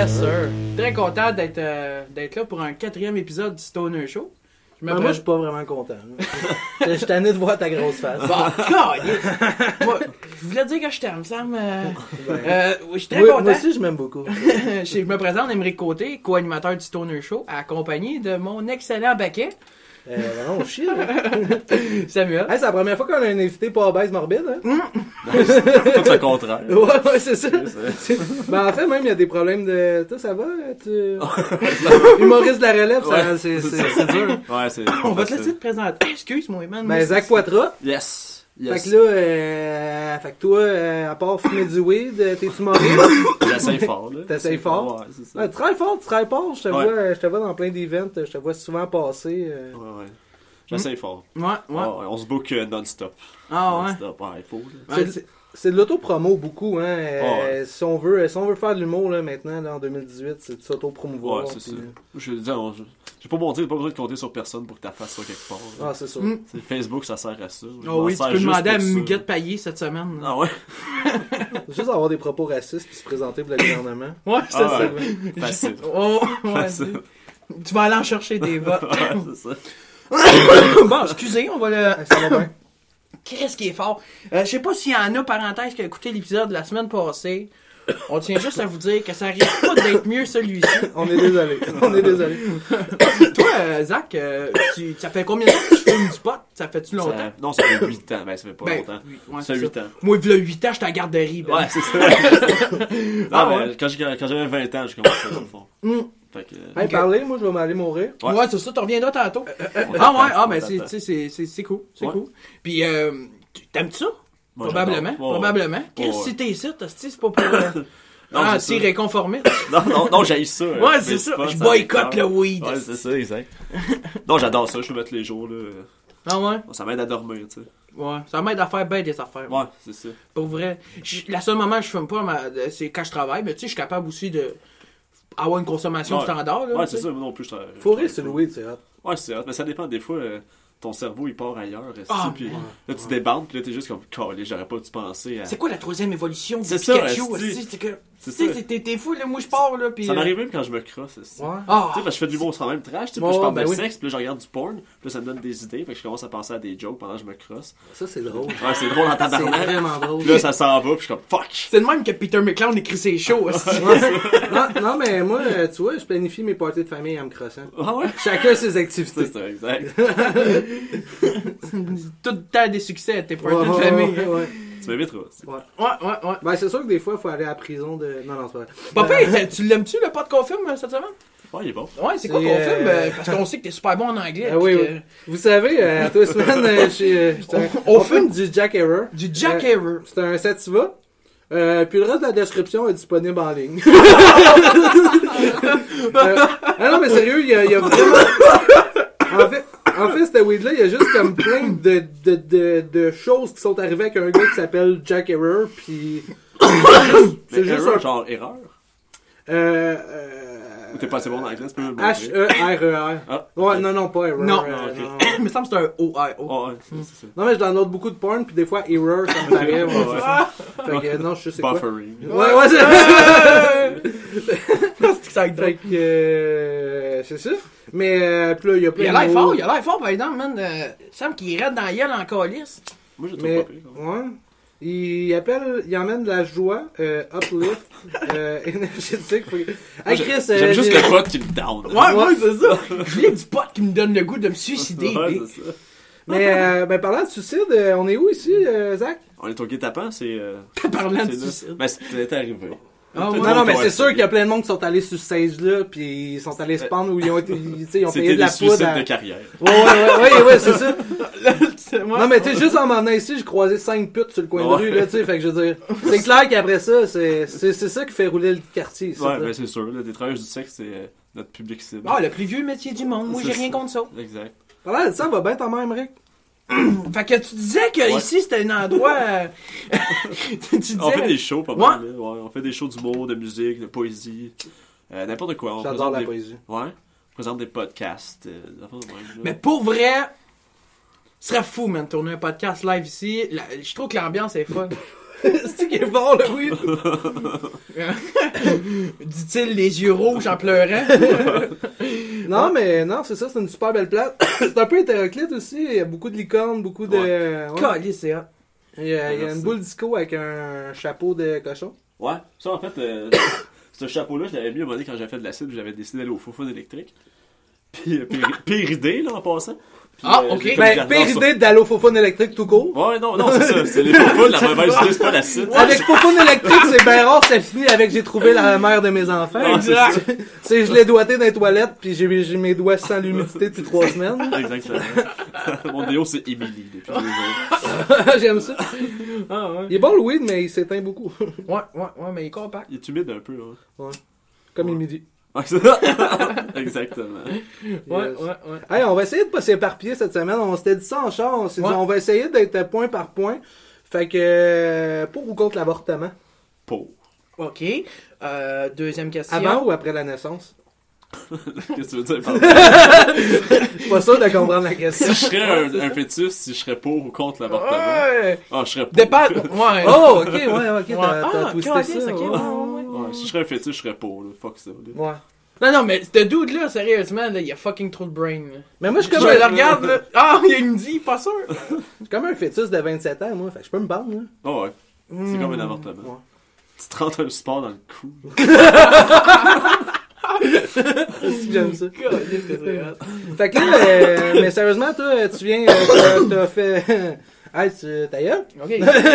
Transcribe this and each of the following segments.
Yes, sir. Très content d'être là pour un 4e épisode du Stoner Show. Moi, je suis pas vraiment content. Je suis tanné de voir ta grosse face. Bon, moi, je voulais dire que je t'aime, Sam. Je suis très content. Moi aussi, je m'aime beaucoup. Je me présente, Émeric Côté, co-animateur du Stoner Show, accompagné de mon excellent baquet. Non, chie. Samuel. Hey, c'est la première fois qu'on a un invité pas obèse morbide. Hein? Tout le contraire. Ouais, c'est ça. Ben, en fait, même, il y a des problèmes de... Toi, ça va? Humoriste de la relève, c'est dur. Ouais, c'est... On va te laisser te présenter. Excuse-moi, man. Ben, Zach Poitras. Yes. Fait que là, fait que toi, à part fumer du weed, t'es humoriste? J'essaye fort, là. T'essayes fort? Ouais, c'est ça. Ouais, tu travailles fort. Je te vois dans plein d'events, je te vois souvent passer. Ouais. J'essaye fort. Ouais. On se book non-stop. Ah ouais. Non-stop, ouais, il faut, là. C'est de l'auto-promo beaucoup, hein. Ouais. Si on veut faire de l'humour là, maintenant, là, en 2018, c'est de s'auto-promouvoir. Ouais, c'est ça. Je dis, j'ai pas bon dire, pas besoin de compter sur personne pour que ta face soit quelque part. Là. Ah, c'est sûr. Facebook, ça sert à ça. Oh oui, tu peux demander à Muguette Payet cette semaine. Ah ouais? Juste avoir des propos racistes puis se présenter pour le gouvernement. Ouais, c'est ça. Ouais. Facile. Oh, ouais. Facile. Tu vas aller en chercher des votes. Ouais, c'est ça. Bon, excusez, on va le... Ça va bien. Qu'est-ce qui est fort? Je sais pas s'il y en a, parenthèse, qui a écouté l'épisode de la semaine passée. On tient juste à vous dire que ça risque pas d'être mieux celui-ci. On est désolé. Toi, Zach, ça fait combien de temps que tu fumes du pot? Ça fait-tu longtemps? Non, ça fait 8 ans. Ben, ça fait pas longtemps. Ouais, ça fait 8 ans. Moi, il y a 8 ans, j'étais à la garderie. Ben. Ouais, c'est ça. Ouais. Quand j'avais 20 ans, j'ai commencé dans le fond. Fait que... Hey, parlez, moi, je vais m'aller mourir. Ouais, c'est ça, tu reviendras tantôt. Mais c'est cool. C'est cool. Puis, t'aimes-tu ça? Moi, Probablement. j'adore. Probablement. Qu'est-ce que c'était ici? C'est pas pour... c'est réconformiste. Non, j'haïs ça. Ouais, c'est ça. Je boycotte le weed. Ouais, c'est ça, exact. Non, j'adore ça. Je peux mettre les jours, là. Ah ouais? Ça m'aide à dormir, tu sais. Ouais, ça m'aide à faire bien des affaires. Ouais, c'est ça. Pour vrai. La seule moment que je fume pas, c'est quand je travaille. Mais tu sais, je suis capable aussi de avoir une consommation standard. Là, ouais, c'est ça. Moi non plus, je travaille. Fourrer sur le weed, c'est hot. Ouais, c'est hot. Mais ça dépend. Des fois, ton cerveau, il part ailleurs. Puis là, tu ouais. débandes. Puis là, t'es juste comme, calé, j'aurais pas dû penser à... C'est quoi la 3e évolution du C'est ça, Pikachu? esti. C'est que... C'est Tu ça. sais, t'es fou, là. Moi, je pars, là. Pis, Ça m'arrive même quand je me crosse. Ouais. Ah! Tu sais, parce que je fais de l'humour sans même trash, tu sais, puis Ouais, je parle ben de oui. sexe, puis là, je regarde du porn, puis là, ça me donne des idées, fait que je commence à penser à des jokes pendant que je me crosse. Ça, c'est drôle. Ouais, c'est drôle en C'est tabarnak. vraiment drôle. Puis là, ça s'en va, puis je suis comme, fuck! C'est de même que Peter McLeod écrit ses shows. non, mais moi, tu vois, je planifie mes parties de famille en me crossant. Ah ouais? Chacun ses activités. C'est ça, exact. Tout le temps des succès, tes parties de famille. Ouais. Tu m'éviteras. Ouais. Ben, c'est sûr que des fois, il faut aller à la prison de... Non, c'est pas vrai. Papa, tu l'aimes-tu, le pot qu'on filme cette semaine? Ouais, il est bon. Ouais, c'est quoi qu'on filme? Parce qu'on sait que t'es super bon en anglais. Oui, puis oui. Vous savez, à tous les semaines, on filme du Jack Error. Du Jack Error. C'est un sativa. Puis le reste de la description est disponible en ligne. Non, mais sérieux, il y a vraiment... En fait, cette weed-là, il y a juste comme plein de choses qui sont arrivées avec un gars qui s'appelle Jack Error, puis... C'est juste un genre erreur. Ou t'es pas assez bon en anglais, tu peux me le montrer. H-E-R-E-R. Ah. Ouais, non, pas Error. Non. non. Il me semble que c'est un O-I-O. Ouais, c'est ça. Non, mais je download beaucoup de porn, puis des fois, Error, ça me paraît. Fait que, non, je sais c'est quoi. Buffering. Ouais, Ça va être Fait que, c'est ça. Mais, puis là, il y a plein Il a de l'air mots. fort, par exemple, man. Sam qui est raide dans la gueule en calice. Moi, je le trouve Mais, pas pire. ouais. Il emmène de la joie, uplift, énergétique. Hey, Chris, J'aime juste le pote qui me down. Ouais, c'est ça. Je voulais du pot qui me donne le goût de me suicider. Ouais, c'est ça. Mais, parlant de suicide, on est où ici, Zach? On est au guet-apens, c'est... Parlant de c'est suicide. Ben, c'était arrivé. Ah, ouais. Non, mais Ouais, c'est sûr qu'il y a plein de monde qui sont allés sur ce stage-là, puis ils sont allés se pendre où ils ont été, tu sais, ils ont payé C'était de la des poudre. suicides de carrière. Ouais, c'est ça. Ouais. Non, mais tu sais, juste en m'en venant ici, j'ai croisé 5 putes sur le coin de rue, là, tu sais, fait que je veux dire, c'est clair qu'après ça, c'est ça qui fait rouler le quartier, ici, Ouais, là. ben c'est sûr, là, des travailleurs du sexe, c'est notre public cible. Ah, le plus vieux métier du monde. Moi, j'ai rien contre ça. Exact. Parlant de ça, va bien ta mère, Rick? Fait que tu disais que ici c'était un endroit. Tu disais. On fait des shows pas mal, là. Ouais, on fait des shows d'humour, de musique, de poésie, n'importe quoi. On J'adore présente la des... poésie. Ouais. On présente des podcasts, des affaires de même, là. Mais pour vrai, ce serait fou, man, de tourner un podcast live ici. Je trouve que l'ambiance est folle. C'est qui est fort, le weed. Dit-il les yeux rouges en pleurant. Non, mais non, c'est ça, c'est une super belle plate. C'est un peu hétéroclite aussi. Il y a beaucoup de licornes, beaucoup de. Ouais. Calice, c'est hot. Il y a Merci. une boule disco avec un chapeau de cochon. Ouais, ça en fait, ce chapeau-là, je l'avais mis à un moment donné quand j'avais fait de l'acide, j'avais décidé d'aller au faux électrique. Puis, pire idée, là, en passant. Puis, Ah, j'ai ok. comme Ben, gardé pire ça. idée d'aller au faux électrique tout court. Ouais, non, c'est ça. C'est les faux la mauvaise idée, c'est pas l'acide. Avec faux électrique, c'est bien rare, ça finit avec j'ai trouvé la mère de mes enfants. Ouais, c'est ça. C'est je l'ai doigté dans les toilettes, puis j'ai mes doigts sans l'humidité depuis 3 semaines. Exactement. Mon déo, c'est Emily depuis 2 jours. J'aime ça. Ah, ouais. Il est bon le weed, mais il s'éteint beaucoup. Ouais, mais il est compact. Il est humide un peu, hein. Comme il midi. Ouais, c'est ça. Exactement. Ouais. Hey, on va essayer de pas s'éparpiller cette semaine. On s'était dit ça en char. On s'est dit, Ouais. on va essayer d'être point par point. Fait que, pour ou contre l'avortement? Pour. Ok. Deuxième question. Avant ou après la naissance? Qu'est-ce que tu veux dire par là? Je suis pas sûr de comprendre la question. Si je serais un fœtus, si je serais pour ou contre l'avortement. Ouais. Ah, je serais pour. Dépend. Ouais. Oh, ok, ouais, ok, Ouais. t'as twisté calice, ça. ok, ouais. ouais. Ouais, si je serais un fœtus, je serais pour, là. Fuck ça, là. Ouais. Non, mais ce dude-là, sérieusement, là, il a fucking trop de brain. Là. Mais moi, je suis Je comme, le regarde, là. Ah, il me dit, pas sûr. je suis comme un fœtus de 27 ans, moi. Fait que je peux me battre, là. Oh, ouais. C'est comme un avortement. Ouais. Tu te rentres un support dans le cou. Si j'aime ça. Calice que c'est hot. Fait que là, mais sérieusement, toi, tu viens, t'as fait... Hey, ta gueule? Ok.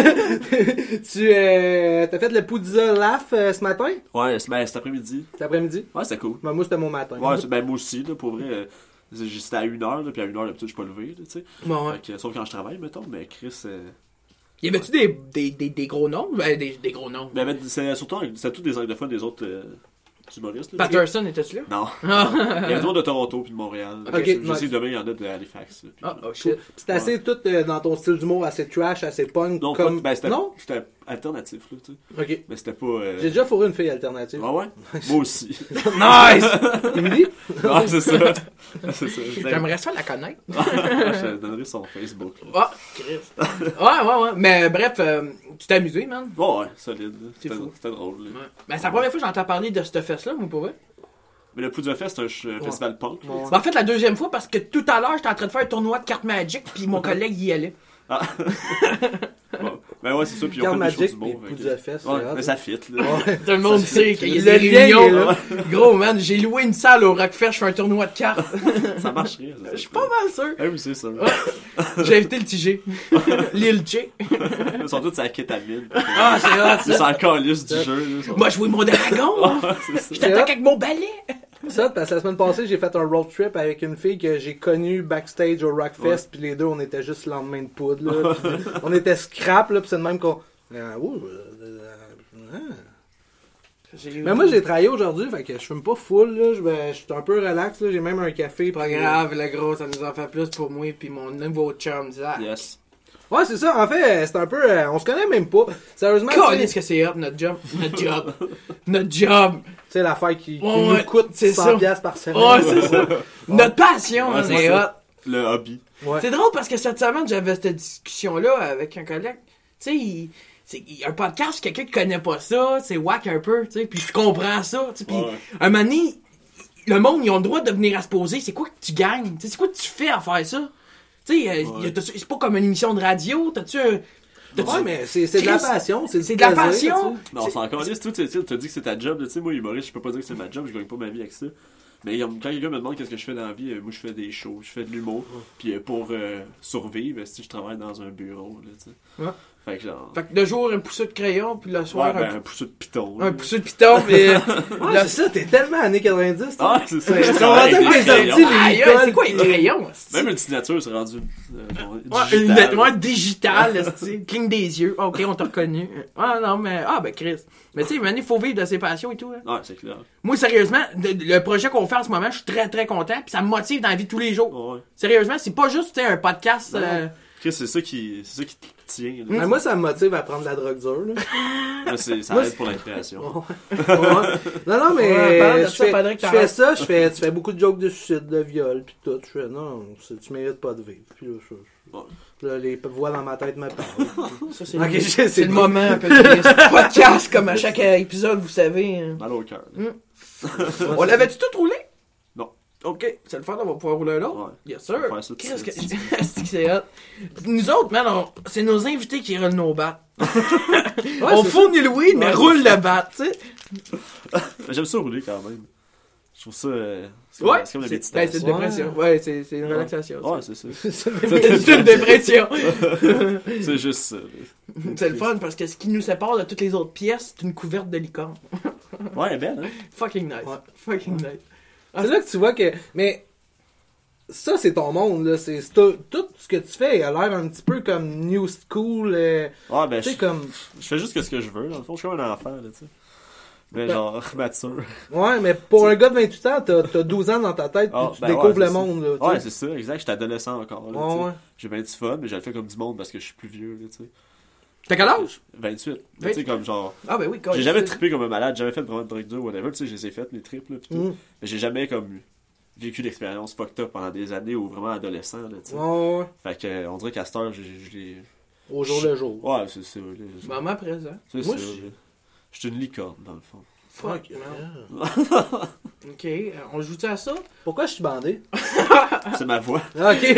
T'as fait le Poudza Laugh ce matin? Ouais, cet après-midi. Cet après-midi? Ouais, c'était cool. Ben, moi, c'était mon matin. Ouais, ben moi aussi, là, pour vrai. C'était à 1h, là, puis à 1h, d'habitude, je suis pas levé, là, tu sais. Bon, ouais. Fait que, sauf quand je travaille, mettons, mais Chris. Y avait-tu des gros noms? Ben, des gros noms. Ben, c'est surtout c'est tous des anglophones des autres humoristes. Là, Patterson, était-tu là? Non. Ah, Il y avait des autres de Toronto puis de Montréal. Ok, Je nice. sais que demain, il y en a de Halifax. Là, puis- oh shit. C'est assez tout dans ton style d'humour, assez trash, assez punk. Non, comme... ben, c'était non? alternatif, là, tu sais. Ok. Mais c'était pas. J'ai déjà fourré une fille alternative. Ah ouais? Moi aussi. Nice! Emily? Ah, c'est ça. C'est ça. J'aimerais ça la connaître. Je te donnerai son Facebook. Là. Ah, Chris. Ouais. Mais bref, tu t'es amusé, man. Ouais, solide. là. C'est fou. C'était drôle. Là. Ouais. Ben, c'est la première fois que j'entends parler de cette fesse-là, moi, pour vrai. Mais le Poudre Fest, c'est un festival punk. là. Ouais. Ben, en fait, la deuxième fois, parce que tout à l'heure, j'étais en train de faire un tournoi de cartes Magic, puis mon collègue y allait. Ah. Bon. Ben ouais, c'est ça. Puis on Carte fait des choses Magic du puis bon. fait que- Poudre Fest, Ouais, c'est hot. mais ça fit, là. Ouais. Tout le monde sait qu'il y a Le des lien, il est réunions. là. Gros, man, j'ai loué une salle au Rockfest, je fais un tournoi de cartes. Ça marcherait. Je suis pas mal sûr. Ah oui, c'est ça. J'ai invité le TG. Lil J. Ils sont tous à la kétamine. Ah, c'est hot, Ils ça. sont encore lisses du jeu. Là. Moi, je jouais mon dragon. Ouais, c'est ça. Je t'attaque avec mon balai. Ça, parce que la semaine passée, j'ai fait un road trip avec une fille que j'ai connue backstage au Rockfest, puis les deux, on était juste le lendemain de poudre, là. Puis on était scrap, là, puis c'est de même qu'on... Mais moi, j'ai travaillé aujourd'hui, fait que je fume pas full, là. Je suis un peu relax, là. J'ai même un café. Pas puis- grave, le gros, ça nous en fait plus pour moi puis mon nouveau chum, Zach. Yes. Ouais, c'est ça. En fait, c'est un peu... on se connaît même pas. Sérieusement, Qu'est-ce que c'est hot, notre job. Notre job. Notre job. c'est l'affaire qui Ouais, nous coûte c'est 100 ça. piastres par semaine. Ouais, c'est ça. Notre passion, Ouais, c'est c'est hot. ça. Le hobby. Ouais. C'est drôle parce que cette semaine, j'avais cette discussion-là avec un collègue. Tu sais, un podcast, quelqu'un qui connaît pas ça, c'est whack un peu, tu sais, puis je comprends ça, tu sais, puis Ouais. un moment donné, le monde, ils ont le droit de venir à se poser, c'est quoi que tu gagnes, tu sais, c'est quoi que tu fais à faire ça, tu sais, c'est pas comme une émission de radio, t'as-tu un... Ouais, mais c'est de la Chris, passion. C'est c'est de la du plaisir, passion. tu sais. Non, c'est encore lisse. Tu t'as dit que c'est ta job. Tu sais, moi, humoriste, je peux pas dire que c'est ma job. Je gagne pas ma vie avec ça. Mais quand quelqu'un me demande qu'est-ce que je fais dans la vie, moi, je fais des shows, je fais de l'humour. Puis pour survivre, si je travaille dans un bureau, là, tu sais. Ouais. Fait que genre... Fait que le jour, un pousseux de crayon, puis le soir, Ouais, ben, un pousseux de piton. un pousseux de piton, mais... Ouais, c'est ça, t'es tellement années 90. toi. Ah, c'est ça. Je Je comprends travaille ça avec que des les ordi, crayons. les- Aïe, c'est quoi les crayons? c'est-tu? Même une signature, c'est rendu Ouais, digital. ouais, digital, cligne des yeux. Ok, on t'a reconnu. Ah non, mais... Ah, ben Chris. Mais tu sais, il faut vivre de ses passions et tout. Hein. Ouais, c'est clair. Moi, sérieusement, le projet qu'on fait en ce moment, je suis très, très content. Puis ça me motive dans la vie de tous les jours. Ouais. Sérieusement, c'est pas juste tu sais, un podcast... Non. Chris, c'est ça qui te tient. Là, Mais moi, ça me motive à prendre la drogue dure. Là. Là, ça aide pour la création. Ouais. Non, mais Ouais, parlant de je ça, faudrait que fais t'arrêtes. ça, tu fais beaucoup de jokes de suicide, de viol, pis tout. Je fais, non, tu mérites pas de vivre. Puis là, là, les voix dans ma tête me parlent. Ça, c'est Ok, le, c'est c'est le bon. moment un peu de podcast, comme à chaque épisode, vous savez. Hein. Mal au cœur. On l'avait-tu tout roulé? Non. Ok, c'est le fun, on va pouvoir rouler là. Ouais. Yes, sir. On va faire ça tout de Qu'est-ce que suite. c'est que c'est hot? Nous autres, man, c'est nos invités qui roulent nos battes. Ouais, On c'est fournit le weed, mais Ouais, roule le bat, tu sais. J'aime ça rouler quand même. Je trouve ça. Ouais, c'est comme la ben, méditation. c'est une dépression. Ouais, c'est une relaxation. Ouais, c'est ça. C'est une dépression. C'est juste ça. C'est le fun parce que ce qui nous sépare de toutes les autres pièces, c'est une couverte de licorne. Ouais, elle est belle, hein? Fucking nice. Ouais. Fucking nice. C'est là que tu vois que. Mais ça, c'est ton monde, là. C'est tout ce que tu fais a l'air un petit peu comme New School. Ouais, ben, Tu sais, comme. je fais juste ce que je veux. Dans le fond, je suis comme un enfant, là, tu sais. Mais Ben- genre, mature. Ouais, mais pour un gars de 28 ans, t'as 12 ans dans ta tête, Ah, puis tu ben découvres ouais, le c'est monde, là. tu Ouais, sais. c'est ça, exact. J'étais adolescent encore, là, tu sais. Ouais, ouais. J'ai bien du fun, mais je le fais comme du monde parce que je suis plus vieux, là, tu sais. T'as quel âge? 28. Mais tu sais, comme genre. Ah, ben oui, quand J'ai jamais trippé comme un malade, j'ai jamais fait vraiment de drogue dure, whatever, tu sais, je les ai faites, les trips, là, pis tout. Mm. Mais j'ai jamais, comme, vécu l'expérience fucked up pendant des années ou vraiment adolescent, là, tu sais. Ouais, ouais. Fait que, on dirait qu'à cette heure, je l'ai. Au jour le jour. Ouais, c'est ça, là. Moment présent. C'est Moi, ça, je- là. Je suis une licorne, dans le fond. Fuck, Ok. man. Ok, on joue-tu à ça? Pourquoi je suis bandé? C'est ma voix. Ah, ok.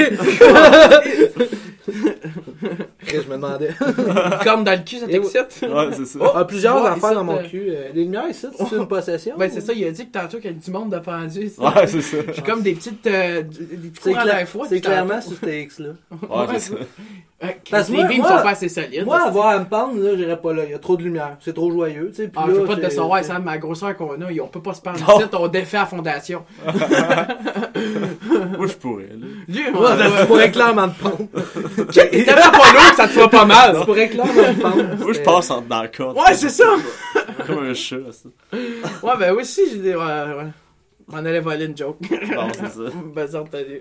Je me demandais. Comme dans le cul, ça Et t'excite? Ouais, c'est ça. Ah, plusieurs Ouais, affaires ici, dans mon cul. Les lumières ici, c'est une possession? Ben c'est ça, il a dit que tantôt qu'il y a du monde de pendu. Ouais, c'est ça. J'ai comme des petites des petits C'est courants d'air froid. c'est depuis clairement tantôt. sur ces X-là. Ouais, c'est ça. Parce que les moi- beams moi- sont pas assez solides. Moi, avoir à me pendre, là, j'irais pas là. Il y a trop de lumière. C'est trop joyeux, tu sais. Puis Ah, là, je veux pas te c'est- savoir, Sam, ma grosseur qu'on a, on peut pas se pendre Non. ici, on défait la fondation. Moi, je pourrais, là. Lui, Ouais, tu pourrais clairement te pendre. t'es tellement pas lourd que ça te fera pas mal. Tu pourrais clairement te pendre. Moi, je passe dans le corps. Ouais, c'est ça. Comme un chat, ça. Ouais, ben oui, si, j'ai des. Ouais. On allait voler une joke. Non, c'est ça. Bazar de tenue.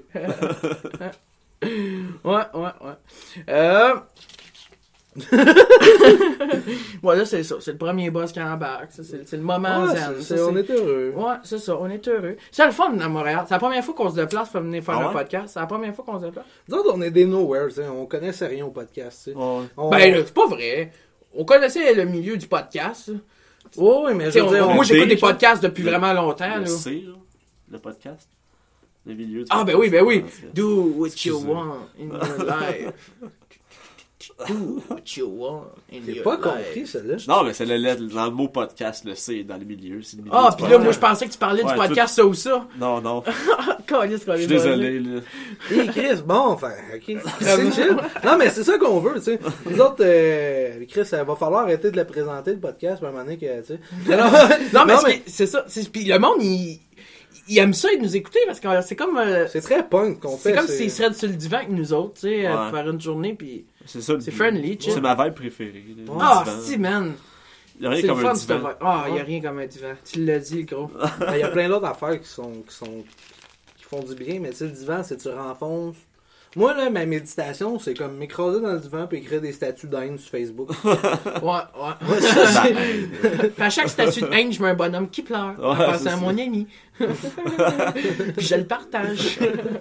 Ouais. Ouais, là, c'est ça. C'est le premier boss qui embarque. Ça, c'est le moment Ouais, zen. c'est- Ça, on est heureux. Ouais, c'est ça, on est heureux. C'est le fun à Montréal. C'est la première fois qu'on se déplace pour venir faire Ah un ouais? podcast. C'est la première fois qu'on se déplace. Nous autres, on est des nowhere, tu sais. On connaissait rien au podcast, tu sais. Ouais. On- Ben, là, c'est pas vrai. On connaissait le milieu du podcast. Ouais, mais je T'sais, veux dire, moi, j'écoute des genre, podcasts depuis le- vraiment longtemps. Le Là. C, là. Le podcast. Le milieu du Ah, ben podcast. oui. C'est- Do what you Excusez. want in your life. Do what you want in j'ai your pas life. compris, celle-là. Non, mais c'est dans le mot podcast, le C, dans le milieu. C'est le milieu Ah, du pis là, podcast. moi, je pensais que tu parlais Ouais, du podcast ça ou ça. Non, non. Calisse, Je suis désolé, là. Hé, Chris, bon, enfin, ok. C'est chill. Non, mais c'est ça qu'on veut, tu sais. Nous autres, Chris, il va falloir arrêter de la présenter, le podcast, à un moment donné, que, tu sais. Non, mais c'est ça. Puis le monde, il aime ça de nous écouter parce que c'est comme. C'est très punk qu'on fait. C'est comme s'ils seraient sur le divan avec nous autres, tu sais, Ouais. pour faire une journée, puis... C'est ça. le C'est but. friendly, chill. C'est ma vibe préférée. là, le Ah, divan. si, man! Il y a rien C'est le comme fun, un cette divan. vibe. Ah, il y a rien comme un divan. Tu l'as dit, gros. Il y a plein d'autres affaires qui font du bien, mais tu sais, le divan, c'est tu renfonces. Moi, là, ma méditation, c'est comme m'écraser dans le divan puis écrire des statuts d'haine sur Facebook. Ouais. Ça, c'est- Puis à chaque statut de haine, je mets un bonhomme qui pleure. En Ouais, pensant c'est à ça. mon ami. Puis je le partage.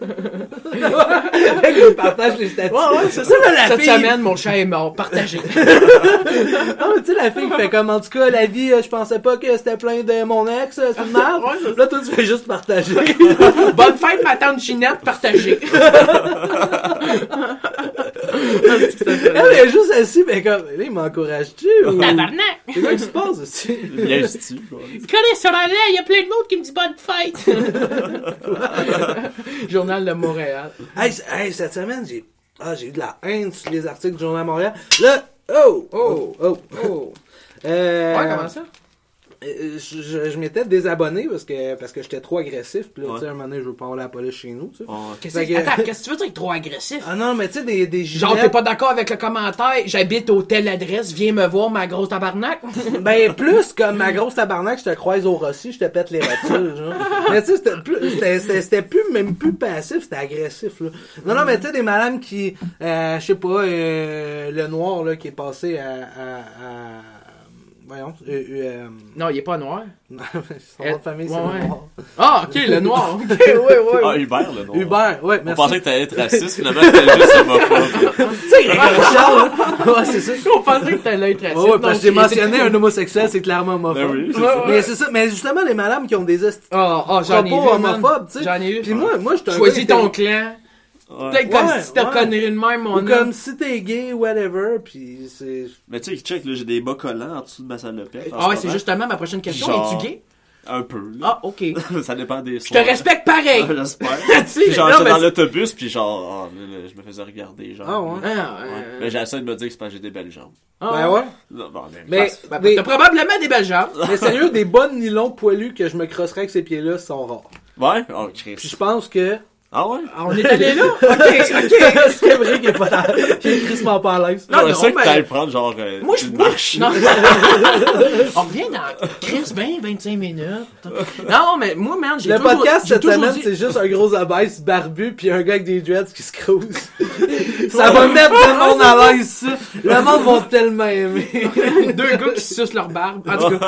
Je partage les statuts. Ouais, c'est ça, la Cette Cette fille- semaine, mon chat est mort. Partagé. Non, mais tu sais, la fille qui fait comme, en tout cas, la vie, je pensais pas que c'était plein de mon ex, c'est une merde. Ouais, c'est ça. Là, toi, tu fais juste partager. Bonne fête, ma tante Ginette, partagée. Elle est juste assise, mais comme, là, il m'encourage-tu? Ou... Tabarnak! C'est quoi qui se passe aussi? Bien tu quoi. Connais sur la il y a plein de monde qui me dit bonne fête. Journal de Montréal. Hey, cette semaine, j'ai eu de la haine sur les articles du Journal de Montréal. Là, oh! Ouais, comment ça? je m'étais désabonné parce que j'étais trop agressif. Puis là, Ouais. tu sais, un moment donné, je veux pas avoir la police chez nous, tu sais. Qu'est-ce Fait que- Attends, qu'est-ce que tu veux dire trop agressif? Ah non, mais tu sais, des Genre, gilettes- t'es pas d'accord avec le commentaire, j'habite au telle adresse, viens me voir, ma grosse tabarnak? Ben, plus comme ma grosse tabarnak, je te croise au Rossi, je te pète les rotules, genre. Mais tu sais, c'était même plus passif, c'était agressif, là. Non, mais tu sais, des madames qui, je sais pas, le noir, là, qui est passé à voyons, Non, il est pas noir. son nom de famille, c'est Ouais. noir. Ah, ok, le noir. Ok, ouais. Ah, Hubert, là, non? Hubert, ouais, On merci. pensait que t'allais être raciste, finalement, t'étais juste homophobe. Tu sais, Richard, là. Ouais, c'est ça. On pensait que t'allais être raciste. Ouais, parce que j'ai Non, mentionné un homosexuel, c'est clairement homophobe. Ben oui, c'est Ouais, ça. ouais. Mais c'est ça, mais justement, les madames qui ont des j'en ai vu, propos man. homophobes, tu sais. J'en ai eu. Puis moi, j'étais un Choisis gars ton qui- clan. Ouais. Peut-être comme Ouais, si t'as ouais. connerie de même, Ou mon comme homme. si t'es gay, whatever, pis c'est... Mais tu sais, check, là, j'ai des bas collants en dessous de ma salopette. en Ah ouais, ce c'est moment. justement ma prochaine question. Genre- Es-tu gay? Un peu, là. Ah, ok. Ça dépend des Je te respecte pareil. J'espère. Tu sais, Puis genre, non, j'étais mais dans c'est- l'autobus, puis genre, là, je me faisais regarder, genre. Ah ouais? Ah, Ouais. Mais j'essaie de me dire que c'est parce que j'ai des belles jambes. Ben ouais. Non, bon, Mais, Ben, des- t'as probablement des belles jambes. mais sérieux, des bonnes nylons poilus que je me crosserais avec ces pieds-là sont rares. Ouais? Oh, Puis Chris. je pense que... Ah ouais? Ah, on est allé là? Ok. c'est vrai qu'il est pas dans... qu'il est crissement pas à l'aise. Non, J'aurais non, ça que mais- t'ailles prendre, genre, Moi, je une marche. Non. On revient dans Chris, 25 minutes. Non, mais moi, man, j'ai Le toujours... podcast j'ai cette toujours semaine, dit- c'est juste un gros abaisse barbu puis un gars avec des dreads qui se crouse. Ça va mettre le monde à l'aise, ça. Le monde va tellement aimer. Deux gars qui se sucent leur barbe. En tout cas.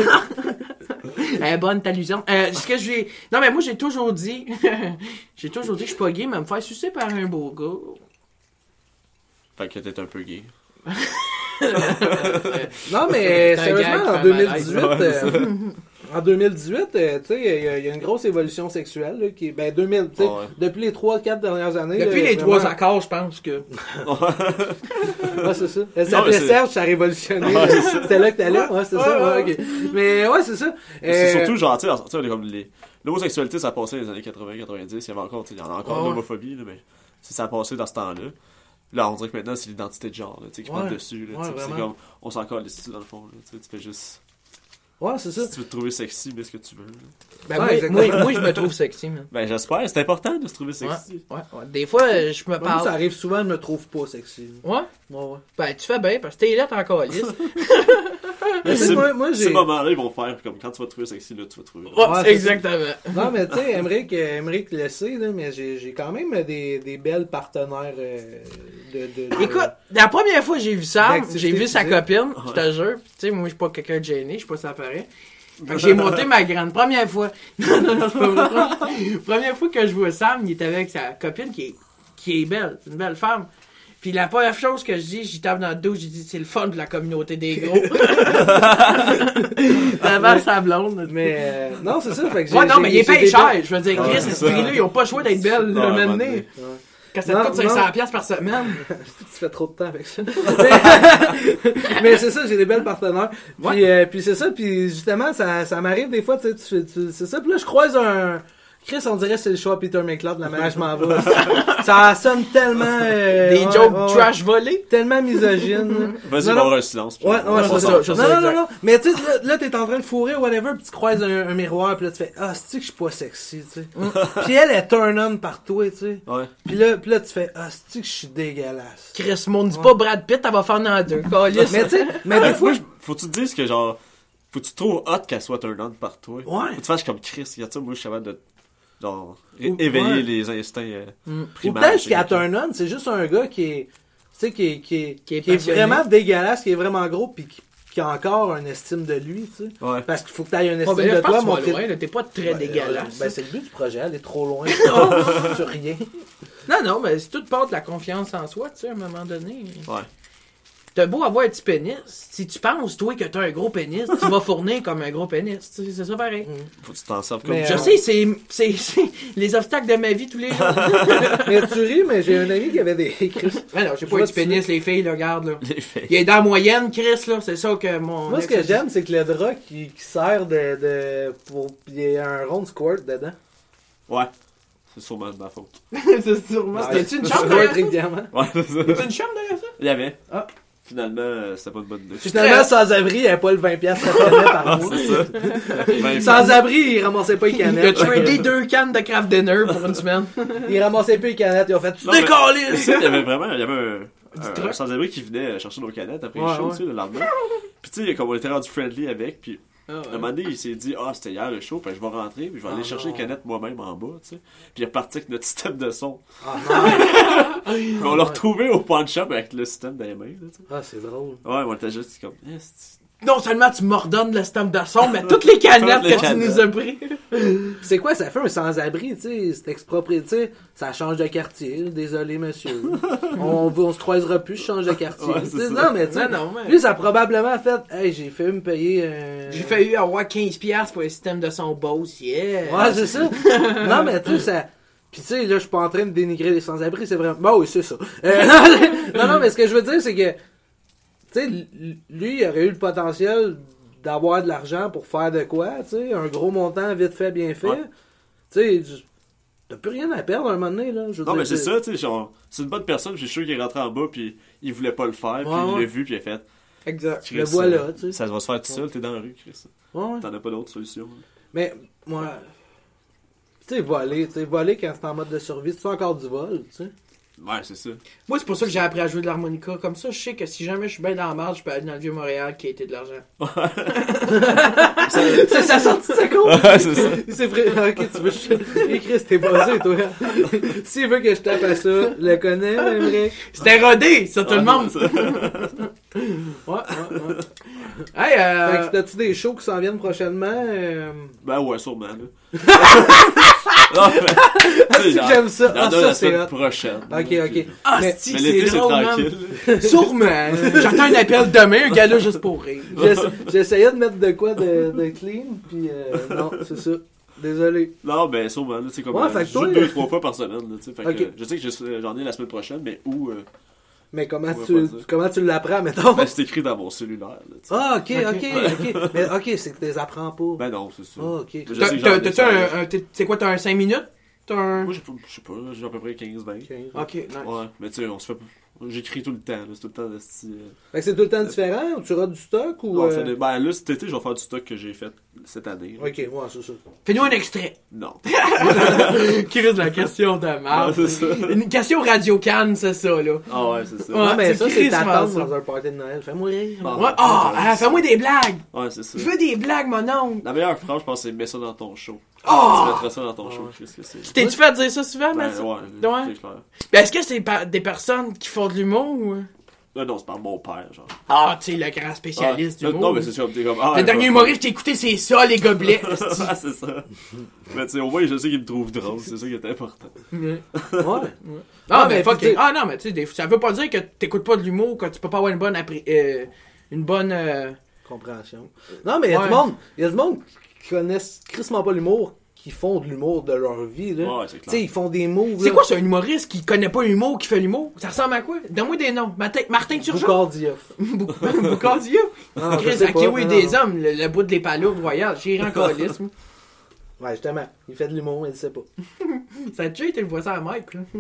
Bonne t'allusion. Ce que j'ai... Non, mais moi, j'ai toujours dit... j'ai toujours dit que je suis pas gay, mais me faire sucer par un beau gars... Fait que t'es un peu gay. Non, mais C'est un sérieusement, gag en qui fait 2018, malaise. en 2018, tu sais, il y a une grosse évolution sexuelle, là, qui est, ben, 2000, tu sais, Ouais. depuis les 3-4 dernières années. Depuis là, les vraiment- 3 accords, je pense que... Ouais, c'est ça. Elle Non, s'appelait mais c'est- Serge, ça a révolutionné. Ouais, c'est ça. C'était là que t'allais? Ouais, c'était ça. Ouais, Ouais, ok. Mais ouais, c'est ça. C'est surtout, genre, tu sais, comme l'homosexualité, ça a passé dans les années 80-90. Il y avait encore, tu sais, il y en a encore Ouais. de l'homophobie, là, mais ça a passé dans ce temps-là. Là, on dirait que maintenant, c'est l'identité de genre, là, tu sais, qui Ouais. prend dessus, là, Ouais, tu sais, c'est vraiment. comme, on s'en colle ici, dans le fond, là, tu fais juste, Ouais, c'est ça. si tu veux te trouver sexy, mets ce que tu veux, là. Ben, Ouais, moi, exactement. moi, je me trouve sexy, man. Ben, j'espère, c'est important de se trouver Ouais, sexy. ouais. Des fois, je me Moi, ça parle... arrive souvent, je me trouve pas sexy. Ouais? Ouais, ouais. Ben, tu fais bien, parce que t'es là, t'es encore lisse. Mais tu sais, moi, Ces j'ai... moments-là, ils vont faire comme quand tu vas te trouver sexy, là, tu vas te trouver. Ouais, Ouais, c'est exactement. Non, mais tu sais, Emmerich le sait, là, mais j'ai quand même des belles partenaires de... Écoute, la première fois que j'ai vu Sam, D'activité j'ai vu sa physique. copine, je te jure. Tu sais, moi, je suis pas quelqu'un de gêné, je sais pas si ça paraît. Fait que j'ai monté ma grande. Première fois. Non, c'est pas vrai. Première fois que je vois Sam, il était avec sa copine qui est belle. C'est une belle femme. Puis la première chose que je dis, j'y tape dans le dos, j'ai dit, c'est le fun de la communauté des gros. Avant sa blonde. Mais non, c'est ça. Fait que Ouais, non, mais il est j'ai payé des cher. belles- Je veux dire, Ouais, Chris, c'est ces ça. prix-là, ils ont pas le choix d'être belles, Ouais, le à un même moment donné. donné. Quand ça Non, te coûte 500$ non. par semaine. Tu fais trop de temps avec ça. Mais c'est ça, j'ai des belles partenaires. Puis, puis c'est ça, puis justement, ça m'arrive des fois, tu sais, c'est ça. Puis là, je croise un... Chris, on dirait que c'est le choix Peter McLeod, la manière que je m'en vais. Ça sonne tellement... Des ouais, jokes ouais, trash volés. tellement misogyne. Vas-y, Non, on va non. avoir un silence. puis Ouais, on ouais, va c'est s'en ça. sortir. Non. Mais tu sais, là, t'es en train de fourrer ou whatever, pis tu croises un miroir, pis là, tu fais, ah, c'est-tu que je suis pas sexy, tu sais. Pis elle est turn on par toi, tu sais. Ouais. Pis là, tu fais, ah, c'est-tu que je suis dégueulasse. Chris, mon dis pas Brad Pitt, elle va faire dans deux. Câlisse. Mais tu sais, mais des fois, Faut que tu te dises que genre, faut que tu te trouves hot qu'elle soit turn on par toi. Ouais. Faut que tu fasses comme Chris, y a ça, moi je suis capable de, genre, Ou- éveiller ouais. les instincts ou primaires. peut-être chez qu'à quelqu'un. turn on, c'est juste un gars qui est, tu sais, qui est passionné. vraiment dégueulasse, qui est vraiment gros, pis qui a encore une estime de lui, tu sais. Ouais. Parce qu'il faut que t'aies une Oh, estime ben là, de je pense toi, que tu vas montrer... loin, là, t'es pas très dégueulasse. Ben, c'est le but du projet, aller trop loin sur rien. Non, mais c'est tout part de la confiance en soi, tu sais, à un moment donné. Ouais. T'as beau avoir un petit pénis, si tu penses, toi, que t'as un gros pénis, tu vas fournir comme un gros pénis, tu sais, c'est ça pareil. Faut que tu t'en serves comme Mais, Je sais, c'est les obstacles de ma vie tous les jours. Mais tu ris, mais j'ai un ami qui avait des... Mais non, j'ai Je pas vois un petit tu- pénis, les filles, là, regarde, là. les faits. Il est dans la moyenne, Chris, là, c'est ça que mon... Moi, ce que j'aime, c'est que le drap qui sert pour... Il y a un rond squirt dedans. Ouais. C'est sûrement de ma faute. c'est sûrement... Ah, C'était-tu une chambre Squirt derrière ça? régulièrement. Ouais, c'est ça. C'était une chambre derrière ça? Il y avait. Finalement, c'était pas une bonne idée. Finalement, sans-abri, il n'y avait pas le 20$ ça prenait par mois. C'est ça. Sans-abri, il ramassait pas les Il a canettes. tradé 2 cannes de craft dinner pour une semaine. Il ramassait plus les canettes. Ils ont fait, tu Non, mais- décolles! Il y avait un truc. sans-abri qui venait chercher nos canettes après Ouais, le show, ouais. tu sais, le lendemain. Puis tu sais, comme on était rendu friendly avec, puis Ah, à un moment donné, il s'est dit, c'était hier le show, puis je vais rentrer, puis je vais aller chercher les canettes moi-même en bas, tu sais. Puis il est reparti avec notre système de son. Ah, non. Puis on l'a retrouvé au pawn shop avec le système dans les mains, là, tu sais. Ah, c'est drôle. Ouais, on était juste comme, Non seulement tu m'ordonnes le stamp de son, mais toutes les canettes Toutes les que tu canettes. nous as pris. C'est quoi, ça fait un sans-abri, tu sais, c'est exproprié, tu sais, ça change de quartier, désolé monsieur. on se croisera plus, je change de quartier. Ouais, Tu c'est sais, ça. non, mais tu sais, Non, mais... lui, ça a probablement fait, hey, j'ai fait me payer J'ai failli avoir 15$ pour un système de son Bose, yeah! Ouais, c'est ça. Non, mais tu sais, ça... Pis tu sais, là, je suis pas en train de dénigrer les sans-abri, c'est vraiment... Bon, oui, c'est ça. Non, mais ce que je veux dire, c'est que, tu sais, lui, il aurait eu le potentiel d'avoir de l'argent pour faire de quoi, tu sais, un gros montant, vite fait, bien fait. Ouais. Tu sais, t'as plus rien à perdre à un moment donné, là. Je veux non, dire, mais c'est ça, tu sais, genre, c'est une bonne personne, puis je suis sûr qu'il est rentré en bas, puis il voulait pas le faire, puis il ouais. l'a vu, puis il a fait, Exact. Chris, Le voilà, tu sais. ça va se faire tout seul, t'es dans la rue, Chris. Ouais. T'en as pas d'autre solution. Mais, moi... Tu sais, voler quand c'est en mode de survie, c'est encore du vol, tu sais. Ouais, c'est ça. Moi, c'est pour ça que j'ai appris à jouer de l'harmonica. Comme ça, je sais que si jamais je suis bien dans la marge, je peux aller dans le Vieux-Montréal qui a été de l'argent. C'est sa sortie de sa cour! Ouais, c'est ça. C'est vrai. Ok, tu veux. Chris, t'es basé, toi. S'il veut que je tape à ça, le connais, Emmerich. C'était rodé, ça, tout le monde! Ouais. Hey, Fait que t'as-tu des shows qui s'en viennent prochainement? Ben ouais, sûrement, là. Non, mais, J'aime ça. Il y en Ah, a ça, la c'est semaine hot. prochaine. Ok. Ah, Mais si, Mais c'est l'été, c'est drôle, man. tranquille. Sûrement. J'attends un appel demain, un gars-là juste pour rire. J'essayais de mettre de quoi de clean, puis non, c'est ça. Désolé. Non, ben sûrement, là, c'est comme Ouais, fait que je joue toi, 2-3 fois par semaine, là, tu sais. Fait que, Ok. je sais que j'en ai la semaine prochaine, mais où Mais comment On va pas dire. tu l'apprends, mettons? ben, c'est écrit dans mon cellulaire, là, tu sais. Ah, ok. Mais ok, c'est que tu les apprends pas. Ben non, c'est ça. Ah, ok. Je sais que j'en ai T'as-tu ça. c'est quoi, t'as un 5 minutes? T'as un... Moi, je sais pas, j'ai à peu près 15-20. Ok, nice. Ouais, mais tu sais, on se fait. J'écris tout le temps, là, c'est tout le temps de style. Fait que c'est tout le temps différent, ou tu auras du stock, ou... Non, ben là, cet été, je vais faire du stock que j'ai fait cette année. là. Ok, ouais, c'est ça. Fais-nous un extrait. Non. Chris, la question de Ah, marde. c'est ça. Une question radio-can, c'est ça, là. Ah ouais, c'est ça. Ouais. Non, mais c'est ça, c'est crissement t'attendre ça. dans un party de Noël. Fais-moi rire. Ah, Ouais, fais-moi des blagues. Ouais, c'est ça. Je veux des blagues, mon oncle. La meilleure phrase, je pense, c'est mets ça dans ton show. Oh! Tu mettras ça dans ton show, qu'est-ce que c'est? T'es-tu fait dire ça souvent, Ben, Mathieu? ouais, Ouais. c'est clair. Ben, est-ce que c'est des personnes qui font de l'humour ou... Non, c'est par mon père, genre. Ah, tu sais, le grand spécialiste Ah, d'humour. non, mais c'est sûr, t'es comme. Ah, Le dernier humoriste que j'ai écouté, c'est ça, les gobelets. Ah, c'est ça. Mais tu sais, au moins, je sais qu'il me trouve drôle, c'est ça qui est important. Ouais. Ah, mais mais fuck. tu sais- Ah, non, mais tu sais, ça veut pas dire que t'écoutes pas de l'humour, que tu peux pas avoir une bonne Compréhension. Non, mais il y a du monde qui connaissent crissement pas l'humour, qui font de l'humour de leur vie, là. Ouais, c'est Tu sais, clair. ils font des moves, C'est là. quoi, c'est un humoriste qui connaît pas l'humour, qui fait l'humour? Ça ressemble à quoi? Donne-moi des noms. Martin Turgeon? Boucardioff. Boucardia? Non, je Chris, sais à pas, Kiwi non, des non. hommes, le bout de les palourdes royales. J'ai encore liste. Ouais, justement. Il fait de l'humour, mais il sait pas. Ça a déjà été le voisin à Mike, là.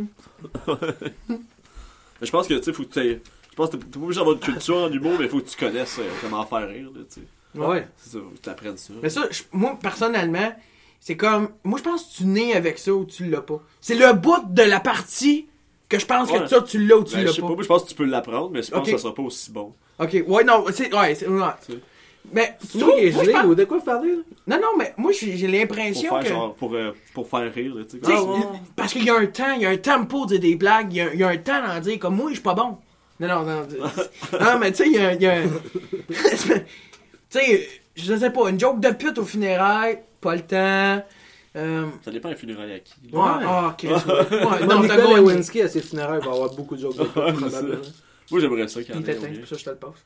Mais je pense que, tu sais, faut que tu je pense que t'es pas obligé d'avoir une culture en humour, mais il faut que tu connaisses comment faire rire, là, tu sais. Ouais. C'est ça, faut que tu apprennes ça. Mais ça, moi, personnellement, c'est comme... Moi, je pense que tu nais avec ça ou tu l'as pas. C'est le bout de la partie que je pense Ouais. que ça, tu l'as ou tu Ben, l'as je sais pas. pas, moi, je pense que tu peux l'apprendre, mais je pense Ok. que ça sera pas aussi bon. Ok, ouais, non, c'est... Ouais, c'est... Ouais. Tu sais. Mais... C'est toi qui es moi, je gelé, pense- ou de quoi vous parlez, là? Non, mais moi, j'ai Pour l'impression faire, que... genre, pour faire rire, là, tu sais. Tu sais, Ah, ouais. parce qu'il y a un temps, il y a un tempo de des blagues, il y a un temps d'en dire comme moi, je suis pas bon. Non, mais tu sais, il y a un... tu sais, je sais pas, une joke de pute au funérailles, pas le temps. Ça dépend des funérailles à qui. Ouais, ah, ok. Ouais, Moi, non, t'as Nicole gagné. Lewinsky, à ses funérailles, va avoir beaucoup de jokes de pute, Ouais, c'est probablement. Moi, j'aimerais ça qu'il y en Il ait. t'éteint, au mieux. pour ça je te le passe.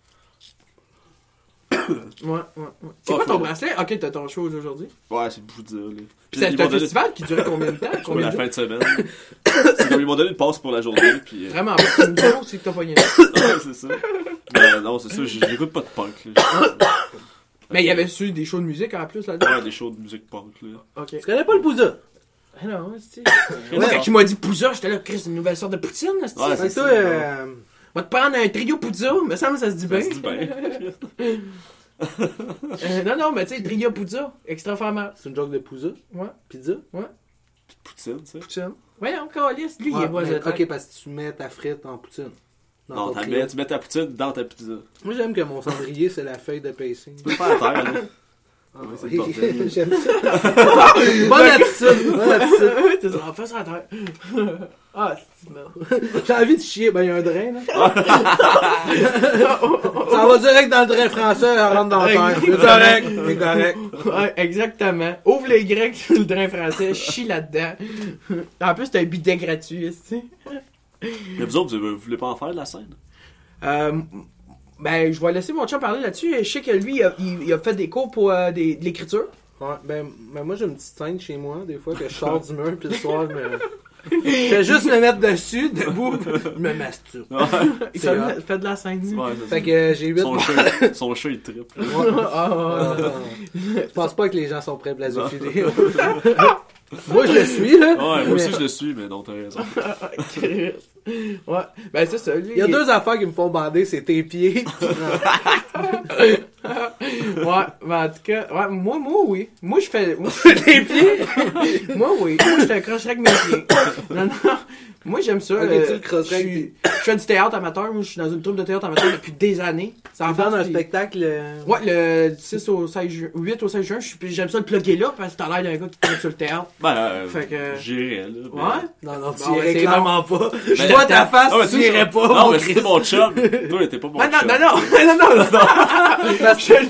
Ouais. C'est Ah, quoi ton faut- bracelet? Ok, t'as ton show aujourd'hui. Ouais, c'est beaucoup dire, là. Puis Puis, ils c'est m'ont un donné- festival qui dure combien de temps? pour Combien la de fin jours? de semaine. C'est comme ils m'ont donné une passe pour la journée, puis. Vraiment, c'est une grosse, c'est que t'as pas gagné. Ouais, c'est ça. Mais non, c'est ça, j'écoute pas de punk, là. Mais il y avait su des shows de musique en plus là-dedans. Ouais, des shows de musique punk, là. Ok. Tu connais pas le Pouza? Ah non, c'est... Ouais. Moi, quand il m'a dit Pouza, j'étais là, Chris, une nouvelle sorte de poutine, là, Ouais, Fait que c'est toi, ça. Va te prendre un trio pizza, me semble que ça se dit bien. Ça se dit bien. Non, mais tu sais, trio pizza, extra fromage. C'est une joke de pizza? Ouais. Pizza? Poutine, tu sais. Poutine. Voyons, calice, lui, il Ouais, est boisé. ok, parce que tu mets ta frite en poutine. Non, ton tu trio. mets ta poutine dans ta pizza. Moi, j'aime que mon cendrier, c'est la feuille de pacing. Tu peux faire à terre, là. Ah, Ouais, c'est oui, le bordel. j'aime ça. Bonne attitude, bonne attitude. T'es en face à terre. Ah, c'est merde. J'ai envie de chier, ben il y a un drain, là. Ça va direct dans le drain français, elle rentre dans le terre. C'est correct, c'est correct. Ouais, exactement. Ouvre les grecs sur le drain français, chie là-dedans. En plus, t'as un bidet gratuit, tu sais. Mais vous autres, vous voulez pas en faire de la scène? Ben, je vais laisser mon chum parler là-dessus. Je sais que lui, il a fait des cours pour de l'écriture. Ouais, ben moi j'ai une petite scène chez moi, des fois, que je sors du mur, puis le soir, je fais juste me mettre dessus, debout, je me masturbe. Il C'est fait de la scène. Ouais, c'est Fait ça. que j'ai 8 Son chat, il triple. Je pense pas que les gens sont prêts à blasophiler. Moi, je le suis, là. Ouais, moi aussi je le suis, mais non, t'as raison. Ouais, ben c'est ça. Lui, Il y a deux affaires qui me font bander, c'est tes pieds. Ouais, mais en tout cas, ouais, moi, oui. Moi, je fais. Tes pieds? Moi, oui. Moi, je te accrocherais avec mes pieds. Non. Moi, j'aime ça. Ok, tu le crosserais avec je fais du théâtre amateur. Moi, je suis dans une troupe de théâtre amateur depuis des années. Ça Tu donnes un puis- spectacle. Ouais, le 6 au 16 juin, 8 au 16 juin, j'aime ça le plugger là parce que t'as l'air d'un gars qui traite sur le théâtre. Ben, Fait que- j'irais, là. mais- Ouais? Non, tu Bon, irais c'est clairement pas. Je Mais- vois ta face, Ah, mais tu sais, irais pas, Non, mon mais Christ. c'était mon chum. Toi, t'es pas mon Non, chum. non. Parce qu'il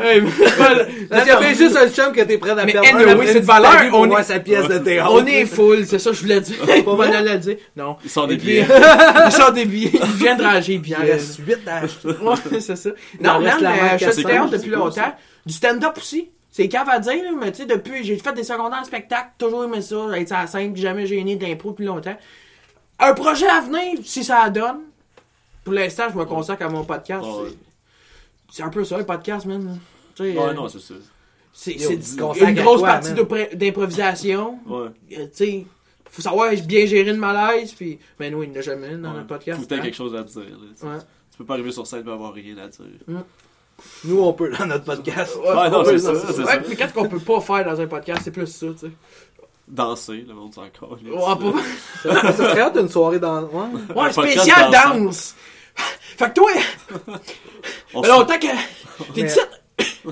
y avait juste un chum que t'es prêt à Mais perdre. anyway, un après-midi c'est de valeur, de ta vie pour on voir est- sa pièce de théâtre. On est full, c'est ça que je voulais dire. On va aller le dire. Non. Il sort des Et puis, billets. il sort des billets. Il vient de rager, bien. Il reste 8 à acheter. Ouais, c'est ça. Il Non, en reste man, la marque je fais à du cinq, théâtre c'est depuis cool, longtemps. ça. Du stand-up aussi. C'est cave à dire, là, mais tu sais, depuis, j'ai fait des secondaires en spectacle, toujours aimé ça, être à la scène, jamais gêné d'impro depuis longtemps. Un projet à venir, si ça donne. Pour l'instant, je me consacre à mon podcast. Ouais. C'est un peu ça, un podcast, man. Tu sais, Ouais, non, c'est ça. c'est Yo, c'est tu consacres une à grosse quoi, partie man? d'improvisation. Ouais. Tu sais, faut savoir bien gérer le malaise, puis... Mais nous, il n'y en a jamais dans Ouais. notre podcast. Faut que t'aies hein. quelque chose à dire. Là, tu sais. Ouais. Tu peux pas arriver sur scène et avoir rien à dire. Nous, on peut dans notre podcast. Ouais, non, c'est ça, Ouais, c'est ça. mais qu'est-ce qu'on peut pas faire dans un podcast, c'est plus ça, tu sais. Danser, le monde s'en colle. Ouais, Ça serait hâte d'une soirée dans. Ouais. Ouais, Un podcast spécial dansant. danse! Fait que toi, On fait se- longtemps que t'es Mais- ici.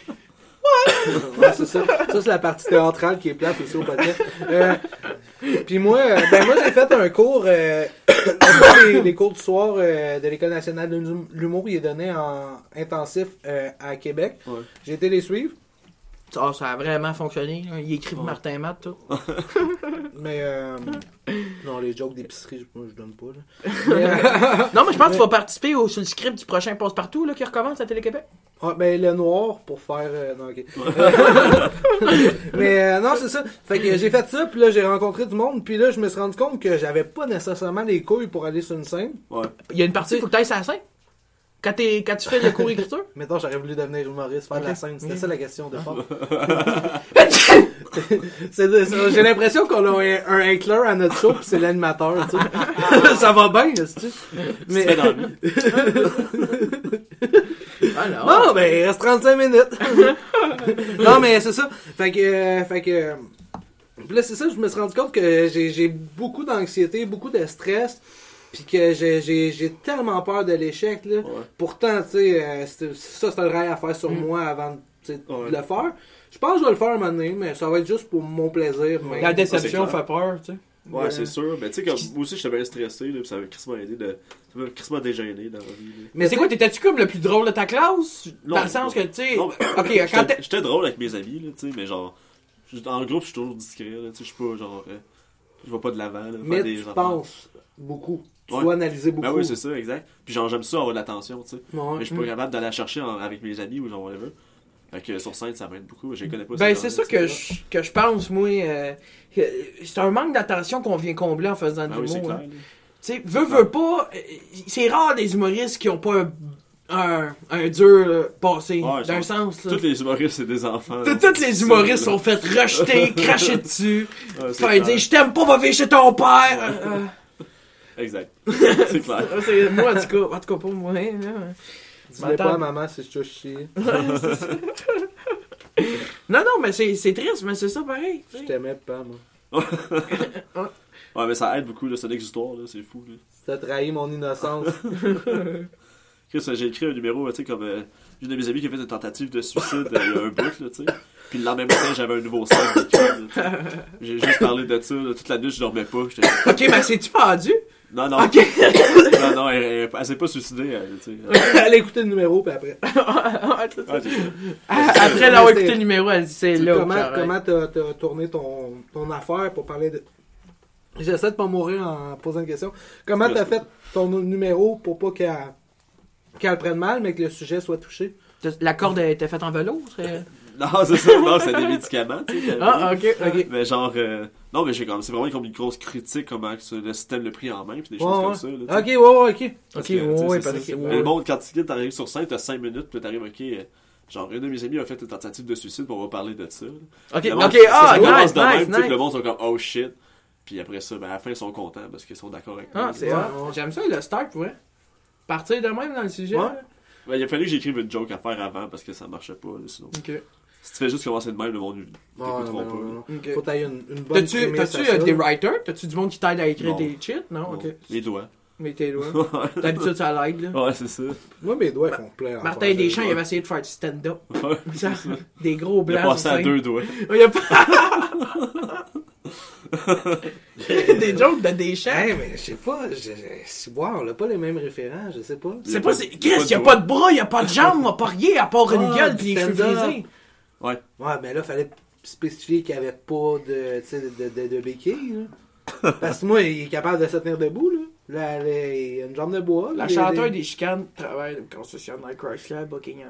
Ouais, c'est ça. Ça, c'est la partie théâtrale qui est plate aussi au podcast. Puis moi, moi, j'ai fait un cours, les cours du soir de l'École nationale de l'humour, il est donné en intensif à Québec. Ouais. J'ai été les suivre, Ah, ça a vraiment fonctionné. Là. Il écrit Martin Matt, tout. mais non, les jokes d'épicerie, moi, je donne pas. Là. Mais, Non, mais je pense que tu vas participer sur le script du prochain Passe-Partout là, qui recommence à Télé-Québec. ben, le noir pour faire. Non, ok. Mais non, c'est ça. Fait que j'ai fait ça, puis là, j'ai rencontré du monde, puis là, je me suis rendu compte que j'avais pas nécessairement les couilles pour aller sur une scène. Ouais. Il y a une partie, il faut que tu ailles sur la scîne. Quand tu fais le cours écriture. Mettons, j'aurais voulu devenir humoriste, faire de la scène. C'était ça la question de fond. J'ai l'impression qu'on a un heckler à notre show, puis c'est l'animateur, tu sais. Ça va bien, tu sais. Mais... Mais... dans la vie. Ah non. Bon, ben, il reste 35 minutes. Non, mais c'est ça. Fait que... Puis là, c'est ça, je me suis rendu compte que j'ai beaucoup d'anxiété, beaucoup de stress, puis que j'ai tellement peur de l'échec, là. Ouais. Pourtant, tu sais, c'est un rêve à faire sur moi avant tu sais, Ouais. de le faire. Je pense que je vais le faire un moment donné, mais ça va être juste pour mon plaisir. Mais... La déception c'est clair. fait peur, tu sais. Ouais, c'est sûr. Mais tu sais, comme moi aussi, j'étais bien stressé, là, puis ça m'a crissement aidé de. Ça m'a crissement dégêné dans la vie. Là. Mais c'est quoi, t'étais-tu comme le plus drôle de ta classe? Non, Dans le sens que, tu sais... Non, mais- Ok, quand t'es... J'étais drôle avec mes amis, là, tu sais, mais genre. En groupe, je suis toujours discret, là, tu sais, je suis pas genre. Je vais pas de l'avant, là. Mais faire des tu affaires. penses beaucoup. Tu Ouais. dois analyser beaucoup. Ben oui, c'est ça, exact. Puis genre, j'aime ça avoir de l'attention, tu sais. Ouais. Mais je suis pas capable d'aller la chercher avec mes amis ou genre whatever. Fait que sur scène, ça m'aide beaucoup. Je les connais pas. Ben, ces c'est ça gens-là, que tu sais. je pense, moi. C'est un manque d'attention qu'on vient combler en faisant de Ben oui, c'est l'humour. clair. hein. là. Tu sais, veux pas... c'est rare des humoristes qui ont pas un dur passé, Ouais, d'un ça- sens. Là. Tous les humoristes, c'est des enfants. Tous les humoristes sont faits rejeter, cracher dessus, Ouais, c'est faire clair. dire « Je t'aime pas, va vivre chez ton père! Exact. C'est clair. Moi, en tout cas, pas moi. Là. Dis-le pas à maman si je touche chier. Non, mais c'est triste, mais c'est ça pareil. Je t'aimais pas, moi. Ouais, mais ça aide beaucoup, là. C'est une histoire, là. C'est fou, là. Ça trahit mon innocence. Chris, j'ai écrit un numéro, tu sais, comme. J'ai une de mes amis qui a fait une tentative de suicide il y a un bout, là, tu sais. Puis le lendemain matin, j'avais un nouveau sac d'écrit, là. J'ai juste parlé de ça, là. Toute la nuit, je dormais pas. Ok, mais c'est-tu pendu? Non. Ok. non, elle s'est pas suicidée, tu sais. Elle a écouté le numéro, puis après. Ouais, c'est ça. Après l'avoir écouté le numéro, elle dit c'est là. Comment t'as tourné ton affaire pour parler de. J'essaie de pas mourir en posant une question. Comment t'as fait ton numéro pour pas qu'elle prenne mal, mais que le sujet soit touché? La corde était faite en velours? Non, c'est ça. Non, c'est des médicaments, tu sais. Ok. Mais genre, non, mais c'est vraiment comme une grosse critique, comment le système le pris en main, puis des choses comme ça. Là, ok, ouais. Parce que, mais le monde, quand t'arrives sur scène, t'as 5 minutes, puis t'arrives, ok, genre, une de mes amis a fait une tentative de suicide, puis on va parler de ça. Ok, le monde, nice. Le monde sont comme, oh shit. Puis après ça, ben, à la fin, ils sont contents, parce qu'ils sont d'accord avec moi. C'est j'aime ça, le start, ouais. Partir de même dans le sujet. Ouais. Ben, il a fallu que j'écrive une joke à faire avant, parce que ça marchait pas, là, sinon. Ok. Si tu fais juste commencer de même, le monde t'écouteront pas. Non. Ok. Faut tailler une bonne T'as-tu des writers? T'as-tu du monde qui t'aide à écrire Non. des cheats? Non, ok. Les doigts. Mais t'es loin. D'habitude, ça l'aide, là. Ouais, c'est ça. Moi, mes doigts font plein. Martin Deschamps, il avait essayé de faire du stand-up. Ouais. Des gros Il a blancs. passé à 2 doigts. Il a pas... Des jokes de Deschamps. Hey, mais je sais pas, on a pas les mêmes référents, je sais pas. C'est pas... Chris, il a pas de bras, il a pas de jambes, il a pas rien, à part une gueule pis les cheveux stand-up. frisés. Ouais. Ouais, mais là, fallait spécifier qu'il n'y avait pas de béquilles, là. Parce que moi, il est capable de se tenir debout, là. Là, il a une jambe de bois. La chanteuse des chicanes travaille au concessionnaire Chrysler à Buckingham.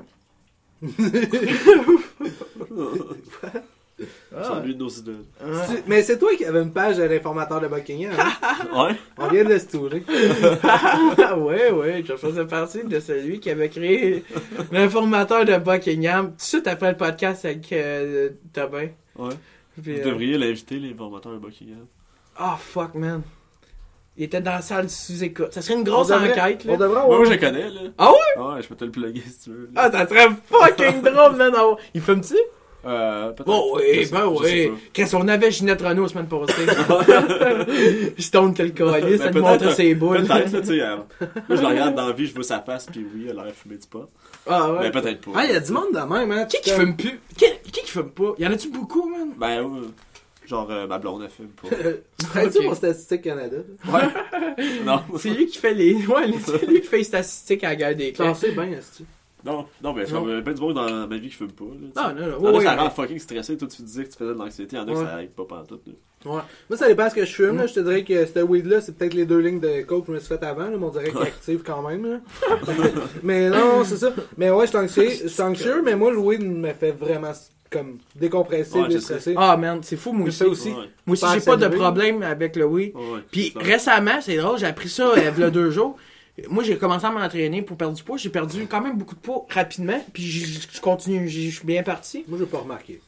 C'est lui de nos idoles. Mais c'est toi qui avais une page de l'informateur de Buckingham. Hein? Ouais. On vient de le stourer. Ouais, je faisais partie de celui qui avait créé l'informateur de Buckingham tout de suite après le podcast avec Tobin. Ouais. Puis, Vous devriez l'inviter, l'informateur de Buckingham. Oh fuck, man. Il était dans la salle sous-écoute. Ça serait une grosse enquête, là. On devrait Moi, avoir... je le connais, là. Ah ouais? Ouais, je peux te le plugger si tu veux. Ah, ça serait fucking drôle, man. Il fume-tu? Peut-être. Oh Je oui, sais- ben je sais oui. Qu'est-ce qu'on avait Ginette Renault la semaine passée? Stone quel calice, Ben, elle nous montrait ses boules. Peut-être, là, tu sais. Moi, je le regarde dans la vie, je vois sa face, puis oui, elle a l'air fumé du pot. Ah ouais. Mais peut-être pas. Ah, il y a du monde de même, hein. Qui fume plus? Qui fume pas? Y en a-tu beaucoup, man? Ben, genre, ma blonde, elle fume pas. Ferais-tu Ok. mon Statistique Canada? Ouais. Non. C'est lui qui fait les. Ouais, c'est lui qui fait les statistiques à la guerre des classes. Classé bien, est-ce que Non, mais genre, pas du monde dans ma vie qui fume pas, là. Non, non, non. Il y en a, Ouais, ça ouais. rend fucking stressé. Toi, tu disais que tu faisais de l'anxiété. Il y en a que ça aide pas pantoute, là. Ouais. Moi, ça dépend de ce que je fume, là. Je te dirais que ce weed-là, c'est peut-être les 2 lignes de coke que je me suis fait avant, là. Mais on dirait qu'il est actif quand même, là. Mais non, c'est ça. Mais ouais, je suis anxieux, mais moi, le weed me fait vraiment comme décompresser, Ouais, je déstresser. Ah, man, c'est fou, moi Je aussi. sais aussi. Ouais. Moi aussi, Pas j'ai pas de accéléré. problème avec le weed. Ouais. Puis Ça. récemment, c'est drôle, j'ai appris ça il y a 2 jours. Moi, j'ai commencé à m'entraîner pour perdre du poids. J'ai perdu quand même beaucoup de poids rapidement. Puis je continue, je suis bien parti. Moi, j'ai pas remarqué.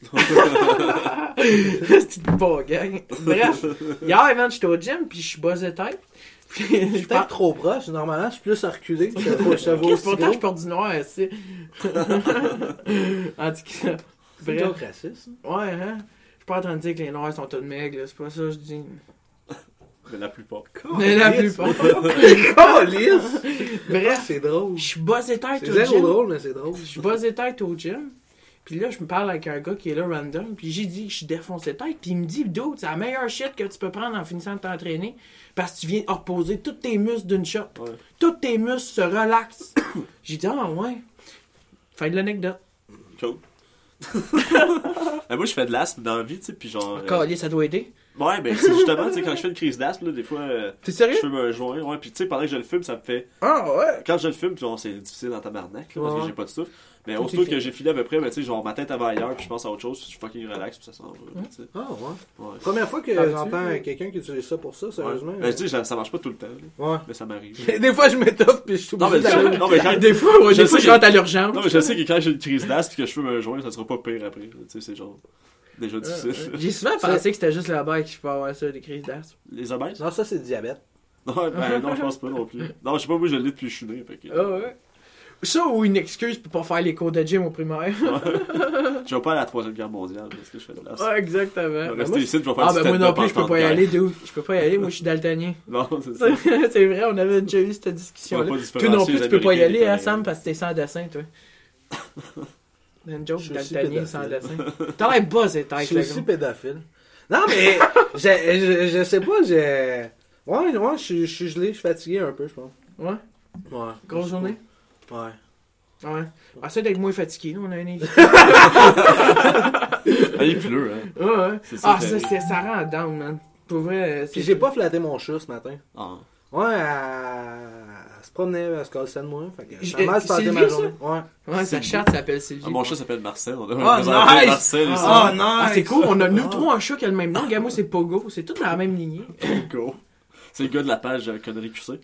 C'est pas gang. Bref, hier, man, j'étais au gym, puis je suis buzzé tête. Puis Je suis je peut-être parle. trop proche. Normalement, je suis plus reculé. Je Qu'est-ce pourtant je porte du noir ici. En tout cas, C'est une bref. joke raciste. Ouais, hein. Je suis pas en train de dire que les noirs sont tous maigres, là. C'est pas ça que je dis. Mais la plupart. Mais la plupart. Calice! Bref, C'est drôle. je suis buzzé tête C'est au zéro gym. drôle, mais c'est drôle. Je suis buzzé tête au gym. Puis là, je me parle avec un gars qui est là random. Puis j'ai dit que je suis défoncé tête. Puis il me dit, dude, c'est la meilleure shit que tu peux prendre en finissant de t'entraîner. Parce que tu viens reposer tous tes muscles d'une shot. Ouais. Tous tes muscles se relaxent. J'ai dit, ah ouais. Fin de l'anecdote. Cool. Moi, je fais de l'asthme dans la vie, tu sais, puis genre. Calé, ça doit aider. Ouais, ben, c'est justement, tu sais, quand je fais une crise d'asthme, là, des fois, T'es je sérieux? fume un joint, ouais, puis tu sais, pendant que je le fume, ça me fait. Ah ouais. Quand je le fume, genre, c'est difficile dans tabarnak, là, parce Ouais. que j'ai pas de souffle. Mais Tout aussitôt est que fait. j'ai filé à peu près, ben, tu sais, genre, ma tête va ailleurs, puis je pense à autre chose, je suis fucking relax, puis ça s'en va, là, tu sais. Ah, ouais. Ouais. Première fois que Parles-tu? j'entends quelqu'un qui utilise ça pour ça, sérieusement. Ben, tu sais, ça marche pas tout le temps, là, Ouais. mais ça m'arrive. Des fois, je m'étoffe pis je suis Non, obligé mais, d'aller. non, mais quand, Des fois, ouais, Je des fois, sais je rentre à l'urgence. non, mais je sais que quand j'ai une crise d'asthme et que je fume un joint, ça sera pas pire après, là, tu sais, c'est genre, déjà difficile. J'ai souvent pensé que c'était juste la bas qui peut avoir ça, des crises d'asthme. Les obèses? Non, ça, c'est diabète. Non, je pense pas non plus. Non, je sais pas, moi je l'ai depuis que je suis né. Fait que... Ah ouais. Ça ou une excuse pour pas faire les cours de gym au primaire. Je vais pas aller à la 3e guerre mondiale parce que je fais de la... Ouais, exactement. Je vais rester ici, je vais faire Ah, du ben moi non stand-up plus, en je peux temps pas y de aller, guerre. dude. Je peux pas y aller, moi je suis daltonien. Non, c'est ça. C'est vrai, on avait déjà eu cette discussion-là. Tu vas pas Toi différencier non plus, les tu peux pas y Américains aller, des hein, Coréens. Sam, parce que t'es sans dessin, toi. Une joke Je suis aussi daltonien sans pédophile. dessin. T'as l'air bas, c'est Je avec suis le aussi gros. pédophile. Non, mais je sais pas, Ouais, je suis gelé, je suis fatigué un peu, je pense. Ouais, Ouais. grosse journée. Ouais. Ouais. Essaye d'être moins fatigué, là, on a un invité. Ah, il pleut, hein. Ouais. C'est Ah, ça, ça rend down, man. Pour vrai, Puis j'ai pas flatté mon chat ce matin. Ah. Ouais, elle se promenait, elle se cassait de moi. Fait que J- ça m'a mal flatté Sylvie, ma ça? journée. Ouais. Ouais, sa chatte s'appelle Sylvie. Ah, mon chat s'appelle Marcel. On devrait Oh, présenter nice! Marcel ici. Ah, nice! Ah, c'est cool, on a nous trois un chat qui a le même nom. Regarde, moi, c'est Pogo. C'est tout dans la même lignée. Go. C'est le gars de la page Connerie QC.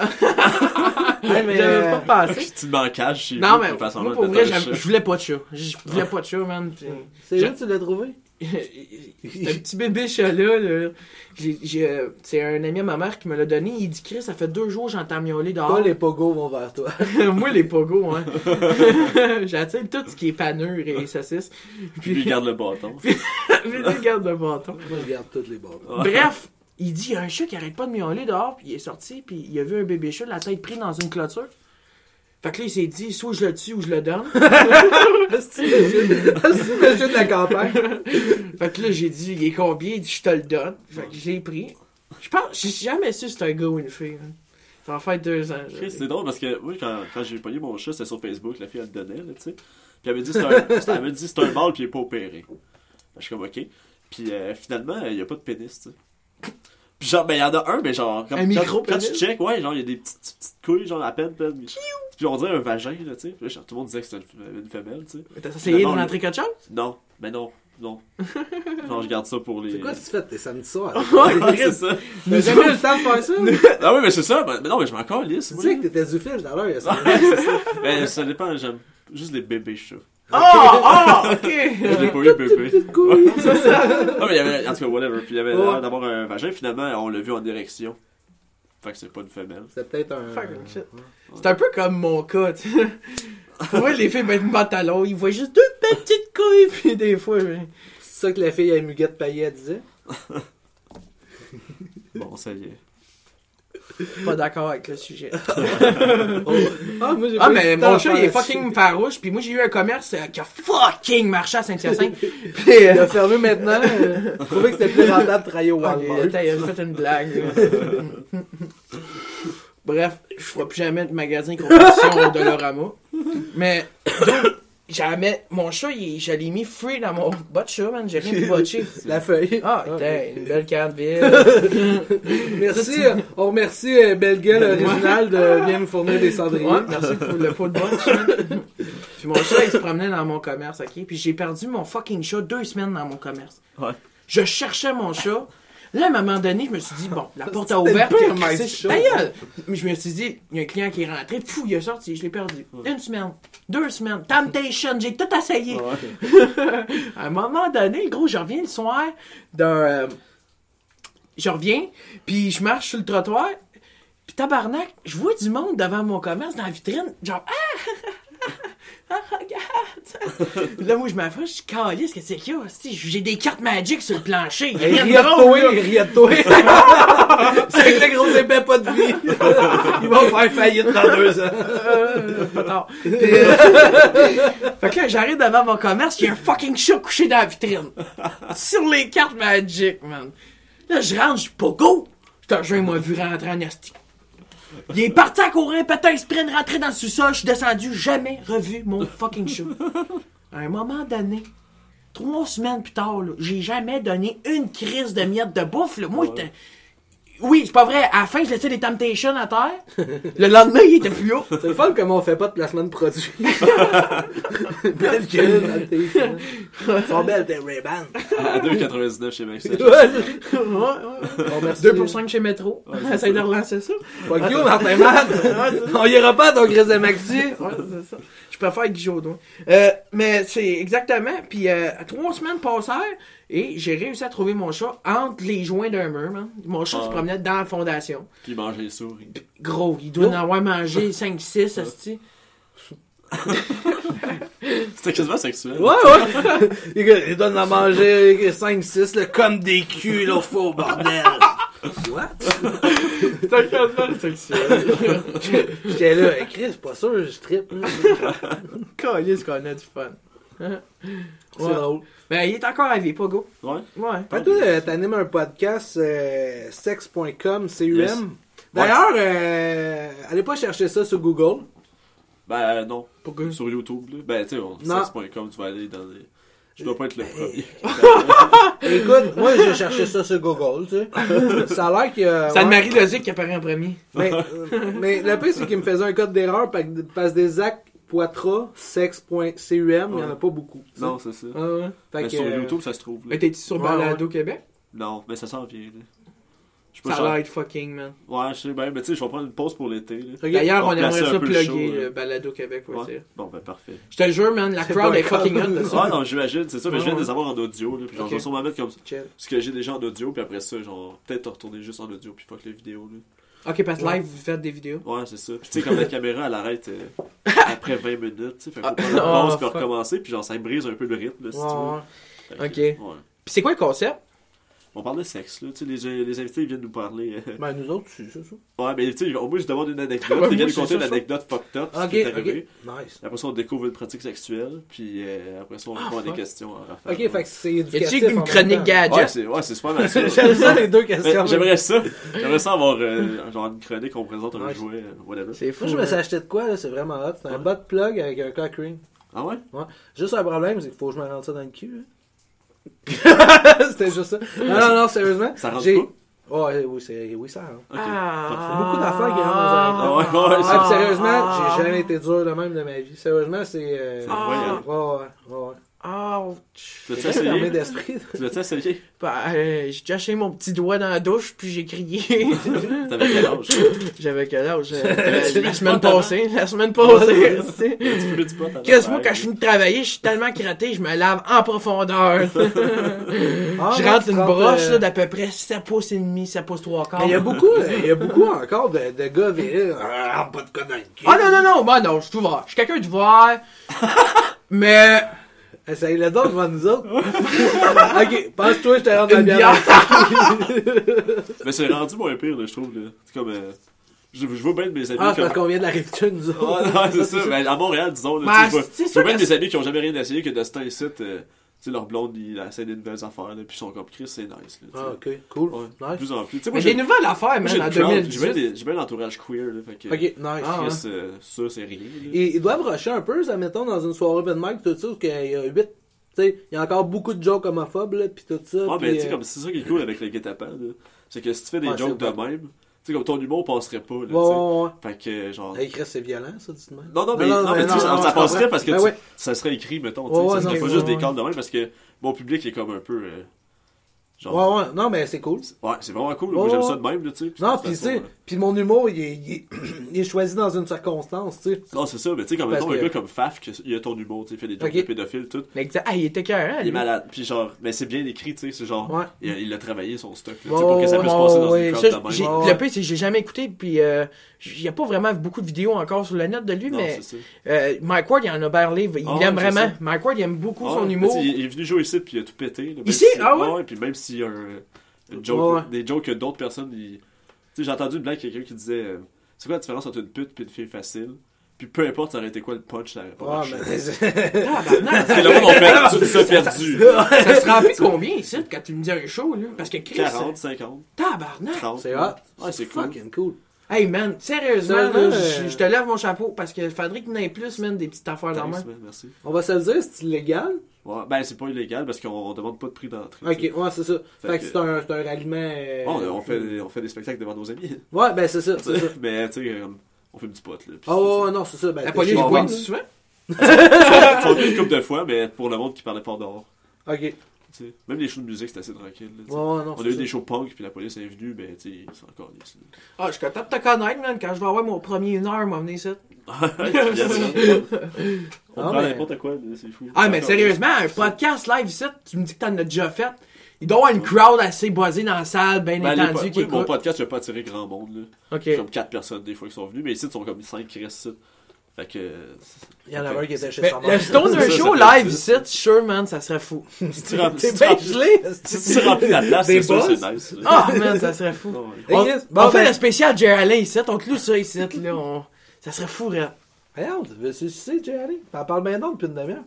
Hey, mais, J'avais pas pensé. Tu me manquages chez Non, vous, mais de façon moi, là, pour de vrai, faire le je chat. voulais pas de chat. Je voulais pas de chat, man. c'est Je- où tu l'as trouvé? C'est un petit bébé chat-là. Là. C'est un ami à ma mère qui me l'a donné. Il dit, Chris, ça fait 2 jours j'entends miauler dehors. Toi, les pogos vont vers toi. Moi, les pogos, hein. J'attire tout ce qui est panure et saucisses. Puis lui, il garde le bâton. Puis lui, garde le bâton. Moi, je garde toutes les bords. Bref, il dit, il y a un chat qui arrête pas de miauler dehors, puis il est sorti, puis il a vu un bébé chat, la tête prise dans une clôture. Fait que là, il s'est dit, soit je le tue ou je le donne. C'est le jeu de la campagne. Fait que là, j'ai dit, il est combien? Il dit, je te le donne. Fait que j'ai pris. Je pense, j'ai jamais su si c'était un gars ou une fille. Hein. Ça va faire 2 ans. Chris, c'est drôle parce que moi, quand j'ai pogné mon chat, c'était sur Facebook, la fille, elle le donnait, là, tu sais. Puis elle m'a dit, elle m'a dit, c'est un mâle, puis il est pas opéré. Je suis comme, ok. Puis finalement, il y a pas de pénis, tu sais. Puis genre, ben, il y en a un, mais genre, Un quand micro-pénis? tu check, ouais, genre, il y a des petites couilles, genre, à peine. Puis on dirait un vagin, là, tu sais. Puis là, genre, tout le monde disait que c'était une femelle, tu sais. T'as essayé de Non, rentrer quelque chose? Non, mais non. Genre, je garde ça pour les... C'est quoi tu fais tes samedis soirs? Ouais, c'est ça. T'as jamais eu le temps de faire ça? Ah oui, mais c'est ça. Mais non, mais je m'en calisse. Tu moi. sais que t'étais zoophile tout à l'heure, il y a ça. Mais ça dépend, j'aime juste les bébés chats. Ok! Je l'ai pas eu bébé. Petite couille. Non, mais il y avait, en tout cas, whatever. Puis il y avait Ouais. l'air d'avoir un vagin. Finalement, on l'a vu en érection. Fait que c'est pas une femelle. C'est peut-être un... Fucking shit. C'est un peu comme mon cas, tu sais. Pour moi, les filles mettent une pantalon, ils voient juste 2 petites couilles, puis des fois, C'est ça que la fille à Muguette Payet disait? Bon, ça y est. pas d'accord avec le sujet. Ah, moi, j'ai Ah, pas eu mais le temps mon de chat, faire il est là-dessus. fucking farouche, puis moi, j'ai eu un commerce qui a fucking marché à Saint-Hyacinthe. Puis, Il a fermé maintenant. Je trouvais que c'était plus rentable de travailler au Walmart. attends, il a fait une blague. là. Bref, je ferai plus jamais de magasin compétition au Dolorama. Mais, donc, jamais, mon chat, je l'ai mis free dans mon bot de chat, man. J'ai rien pu botcher. La feuille. Ah, putain, une belle carte ville. Merci. On remercie Belle Gueule original de bien nous fournir des cendriers. Ouais, merci pour le pot de botch. man. Puis mon chat, il se promenait dans mon commerce, ok? Puis j'ai perdu mon fucking chat 2 semaines dans mon commerce. Ouais. Je cherchais mon chat. Là, à un moment donné, je me suis dit, bon, la porte a ouvert. C'était Puis le pire c'est nice chat. ta gueule. Mais je me suis dit, il y a un client qui est rentré, fou, il est sorti, je l'ai perdu. 1 semaine, 2 semaines, temptation, j'ai tout essayé. Ouais. À un moment donné, gros, je reviens le soir d'un... je reviens, puis je marche sur le trottoir, puis tabarnak, je vois du monde devant mon commerce dans la vitrine, genre « Ah! Regarde! » Là, moi, je m'affiche, je suis calisse, qu'est-ce qu'il y a? Si, j'ai des cartes magiques sur le plancher. Il y a Il rien rit de de drôle, toi, là. il rit de toi. C'est avec le gros épais, pas de vie. Ils vont faire faillite dans 2 ans. Pas tard. Puis, fait que là, j'arrive devant mon commerce, il y a un fucking chat couché dans la vitrine. Sur les cartes magiques, man. Là, je rentre, je suis pas go. Je te rejoins, moi, vu rentrer en esti. Il est parti à courir, pété un sprint, rentré dans le sous-sol, je suis descendu, jamais revu mon fucking chat. À un moment donné, 3 semaines plus tard, là, j'ai jamais donné une crise de miettes de bouffe, là. Moi, j'étais... Oui, c'est pas vrai. À la fin, je laissais des Temptations à terre. Le lendemain, il était plus haut. C'est le fun comment on fait pas de placement de produits. Belle gueule dans tes films. Ils sont belles tes Ray-Ban. À 2,99 chez Max. Ouais. On remercie. 2 pour 5 chez Metro. Essaye de relancer ça. Fuck you, Martin Man. On ira pas à ton grise de Maxi. Ouais, c'est ça. Je préfère Guy Jodoin. Mais c'est exactement. Puis 3 semaines passèrent et j'ai réussi à trouver mon chat entre les joints d'un mur, man. Mon chat se promenait dans la fondation. Puis il mangeait les souris. Gros, il doit en avoir mangé 5-6, asti. C'était quasiment sexuel. Ouais. Il donne à manger 5-6, comme des culs, là, faux bordel. What? C'était quasiment sexuel. J'étais là, Chris, pas sûr, je trippe. Calisse qu'on a du fun. C'est drôle. Mais il est encore à vie, pas go. Ouais. Ouais. Fait que toi, t'animes un podcast sex.com, CUM. Yes. D'ailleurs, allez pas chercher ça sur Google. Ben non. Pourquoi? Sur YouTube, là. Ben tu sais, Non. sex.com, tu vas aller dans les... Je dois pas être le premier. Écoute, moi j'ai cherché ça sur Google, tu sais. Ça a l'air qu'il y a... C'est Anne-Marie Lozic qui apparaît en premier. Mais le pire, c'est qu'il me faisait un code d'erreur parce que des actes Poitras, sex.cum, il n'y en a pas beaucoup. Tu sais. Non, c'est ça. Ah ouais. Fait Mais que, sur YouTube, ça se trouve. Là. Mais t'es-tu sur Ouais, Balado Québec? Non, mais ça s'en vient. Là. Je suis Ça pas a l'air cher. être fucking, man. Ouais, je sais bien, mais tu sais, je vais prendre une pause pour l'été. Là. Ok. D'ailleurs, on placer aimerait un ça peu le show, plugger là. Balado Québec, faut Ouais. dire. Bon, ben parfait. Je te le jure, man, la C'est crowd pas est fucking hot de ça. Ah non, j'imagine, c'est ça, mais je viens de Ouais. les avoir en audio, là, puis genre, Ok. je vais sûrement mettre comme Chill. ce que j'ai déjà en audio, puis après ça, genre, peut-être retourner juste en audio, puis fuck les vidéos, là. Ok, parce que live, vous faites des vidéos. Ouais, c'est ça. Puis tu sais, comme la caméra, elle arrête après 20 minutes, tu sais, fait qu'on prend une Oh, pause, puis fuck. recommencer, puis genre, ça brise un peu le rythme, là, si tu veux. Ouais. Fait que, Ok. Ouais. Puis c'est quoi le concept? On parle de sexe, là, tu sais, les invités, ils viennent nous parler. Ben, nous autres, c'est ça. Ouais, mais tu sais, moi, je demande une anecdote, Ouais, ils moi, viennent nous c'est conter une ça, ça. anecdote fucked up, ce Ok, qui est arrivé. ok. Nice. Après ça, on découvre une pratique sexuelle, puis après ça, on répond à des fuck. questions. Ok, fait que c'est Y éducatif. a-tu une en chronique même temps. gadget? Ouais, c'est super mal ça. J'aime ça, les deux Mais questions. J'aimerais ça. J'aimerais ça avoir genre une chronique, on présente un Ouais. jouet, whatever. C'est fou. Moi, je me man. suis acheté de quoi, là, c'est vraiment hot. C'est un butt plug avec un cock ring. Ah ouais? Ouais. Juste un problème, c'est qu'il faut que je me rentre ça dans le cul. Hein. C'était juste ça. Non, sérieusement. Ça rentre j'ai- pas? Ouais, oui, ça rentre. Ok. Ah. Beaucoup d'affaires qui rentrent dans un Ah ouais, ouais, Ah, c'est puis sérieusement, j'ai jamais été dur de même de ma vie. Sérieusement, c'est... C'est incroyable. Ouais. Ouch. Tu l'as-tu Très fermé essayé? d'esprit. Tu l'as-tu essayé? Bah, j'ai déjà acheté mon petit doigt dans la douche, puis j'ai crié. T'avais quel âge? J'avais quel âge? Tu La fumes semaine pas passée. La semaine passée. Tu fumais du pot avant? Qu'est-ce moi, quand je finis de travailler, je suis tellement gratté, je me lave en profondeur. Ah, Je non, rentre tu une rentres, broche là, d'à peu près 7 pouces et demi, 7 pouces 3 quarts. Mais il y a beaucoup encore de gars virils. Ah, pas de cas dans le cul. Ah non, moi non, je suis ouvert. Je suis quelqu'un d'ouvert. Mais. Essaye-le donc devant nous autres. Ok, pense-toi, je te rentre la Une bière. Mais c'est rendu moins pire, là, je trouve. Là. C'est comme. Je vois bien de mes amis Ah, c'est comme. parce qu'on vient de la Rive-Sud, nous autres. Ouais, non, c'est ça. Mais à Montréal, disons, là, Ben, tu sais, c'est je sûr vois bien que de mes amis qui ont jamais rien essayé que de ce temps ici, tu sais, leur blonde, il essaie des nouvelles affaires, là, puis ils sont comme Chris, c'est nice. Là, tu sais. Ah, ok, cool. Ouais, de Nice. plus en plus. Tu sais, Mais moi, des nouvelles affaires, moi, man, en une crowd, 2018. j'ai bien l'entourage queer, là, fait que. Ok, nice. Ah, Chris, ça, c'est rien. Là. Et ils doivent rusher un peu, ça, mettons, dans une soirée open mic, tout ça, où il y a 8. Tu sais, il y a encore beaucoup de jokes homophobes, là, pis tout ça. Ouais, pis, mais tu sais, comme c'est ça qui est cool avec le guet-apens, là. C'est que si tu fais des Ouais, jokes c'est de vrai. même, tu sais, comme ton humour passerait pas, là, tu sais. Ouais. Fait que, genre. Hey, Chris, c'est violent, ça, dis-moi. Non, mais tu sais, ça je passerait comprends. parce que Ben ouais. ça serait écrit, mettons, tu Ouais, sais. ouais, Ça serait non, pas ouais, juste des ouais. cadres de même parce que mon public est comme un peu. Genre. Ouais, non, mais c'est cool. Ouais, c'est vraiment cool. Ouais, Moi, j'aime ouais. ça de même, là, tu sais. Non, de pis toute tu sais, façon, pis mon humour, il est choisi dans une circonstance, tu sais. Non, c'est ça, mais tu sais, comme Parce mettons un que- gars comme Faf, il a ton humour, tu sais, il fait des jokes Ok. de pédophiles, tout. Exact. Ah, il était carré, Il est malade. Puis genre, mais c'est bien écrit, tu sais, c'est genre. Ouais. Il a travaillé son stock, là, tu sais, Ouais, pour que ça puisse ouais, passer dans Ouais, une ça, crowd de j'ai- même. Ouais. le pire, c'est que j'ai jamais écouté, puis il y a pas vraiment beaucoup de vidéos encore sur le net de lui, Non, mais c'est ça. Mike Ward, il en a parlé, il Ah, aime ouais, vraiment. c'est ça. Mike Ward, il aime beaucoup Ah, son mais humour. tu sais, il est venu jouer ici, puis il a tout pété. Là, même Ici? si- Ah ouais? Puis même s'il y a une joke, Ouais. des jokes que d'autres personnes. Tu sais, j'ai entendu une blague quelqu'un qui disait c'est quoi la différence entre une pute et une fille facile? Puis peu importe, ça aurait été quoi le punch, ça aurait pas Ouais, marché. mais Tabarnak, Parce que le monde en fait, tu nous as perdu. ça se remplit combien ici quand tu me dis un show, là? Parce que Chris. 40, 50, Tabarnak! 30. c'est hot. Ouais, c'est cool. Fucking cool. Hey man, sérieusement, Sérieusement, là, je te lève mon chapeau parce que faudrait qu'il y en ait plus, man, des petites affaires dans Thanks, moi. man, merci. On va se le dire, c'est illégal. Ouais, ben, c'est pas illégal parce qu'on demande pas de prix d'entrée. Ok, tu sais. ouais, c'est ça. Fait que que- c'est un ralliement. Ouais, on fait des spectacles devant nos amis. Ouais, ben c'est ça. C'est ça. Mais, tu sais, on fait du pot, là. puis Ah ouais, non, c'est ça. Ben, La t'es police chez bon, pointe nous, souvent? Ils sont venus une couple de fois, mais pour le monde qui parlait pas dehors. là. Ok. Tu sais, même les shows de musique, c'était assez tranquille. Là, tu sais. Ouais, non, On a c'est eu ça. des shows punk, puis la police est venue, ben, tu sais, c'est encore lisse. Ah, je suis content de te connaître, man. Quand je vais avoir mon premier 1 heure, m'emmener ça. On Ah, prend mais- n'importe quoi, c'est fou. Ah, mais sérieusement, un podcast live ici, tu me dis que t'en as déjà fait. Il doit y avoir une crowd assez buzzée dans la salle, bien Ben, étendue qui mon écoute. podcast, j'ai pas attiré grand monde, là. Ok. C'est comme 4 personnes des fois qui sont venues, mais ici, ils sont comme 5 qui restent ici. Fait que. Il y en a un qui était chez Mais sa mère. le Stoner Ça, Show ça fait live ça. ici, sure man, ça serait fou. Si tu remplis T'es bien gelé! si tu remplis la place, Des c'est sûr, buzz? c'est nice. Ah man, ça serait fou. Non, ouais. Hey, On, Chris, on bon, fait ben- le spécial Jerry Allen ici, on te loue ça ici, là. Ça serait fou, là. Regarde, tu sais, Jay Allen. T'en parles bien d'autres depuis une demi-heure.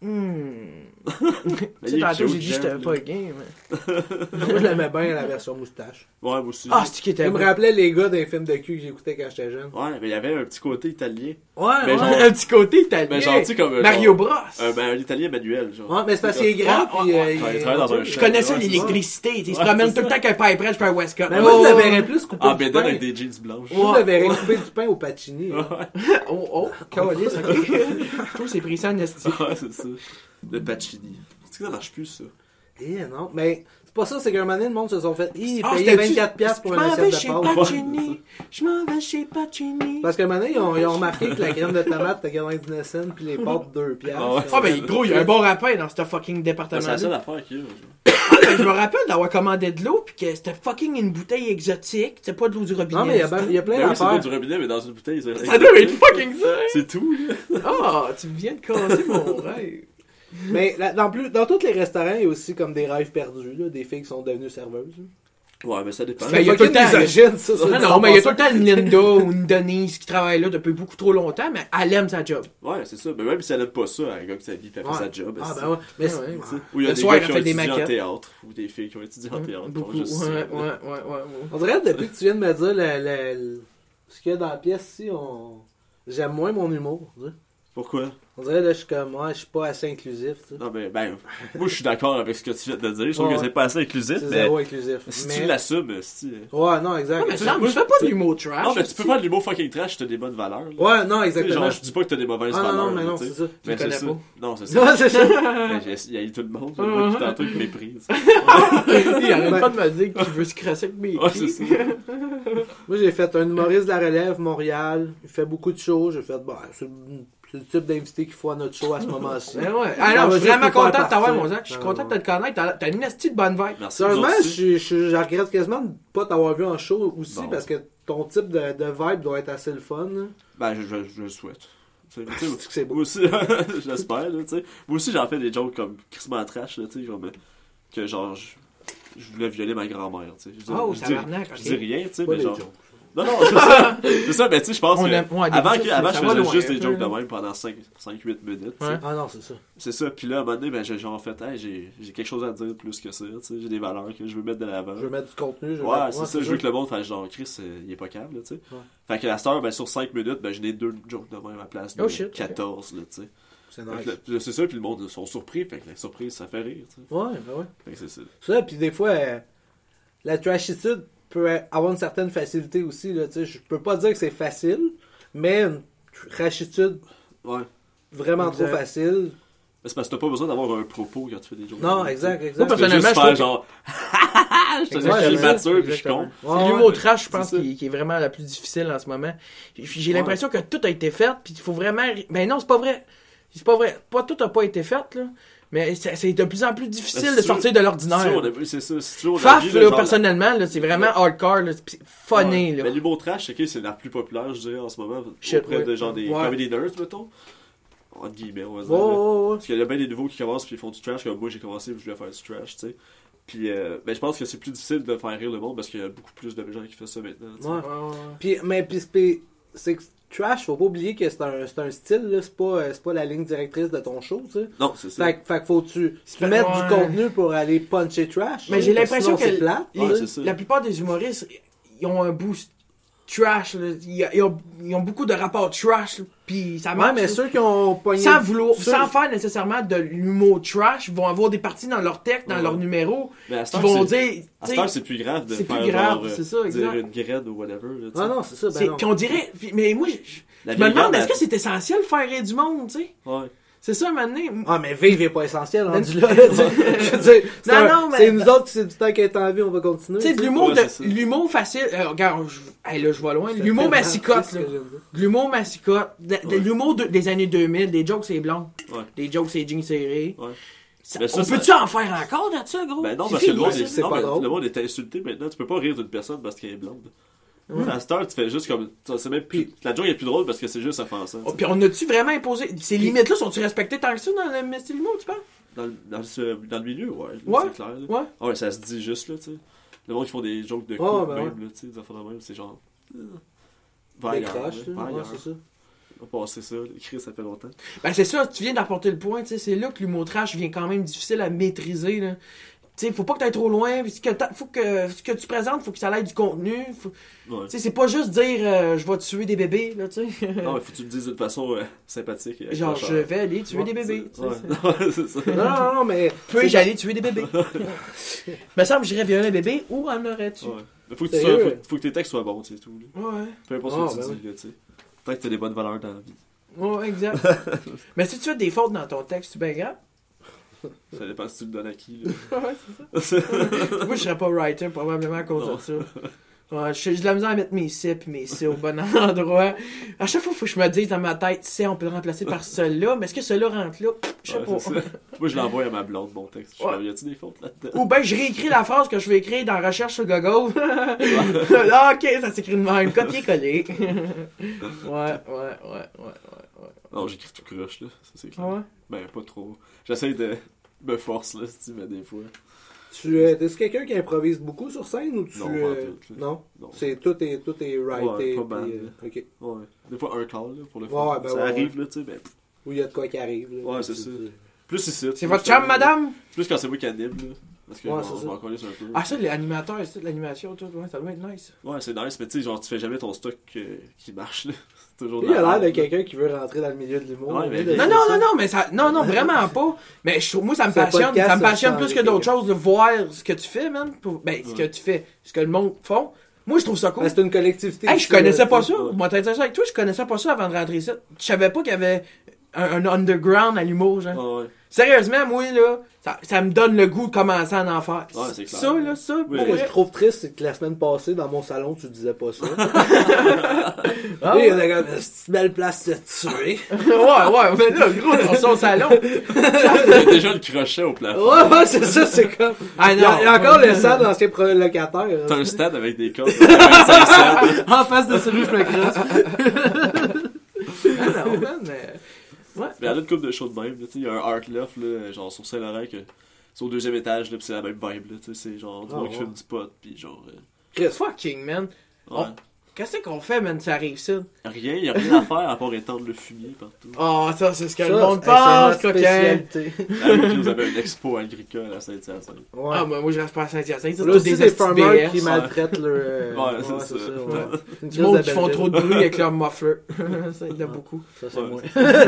Tu sais, tantôt, j'ai dit que j'étais pas game. Moi, je l'aimais bien la version moustache. Ouais, moi aussi. Ah, c'est qui était Il me bon. rappelait les gars des films de cul que j'écoutais quand j'étais jeune. Ouais, mais il y avait un petit côté italien. Ouais, Mais ouais. genre- Un petit côté italien. Mais genre, tu sais, comme. Mario genre, Bros. un italien manuel, genre. Ouais, mais c'est parce qu'il est grand, Ouais, pis... ouais, il travaille dans un Je champ. connais ça, Ouais, c'est l'électricité. Il se Ouais, promène c'est tout le ça. temps qu'un pipe je fais un Westcott. Mais moi, je le verrais plus couper En du bédaine pain. avec des jeans blanches. Moi, je le verrais couper du pain au Pacini. hein. Oh, calice, ok. Je trouve que c'est pris ça en esti. Ouais, c'est ça. Le Pacini. C'est que ça marche plus, ça. Eh non, mais c'est pas ça, c'est qu'un moment donné, le monde se sont fait ils Ah, payaient c'était-tu- 24 piastres pour Je un m'en vais assiette chez de pâtes. Pacini. Je m'en vais chez Pacini. Parce qu'à un moment donné, ils ont remarqué que la crème de tomate était 99 cents, puis les pâtes 2 piastres. Ah ouais. Ah, ben gros, il y a un bon rappel dans ce fucking C'est département. la seule affaire qu'il y a. Je me rappelle d'avoir commandé de l'eau, puis que c'était fucking une bouteille exotique. C'était pas de l'eau du robinet. Non, mais il y a plein Ben oui, c'est pas d'affaires. du robinet, mais dans une bouteille. Ça doit être fucking ça. C'est tout, là. Ah, tu viens de casser mon rêve. Mais dans tous les restaurants, il y a aussi comme des rêves perdus, là, des filles qui sont devenues serveuses. Ouais, mais ça dépend. Ben, il y a Fucking tout le temps- misogyne, ça. ça, Non, dit non, mais il y a tout en le temps une Linda ou une Denise qui travaille là depuis beaucoup trop longtemps, mais elle aime sa job. Ouais, c'est ça. Mais même si elle aime pas ça, un gars qui sa vie, puis elle fait Ouais. sa job. Ah, c'est- ben ouais. Mais Ouais, c'est- ouais. ouais. Ou il y a Le des soir, gars elle qui ont fait des étudié en maquettes. théâtre, ou des filles qui ont étudié en théâtre. Beaucoup. qui ont juste Ouais. On dirait depuis que tu viens de me dire ce qu'il y a dans la pièce ici, j'aime moins mon humour. Tu sais. Pourquoi? On dirait là, je suis comme, ouais, je suis pas assez inclusif. Tu sais. Non, mais ben, moi je suis d'accord avec ce que tu viens de dire. Je trouve Ouais. que c'est pas assez inclusif, C'est mais zéro inclusif. si Mais- tu l'assumes, si. Ouais, non, exact. Non, mais Tu sais, Sam, moi, je fais pas tu de sais- l'humour trash. Non, mais tu peux faire de l'humour fucking trash si t'as des bonnes valeurs. là. Ouais, non, Tu sais, exactement. genre, je dis pas que t'as des mauvaises Ah, non, valeurs. non, mais là, non, tu sais. c'est ça. Mais connais c'est pas. ça. Non, c'est ça. Ouais, c'est ça. Il y a eu tout le monde. Le gars qui tantôt qui méprise. Il arrête Ben- pas de me dire qu'il veut se crasser avec mes Ouais, pieds. c'est ça. Moi, j'ai fait un humoriste de la relève, Montréal. Il fait beaucoup de shows. J'ai fait, bah, c'est le type d'invité qu'il faut à notre show à ce moment-ci. Ben ouais. Ça Alors, va je suis juste vraiment nous faire content de t'avoir, partir. mon Zach. Je suis Ah, content de ouais. te connaître. T'as une esti de bonne vibe. Merci. Sérieusement, vous aussi. je regrette quasiment de pas t'avoir vu en show aussi Bon. parce que ton type de vibe doit être assez le fun. là. Ben, je le souhaite. Tu sais, C'est que c'est beau. moi aussi, j'espère, là, tu sais. Moi aussi, j'en fais des jokes comme Christmas trash, là, tu sais, genre, que genre, je voulais violer ma grand-mère, tu sais. Je dis- Oh, je dis- tabarnak, Je dis ok. rien, tu sais, Pas mais des genre. jokes. Non, non, c'est ça. C'est ça, mais tu sais, je pense On que. aime- ouais, avant, d'habitude, avant ça je va faisais loin, juste un des peu, jokes de là. même pendant 5-8 minutes, tu sais. Ouais. Ah non, c'est ça. C'est ça, puis là, à un moment donné, ben, j'ai genre fait, hey, j'ai quelque chose à dire plus que ça, tu sais. J'ai des valeurs que je veux mettre de l'avant. Je veux mettre du contenu. Je veux Ouais, mettre- c'est ça, je veux que le monde fasse genre, Chris, il est pas câble, là, tu sais. Ouais. Fait que à cette heure, ben, sur 5 minutes, ben, j'ai des 2 jokes de même à la place de Oh, shit, ok. 14, là, tu sais. C'est Fait nice. que là, c'est ça, puis le monde sont surpris, fait que la surprise, ça fait rire, tu sais. Ouais, ben ouais. Fait que c'est ça. Ça, puis des fois, la trashitude peut avoir une certaine facilité aussi. Là, tu sais. Je peux pas dire que c'est facile, mais une trashitude Ouais. vraiment Exact. trop facile. Mais c'est parce que t'as pas besoin d'avoir un propos quand tu fais des jokes. Non, de même, exact, tu sais. exact. Moi, Tu fais personnellement, juste je faire trouve- genre, je te dis, Ouais, je suis c'est mature, puis je suis exactement. con. C'est Ouais, l'humour ouais. trash, je pense, C'est ça. qui est vraiment la plus difficile en ce moment. J'ai Ouais. l'impression que tout a été fait, puis il faut vraiment... Ben non, c'est pas vrai. C'est pas vrai. Pas tout a pas été fait, là. Mais c'est de plus en plus difficile Ben, de c'est sortir de C'est l'ordinaire. c'est toujours Faf, la vie, là, genre, personnellement, là, c'est vraiment hardcore, là, c'est funny, Ouais. là. Mais l'humour trash, c'est que c'est la plus populaire, je dirais, en ce moment, Shit, auprès ouais. de genre des Ouais. comedy nerds, mettons. Entre guillemets, on va dire. Ouais, là. ouais, ouais. Parce qu'il y a bien des nouveaux qui commencent puis ils font du trash, comme moi j'ai commencé, je voulais faire du trash, tu sais. Puis, ben, je pense que c'est plus difficile de faire rire le monde parce qu'il y a beaucoup plus de gens qui font ça maintenant. tu sais. Ouais. Ouais, ouais. Puis c'est que trash, faut pas oublier que c'est un style, là, c'est pas la ligne directrice de ton show, tu sais. Non, c'est ça. Fait que faut tu fait- mettre ouais. du contenu pour aller puncher trash. Mais j'ai parce que l'impression sinon, que c'est plate. les- Ouais, c'est ça. la plupart des humoristes, ils ont un boost trash, là. Ils ont beaucoup de rapports trash, là, puis ça Ouais, marche. mais là. ceux qui ont pogné. Sans vouloir, ceux- sans faire nécessairement de l'humour trash, ils vont avoir des parties dans leur texte, dans Ouais. leur numéro, Mais à qui cette heure, vont c'est- dire, à tu cette heure, sais, c'est plus grave de c'est faire plus grave, genre, c'est ça, dire exact. une graine ou whatever. Là, tu sais. Ah non, c'est ça. c'est- Ben non. qu'on dirait, mais moi, je La me demande, vieille est-ce que garde, c'est essentiel de faire rire du monde, tu sais? Ouais. C'est ça, maintenant. Ah, mais vivre est pas essentiel, rendu là. Je veux dire, c'est nous autres, c'est du temps qu'elle est en vie, on va continuer. Tu sais, de l'humour là, regarde, là, je vois loin. L'humour massicotte, là. De l'humour massicotte. De l'humour des années 2000, des jokes, c'est blond. Ouais. Des jokes, c'est jeans serrés. Ouais. On peut-tu en faire encore de ça, gros? Ben non, parce que drôle. le monde est insulté maintenant. Tu peux pas rire d'une personne parce qu'elle est blonde. À cette heure, tu fais juste comme. C'est même plus, la joke est plus drôle parce que c'est juste offensant. Oh, puis on a-tu vraiment imposé. Ces limites-là sont-tu respectées tant que ça dans le style humour, tu penses? Dans le milieu, ouais. C'est clair. Là. Ouais. Ah ouais, ça se dit juste, là, tu sais. Le monde qui font des jokes de coups, Oh, ben même, ouais. là, tu sais, des affaires de même, c'est genre. Des croches, là. Ouais, c'est ça. On va passer ça, l'écrit, ça fait longtemps. Ben c'est ça, tu viens d'apporter le point, tu sais, c'est là que l'humour trash devient quand même difficile à maîtriser, là. Tu sais, faut pas que t'ailles trop loin, faut que ce que tu présentes, faut que ça aille du contenu, Ouais. tu sais, c'est pas juste dire je vais tuer des bébés, là, tu sais. Non, il faut que tu le dises d'une façon sympathique. Et Genre, je vais aller tuer des bébés, tu sais. Ouais, c'est ça. Non, mais. Puis j'allais tuer des bébés. Me semble que j'irais violer un bébé ou en aurais-tu. Ouais. Mais faut que tes textes soient bons, c'est tout. Là. Ouais. Peu importe ce que tu dis, là, tu sais. Tant que t'as des bonnes valeurs dans la vie. Ouais, exact. Mais si tu fais des fautes dans ton texte, c'est bien grave. Ça dépend si tu le donnes à qui, là. Ouais, c'est ça. Moi, je serais pas writer, probablement à cause de ça. Ouais, j'ai de la misère à mettre mes C pis mes C au bon endroit. À chaque fois, il faut que je me dise dans ma tête, C, on peut le remplacer par celui-là, mais est-ce que celui-là rentre là? Je sais pas. Moi, je l'envoie à ma blonde, mon texte. Je fais, y a-tu des fautes là-dedans? Ou ben, je réécris la phrase que je veux écrire dans Recherche sur Google. Ah, ok, ça s'écrit de même. Copier-coller. Ouais. Non, j'écris tout croche, là. Ça, c'est clair. Ouais. Ben, pas trop. J'essaie de me force, là, mais des fois. T'es-tu quelqu'un qui improvise beaucoup sur scène ou tu. Non, pas tout, non? Non. C'est tout est writé. Ouais, pas mal. Ok. Ouais. Des fois, un call, là, pour le Ouais, fun. ben ça ouais, arrive, là, tu sais, ben. Où il y a de quoi qui arrive. Là, Ouais, c'est ça. Plus ici. C'est votre chum, madame? Plus quand c'est moi qui anime, là. Parce que Ouais, je m'en connais un peu. Ah, ça, l'animateur, c'est l'animation, tout. Ouais, ça doit être nice. Ouais, c'est nice, mais tu sais, genre, tu fais jamais ton stock qui marche, là. C'est toujours Il a l'air de merde, quelqu'un qui veut rentrer dans le milieu de l'humour. Ouais, mais- Non, mais ça. Non, vraiment pas. Mais moi, ça me C'est un passionne. podcast, Ça me passionne ça plus change que d'autres quelqu'un. choses de voir ce que tu fais, man. Ce que tu fais, ce que le monde font. Moi, je trouve ça cool. Ben, c'est une collectivité. Hey, je connaissais pas ça. Ouais. Moi, t'as dit ça avec toi, je connaissais pas ça avant de rentrer ici. Je savais pas qu'il y avait un underground à l'humour, genre. Ah ouais. Sérieusement, moi, là, ça me donne le goût de commencer à en faire. Ouais, c'est clair. Ça, là, ça, Oui. pour Ce que je vrai. trouve triste, c'est que la semaine passée, dans mon salon, tu disais pas ça. Ah, Oui, il y ouais. a comme une belle place de tuer. ouais, mais là, gros, dans son salon. J'ai déjà le crochet au plafond. Ouais, c'est ça, c'est comme. Ah, Il y a encore le sang de l'ancien locataire. T'as un stand avec des cordes. 25 cents. En face de celui où je me crosse. Ah non, man, mais... Ouais. Mais il y en a une couple de shows de même. Tu sais, il y a un Art Loft, là, genre sur Saint-Laurent, que c'est au 2e étage, là, pis c'est la même vibe. Là, tu sais, c'est genre du monde qui fume du pot, pis genre. Chris, fucking, man. Ouais. Qu'est-ce qu'on fait, man, ça arrive ça? Rien, il y a rien à faire à part étendre le fumier partout. Oh, ça, c'est ce que Ça, le monde c'est notre pense, coquin. spécialité. Ah, oui, vous avez une expo agricole à Saint-Hyacinthe. Ouais. Ah, moi, je reste pas à Saint-Hyacinthe. Là aussi, des farmers BS. qui maltraitent leur. Ouais, c'est ça. Ouais. Une Du crise monde de qui font Belleville. trop de bruit avec leur muffler. Ça aide beaucoup. Ça, c'est Ouais, moi.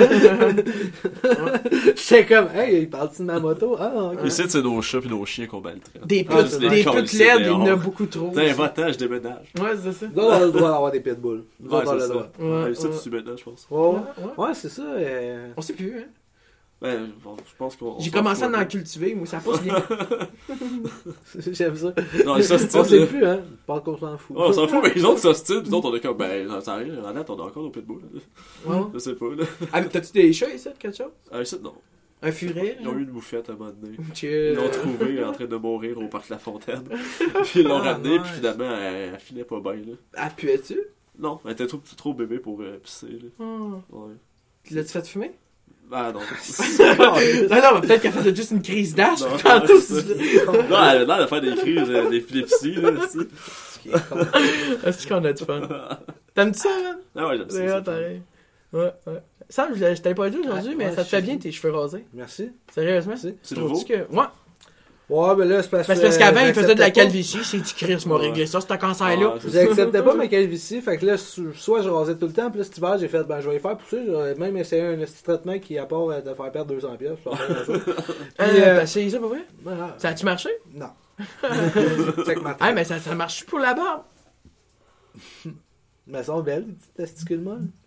J'étais comme, hey, il parle-tu de ma moto? Ah, ok. Ici, c'est nos chats pis nos chiens qu'on maltraite. Des Ah, putes, c'est des vrai. putes LED, il y en a beaucoup trop. T'as va-t'en, je déménage. Ouais, c'est ça. Nous, on a le droit d'avoir des pitbulls. Nous, Ouais, autres, on a c'est le ça. droit. Ouais, Ouais, ça, ouais. tu maintenant, je pense. Ouais, Ouais. ouais, c'est ça. On sait plus, hein. Ben, bon, je pense qu'on. J'ai s'en commencé à fout en un peu. cultiver, moi, ça passe bien. J'aime ça. Non, ils s'ostinent, On sait là. plus, hein. Pas qu'on s'en fout. Ouais, on s'en fout, mais les autres s'ostinent, pis nous autres, on est comme, ben, ça arrive, en net, on a encore nos pitbulls. Ouais. Je sais pas, là. Ah, mais t'as-tu des chats ici, quelque chose? Ah, ici, non. Un furet? Ils ont eu une bouffette à un moment donné. Ils Chill. l'ont trouvé en train de mourir au parc La Fontaine. Puis ils l'ont Ah, ramené, nice. puis finalement, elle filait pas bien, là. Ah, puais-tu? Non, elle était trop bébé pour pisser, là. Oh. Ouais. L'as-tu fait fumer? Ah non. non, mais peut-être qu'elle faisait juste une crise d'âge. Non, Tantôt, c'est ça. Non, elle a l'air de faire des crises d'épilepsie, là, tu sais. Est-ce qu'on a du fun? T'aimes-tu ça, man? Ah ouais, j'aime ça. C'est c'est hot, pareil. Ouais. Ça, je t'avais pas dit aujourd'hui, Ouais, mais ouais, ça te fait je bien sais. tes cheveux rasés. Merci. Sérieusement? Merci. C'est Trouves-tu nouveau? que... Ouais. Ouais, mais là, c'est parce Parce qu'avant, il faisait de la j'acceptais pas. calvitie. C'est du Chris, m'a Ouais. réglé ça, ce cancer-là. Ouais, c'est ça. J'acceptais pas ma calvitie, fait que là, soit je rasais tout le temps, puis là, cet hiver, j'ai fait, ben, je vais y faire pousser. J'ai même essayé un petit traitement qui, à part de faire perdre 200$, je pense T'as essayé ça, pour vrai? Voilà. Ça a-tu marché? Non. Check ma Ah, mais ça marche pour la barbe. Mais elles sont belles, les petites testicules molles.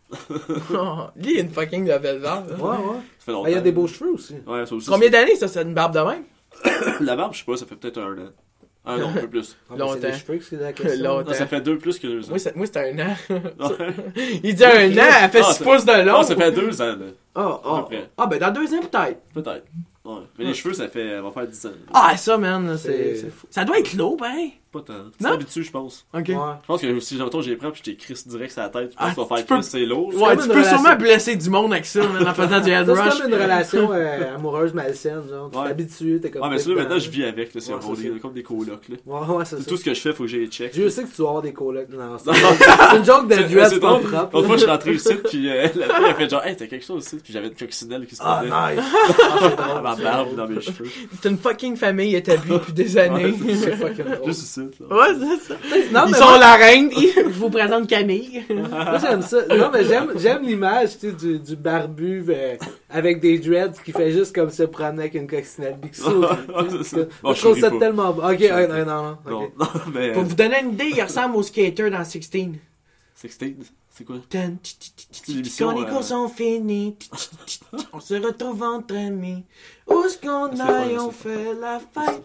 Lui, il a une fucking de belle barbe. Hein. Ouais. Ça fait longtemps. Il y a des beaux cheveux aussi. Ouais, ça aussi. Combien d'années, ça, c'est une barbe de même? La barbe, je sais pas, ça fait peut-être 1 an. Ah non, un peu plus. Ah, Longtemps. c'est les cheveux que c'est la question. Longtemps. Non, ça fait plus que 2 ans. Moi, c'était 1 an. Ouais. Il dit 1 an, elle fait 6 pouces de long. Non, ça fait 2 ans, là. À peu près. Ben dans 2 ans, peut-être. Peut-être. Ouais. Mais les cheveux, ça va faire 10 ans. Ah, ça, man, là, C'est- c'est fou. Ça doit être lourd, pareil. Pas tant. Tu Non? t'habitues, je pense. Ok. Ouais. Je pense que si j'entends j'ai pris puis je t'ai crissé direct sur la tête, je pense Ah, que ça va tu faire peux- Chris, c'est lourd. Ouais, comme tu une peux relation. sûrement blesser du monde avec ça, man, en faisant du head Ça, rush. c'est comme une relation amoureuse malsaine, genre. Tu Ouais. t'habitues, t'es comme. Ouais, mais ça, maintenant, je vis avec, là. C'est Ouais, c'est ça. comme des colocs, là. Ouais, c'est ça. Tout ce que je fais, faut que j'ai les check. Dieu sait que tu dois avoir des colocs. Non, c'est une joke de duel, c'est pas drôle. propre. L'autre fois, je suis rentré ici, puis la fille, elle fait genre, hey, t'as quelque chose ici, puis j'avais une coccinelle qui se Ah, prenait nice. dans ma barbe, dans mes cheveux. C'est une fucking famille établie depuis des années. C'est fucking drôle. Juste ici, là. Ouais, c'est ça. Non, Ils mais sont moi, la reine. Je vous présente Camille. moi, j'aime ça. Non, mais j'aime l'image, tu sais, du barbu avec des dreads qui fait juste comme se promener avec une coccinelle Bixo. C'est ça. Bon, Je trouve ris ça pas. tellement bon. Ok, ouais, non. Non, ok. non, mais. Pour vous donner une idée, il ressemble au skater dans 16. 16? C'est quoi? Quand les cours sont finis, on se retrouve entre amis. Où est-ce qu'on C'est aille, fun, on c'est fait la fête.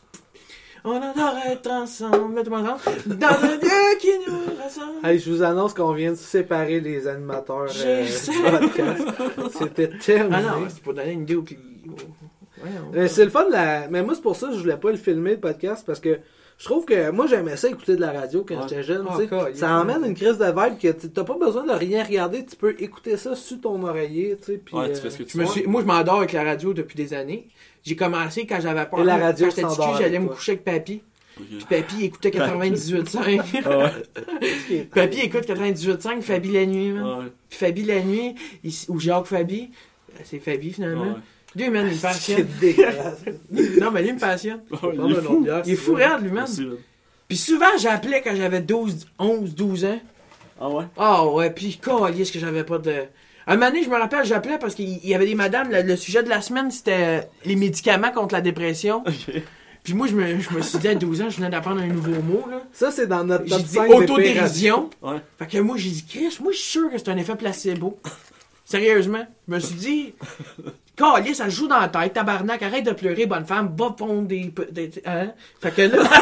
On adore être ensemble, mettez-moi ensemble, dans un lieu qui nous rassemble. Hey, je vous annonce qu'on vient de séparer les animateurs Je du sais. podcast. C'était terminé. Ah non, c'est pour donner une idée au client. C'est le fun de la... Mais moi, c'est pour ça que je voulais pas le filmer, le podcast, parce que je trouve que moi, j'aimais ça écouter de la radio quand Ouais. j'étais jeune. Ah, tu sais. cool, Ça yeah. emmène une crise de vibe que t'as pas besoin de rien regarder. Tu peux écouter ça sur ton oreiller. Tu sais, puis, Ouais, tu fais ce que tu Moi, je m'endors avec la radio depuis des années. J'ai commencé quand j'avais peur. Et la radio quand j'étais petit, s'endort j'allais avec me toi. coucher avec Papy. Ok. Puis Papy écoutait 98.5. Ah ouais. Papy écoute 98.5, Fabi la nuit, man. Ouais. Puis Fabi la nuit, ou Jacques Fabi. C'est Fabi finalement. Ouais. Lui, man, il me passionne. C'est dégueulasse. Non, mais lui, il me passionne. Ouais, il est fou. Il est fou raide, lui, man. Merci, man. Puis souvent, j'appelais quand j'avais 11, 12 ans. Ah ouais? Ah ouais, puis est-ce que j'avais pas de... Un moment donné, je me rappelle, j'appelais parce qu'il y avait des madames, le sujet de la semaine, c'était les médicaments contre la dépression. Ok. Puis moi, je me suis dit à 12 ans, je venais d'apprendre un nouveau mot, là. Ça, c'est dans notre J'ai top dit 5 des autodérision. Ouais. Fait que moi, j'ai dit, Chris, moi, je suis sûr que c'est un effet placebo. Sérieusement. Je me suis dit, Calais, ça joue dans la tête, tabarnak, arrête de pleurer, bonne femme, va pondre hein? Fait que là,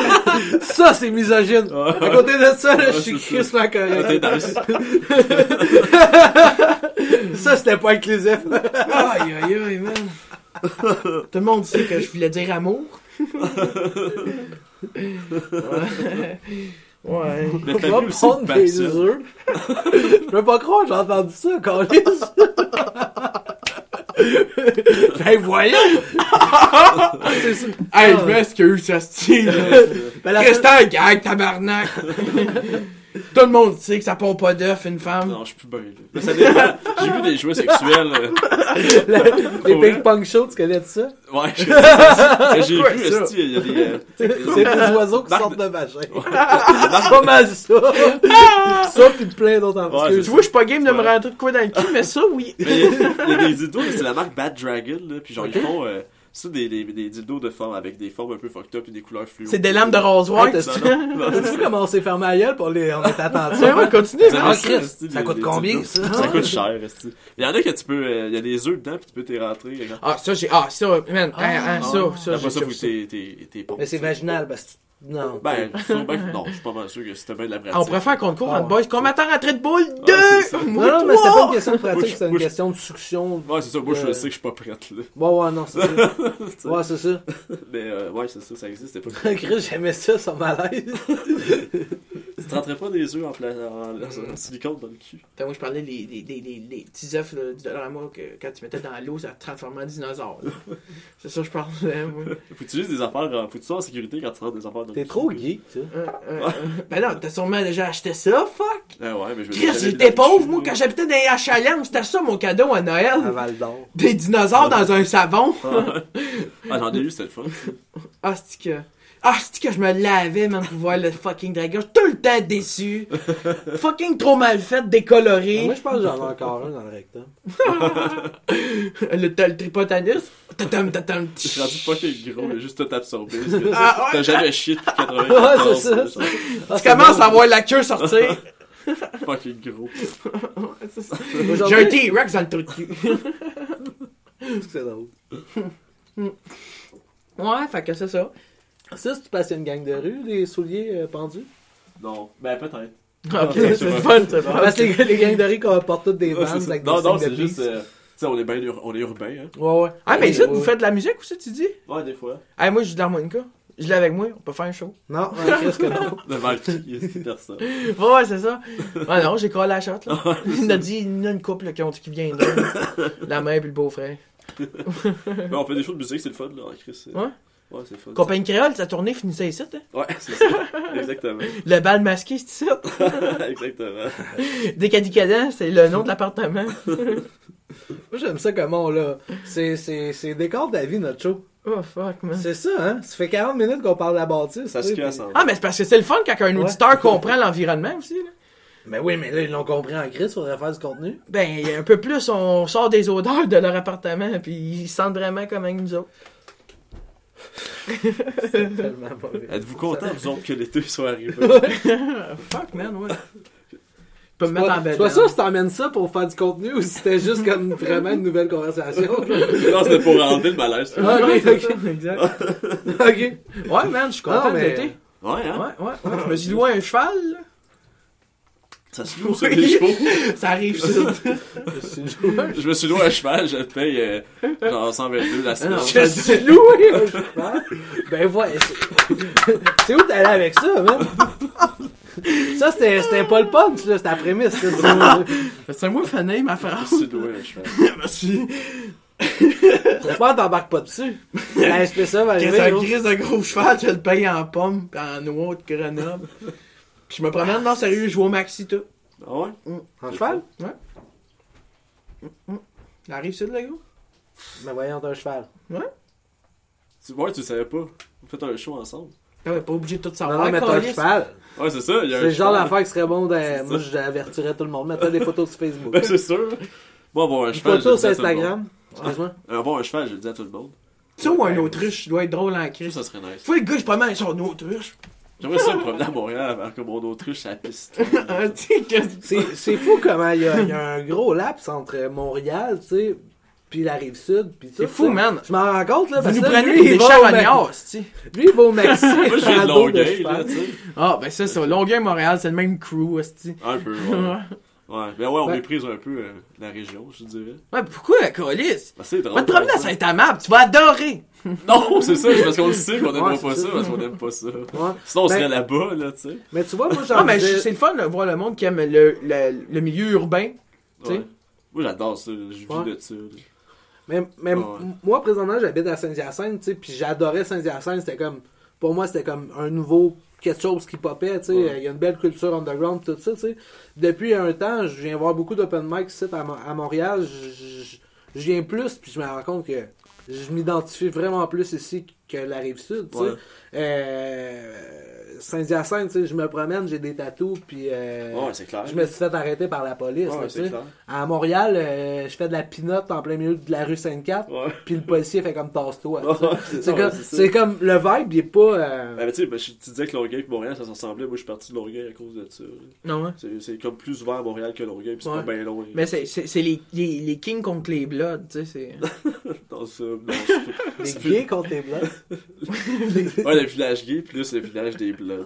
Ça, c'est misogyne. Ouais. À côté de ça, là, Ouais, je suis c'est ça. crissement T'es correct. nice. Ça, c'était pas inclusif. aïe, aïe, aïe, man. Tout le monde sait que je voulais dire amour. Ouais. Mais On t'as va vu aussi prendre une des personne. œufs. Je peux pas croire que j'ai entendu ça, Calais. Ben voyons! C'est ça. Hey, je m'excuse, ça se tire. Ben, la Reste un gag, tabarnak. Tout le monde sait que ça pompe pas d'œuf, une femme. Non, je suis plus bien, là. Mais ça dépend. J'ai vu des jouets sexuels. les ping-pong shows, tu connais de ça? Ouais, j'ai vu, quoi, ça? esti, il y a des. C'est des oiseaux qui Marc sortent de vagin. Marc- C'est pas mal ça. Ça, pis plein d'autres en Ouais, Tu plus. vois, je suis pas game de me rentrer de quoi dans le cul, mais ça, oui. Mais il y a des dildos, c'est la marque Bad Dragon, là. Puis genre, ils font. C'est des dildos de forme avec des formes un peu fucked up et des couleurs fluo. C'est des lames de rasoir. Ouais, T'as-tu vu comment on s'est fermé à gueule pour on est attentifs? Ouais, ouais, continue. Vous avez Ah, ça, Christ, esti, ça les- coûte les combien, dildos? ça? Ça coûte cher, esti. Il y en a que tu peux. Il y a des œufs dedans, puis tu peux t'y rentrer. Genre. Ah, ça, man. ça, Après ça, j'ai faut que ça. t'es pompes. Mais c'est vaginal, parce que... Non. Ben, sûrement que non, je suis pas mal sûr que c'était bien de la pratique. Ah, on préfère qu'on court Ah, entre boys. Combattant rentrée de boule, c'est ça. 2! Non, non, mais c'était pas une question de pratique, c'était une Moi, je- question de succion. Ouais, c'est ça. Moi, je sais que je suis pas prête, là. Ouais, non, c'est ça. Ouais, c'est ça. Mais, ouais, c'est ça, ça existe. C'était pas. Chris, j'aimais ça, son malaise. Tu te rentrais pas des œufs en silicone dans le cul. Moi, je parlais des petits œufs là, du Dollarama que quand tu mettais dans l'eau, ça te transformait en dinosaure. là. C'est ça que je parlais, moi. Faut que tu utilises des affaires. Faut que tu sois en sécurité quand tu rentres des affaires dans le T'es cul. trop geek, tu sais. Ben non, t'as sûrement déjà acheté ça, fuck! Ah ouais, mais je me Chris, jamais j'étais mis dans le pauvre, cul, moi, quand j'habitais dans les HLM, c'était ça mon cadeau à Noël. À Val d'Or. Des dinosaures dans un savon. Ah, j'en ai eu, c'était le fun. C'est que je me lavais, man, pour voir le fucking dragon. J'étais tout le temps déçu. Fucking trop mal fait, décoloré. Moi, je pense que j'en ai encore un dans le rectum. Le tripotanus. Tatam, tatam, Je suis rendu fucking gros, mais juste tout absorbé. parce que Ah, ouais. T'as jamais chié depuis 94. Ouais, c'est ça. Tu commences à voir la queue sortir. Fucking gros. C'est ça. J'ai un T-Rex dans le trou de cul. C'est drôle. Ouais, fait que c'est ça. Ça, si tu passes une gang de rue, les souliers pendus? Non, ben peut-être. Ok, c'est le fun, c'est fun. Parce que les gangs de rue qu'on porte toutes des Ouais, bandes c'est ça. avec Non, des non, signes de c'est juste. peace. Tu sais, on est urbain, hein. Ouais, ouais. Ah, mais ça, Ouais, vous ouais. faites de la musique aussi, tu dis? Ouais, des fois. Ah, moi, je joue de l'harmonica. Je l'ai avec moi, on peut faire un show. Non, qu'est-ce que non? Devant qui est personne. Ouais, c'est ça. Ah non, j'ai collé la chatte, là. Il a dit, il y a une couple là, qui vient de la mère et le beau-frère. Ouais, on fait des shows de musique, c'est le fun, là, en Chris. Ouais? Ouais, c'est le fun. Compagnie Créole, sa tournée finissait ici, hein? Ouais, c'est ça. Exactement. Le bal masqué, c'est ici. Exactement. Décadicadent, c'est le nom de l'appartement. Moi, j'aime ça comment, là. C'est décor de la vie, notre show. Oh, fuck, man. C'est ça, hein? Ça fait 40 minutes qu'on parle de la bâtisse. Ça tu se sais, crée puis- ensemble. Ah, mais c'est parce que c'est le fun quand un auditeur comprend l'environnement aussi, là. Mais oui, mais là, ils l'ont compris en crise, faudrait faire du contenu. Ben, un peu plus, on sort des odeurs de leur appartement, puis ils sentent vraiment comme avec nous autres. C'est tellement mauvais. Êtes-vous content, vous autres, que l'été soit arrivé? Fuck, man, ouais. Je peux me mettre en bed. Soit ça, si t'emmènes ça pour faire du contenu ou si c'était juste comme vraiment une nouvelle conversation. Non, c'était pour enlever le malaise. Ah, ok, ok. Exact. Ok. Ouais, man, je suis content Non, de mais- l'été. Ouais, hein? Ouais. Je me suis loué un cheval, là. Ça se loue, ça, les chevaux. Ça arrive, ça. Je me suis loué à cheval, je le paye genre 122 la semaine. non. Je suis loué un cheval. Ben ouais. C'est où t'allais avec ça, man? Ça, c'était pas le punch, là. C'était la prémisse, là. C'est moi, Fanny, ma Je me phrase. suis loué à cheval. Merci. J'espère que t'embarques pas dessus. La SPSA va C'est arriver, un gros. gris de gros cheval, je le paye en pomme, pis en noix de Grenoble. Puis je me promène, non, sérieux, je joue au maxi, tout. Ah ouais? En cheval? La rive sud, le gros. Mais voyons, t'as un cheval. Ouais, tu le savais pas. Vous faites un show ensemble. Ah ouais, pas obligé de tout Non, savoir. non, mais t'as un câlisse. cheval. Ouais, c'est ça, il y a un C'est le genre cheval. d'affaire qui serait bon de... C'est Moi, ça. j'avertirais tout le monde. Mettrais des photos sur Facebook. Ouais, c'est sûr. Moi, avoir un Une cheval, je photo le sur dis à tout le monde. Instagram. Excuse-moi. Avoir un cheval, je le dis à tout le monde. Ça ou un autruche, doit être drôle en crise. Ça serait nice. Faut le gars, je promène sur un autruche. J'aimerais ça me promener à Montréal avec mon autruche à la piste. Ah, tu sais, que- C'est fou comment il y a un gros laps entre Montréal, tu sais, puis la Rive-Sud, puis tout. C'est fou, ça. man. Je m'en rends compte, là, Vous parce nous que prenez lui, pour il des va au charognards, tu Lui, il va au Mexique. Moi, je viens de dans le dos Longueuil, cheval. là, tu sais. Ah, ben ça, c'est au Longueuil-Montréal, c'est le même crew, hostie. Un peu, ouais. Ouais, mais ouais, on Ouais. méprise un peu la région, je dirais. Ouais, pourquoi la calice? Ben, c'est drôle. Va te promener à ça. Saint-Amable, tu vas adorer. Non, c'est ça, c'est parce qu'on le sait qu'on Ouais, n'aime c'est pas ça. ça, parce qu'on n'aime pas ça. Ouais. Sinon, on Ben- serait là-bas, là, tu sais. Mais tu vois, moi, Non, j'en mais disais- c'est le fun de voir le monde qui aime le milieu urbain. Tu sais. Ouais. Moi, j'adore ça, je vis Ouais. de ça. là. Mais Ouais. moi, présentement, j'habite à Saint-Hyacinthe, tu sais, puis j'adorais Saint-Hyacinthe. C'était comme, pour moi, c'était comme un nouveau quelque chose qui popait, tu sais. Ouais. Il y a une belle culture underground, tout ça, tu sais. Depuis un temps, je viens voir beaucoup d'open mic ici à Montréal. Je viens plus, puis je me rends compte que je m'identifie vraiment plus ici que la Rive-Sud, tu sais. Ouais. Saint-Hyacinthe, tu sais, je me promène, j'ai des tatous, puis Ouais, c'est clair. je me suis fait arrêter par la police, Ouais, là, tu c'est sais. clair. À Montréal, je fais de la pinotte en plein milieu de la rue Sainte-Cat, Ouais. puis le policier fait comme tasse-toi. tu sais. Ouais, C'est ouais, comme, c'est ça. c'est comme le vibe, il est pas. Ben, tu sais, ben, tu disais que Longueuil et Montréal, ça se ressemblait. Moi, je suis parti de Longueuil à cause de ça. là. Non, ouais. C'est comme plus ouvert à Montréal que Longueuil, puis c'est Ouais. pas bien loin. Mais c'est les kings contre les bloods, tu sais, c'est... Dans ça, non, Les gays contre les blancs. Ouais, le village gay plus le village des Bloods.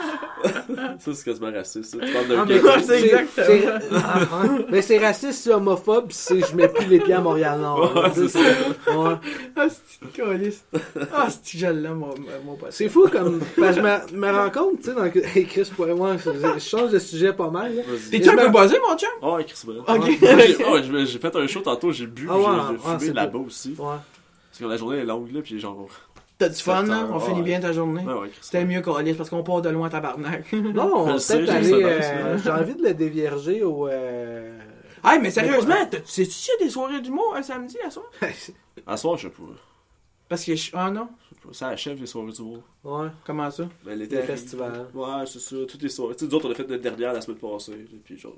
Ça, c'est quasiment raciste. Ça. Tu parles d'un Ah, gay. mais Ouais, c'est exactement. mais c'est raciste, c'est homophobe, pis c'est je mets plus les pieds à Montréal-Nord. Ouais, là, tu c'est sais, ouais. Ah, c'est calice. Ah, c'est que je l'aime, mon pote. C'est fou comme. Ben, je me rends compte, tu sais, dans Hey, Chris, pour moi, je change de sujet pas mal. Là. Vas-y. T'es-tu un peu buzzé, mon chum? Ah, ouais, Chris Brown. Ok. Moi, j'ai fait un show tantôt, j'ai bu, Ah ouais, j'ai ah, fumé c'est là-bas beau. aussi. Ouais. Parce que la journée est longue, là, puis genre. T'as du fun, là? On Ouais. finit bien ta journée. Ouais, ouais, Chris. C'était mieux qu'Alice parce qu'on part de loin, tabarnak. Non, on Je va sais, peut-être j'ai aller. ça dans ça. J'ai envie de le dévierger au. Hey, mais sérieusement, sais-tu s'il y a des soirées d'humour un samedi à soir? À soir, je sais pas. Parce que ah non? Je sais pas. Ça achève les soirées du monde. Ouais. Comment ça? Ben, l'été Des arrive. festivals. Ouais, c'est ça. Toutes les soirées. Tu sais, nous autres, on a fait notre dernière la semaine passée. là, Puis genre.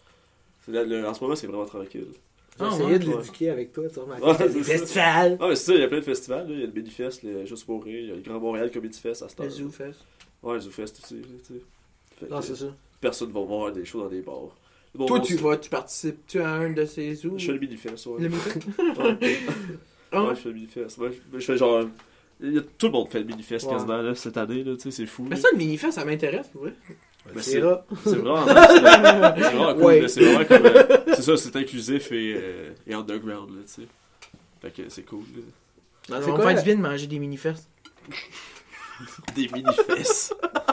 En ce moment, c'est vraiment tranquille. J'ai Ah, essayé ouais, de ouais. l'éduquer avec toi, tu remarques. Ouais, Des c'est ça. festivals. Ah, mais c'est ça, il y a plein de festivals. Là. Il y a le Benifest, le Juste pour rire, il y a le Grand Montréal Comedy Fest à cette heure. Le Zoo Fest. Ouais, le Zoo Fest aussi. Tu sais. Fait Non, que- c'est ça. personne va voir des shows dans des bars. Bon, Toi, tu participes-tu à un de ces zoos? Je fais le mini-fest, ouais. Le mini-fest? Ouais, je fais le mini-fest. Ouais, je fais genre... Tout le monde fait le mini-fest Ouais. quasiment là, cette année, là, tu sais, c'est fou. Mais là. ça, le mini-fest, ça m'intéresse, pour vrai. Ben, C'est rare. c'est vraiment nice, là. C'est vraiment cool, Ouais. là. C'est vraiment comme... c'est ça, c'est inclusif et underground, là, tu sais. Fait que c'est cool, là. On C'est va quoi, faire la- du bien de manger des mini-fests. Des mini-fesses.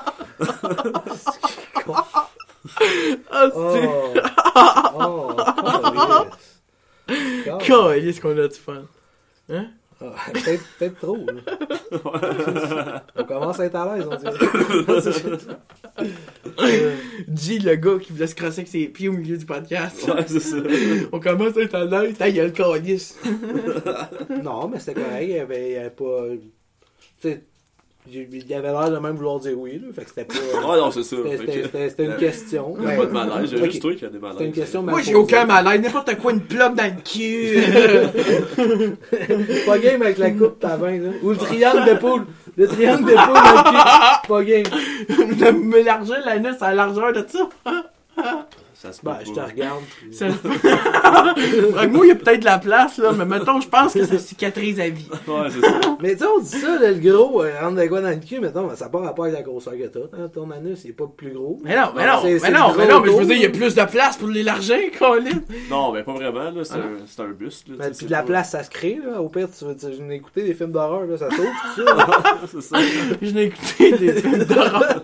Ah, Oh. Oh. Calisse qu'on a du fun. Hein? Peut-être trop, là. On commence à être à l'aise, on dirait. Dis le gars qui voulait se crosser avec ses pieds au milieu du podcast. Ouais, c'est ça. On commence à être à l'aise. Ta gueule, calisse. Non, mais c'était correct. Il y avait pas. Tu sais, il avait l'air de même vouloir dire oui, là. Fait que c'était pas. Ouais, non, c'est ça. Fait que- C'était une question. Il y a pas de malaise, j'ai Ok. juste toi qui a des malaises. C'était une question Moi, mal j'ai posée. aucun malaise. N'importe quoi, une plug dans le cul. Pas game avec la coupe à 20, là. Ou le triangle d'épaule. Le triangle d'épaule dans le cul. Pas game. De m'élargir l'anus à la largeur de ça. Ça se Ben, peut je te pas. regarde. puis- Ça- Moi, il y a peut-être de la place, là, mais mettons, je pense que ça cicatrise à vie. Ouais, c'est ça. Mais tu sais, on dit ça, là, le gros, rentre de quoi dans le cul, mettons, ça n'a pas rapport avec la grosseur que t'as. Hein, ton anus, il est pas plus gros. Mais non, C'est mais le non, gros mais je veux autour. dire, il y a plus de place pour l'élargir, Colin. Non, mais pas vraiment, là. C'est un buste, là. Mais tu sais, puis de la c'est place, ça se crée, là. Au pire, tu veux écouter des films d'horreur, là, ça saute, tout ça. là. pas- c'est ça. Je n'ai écouté des films d'horreur.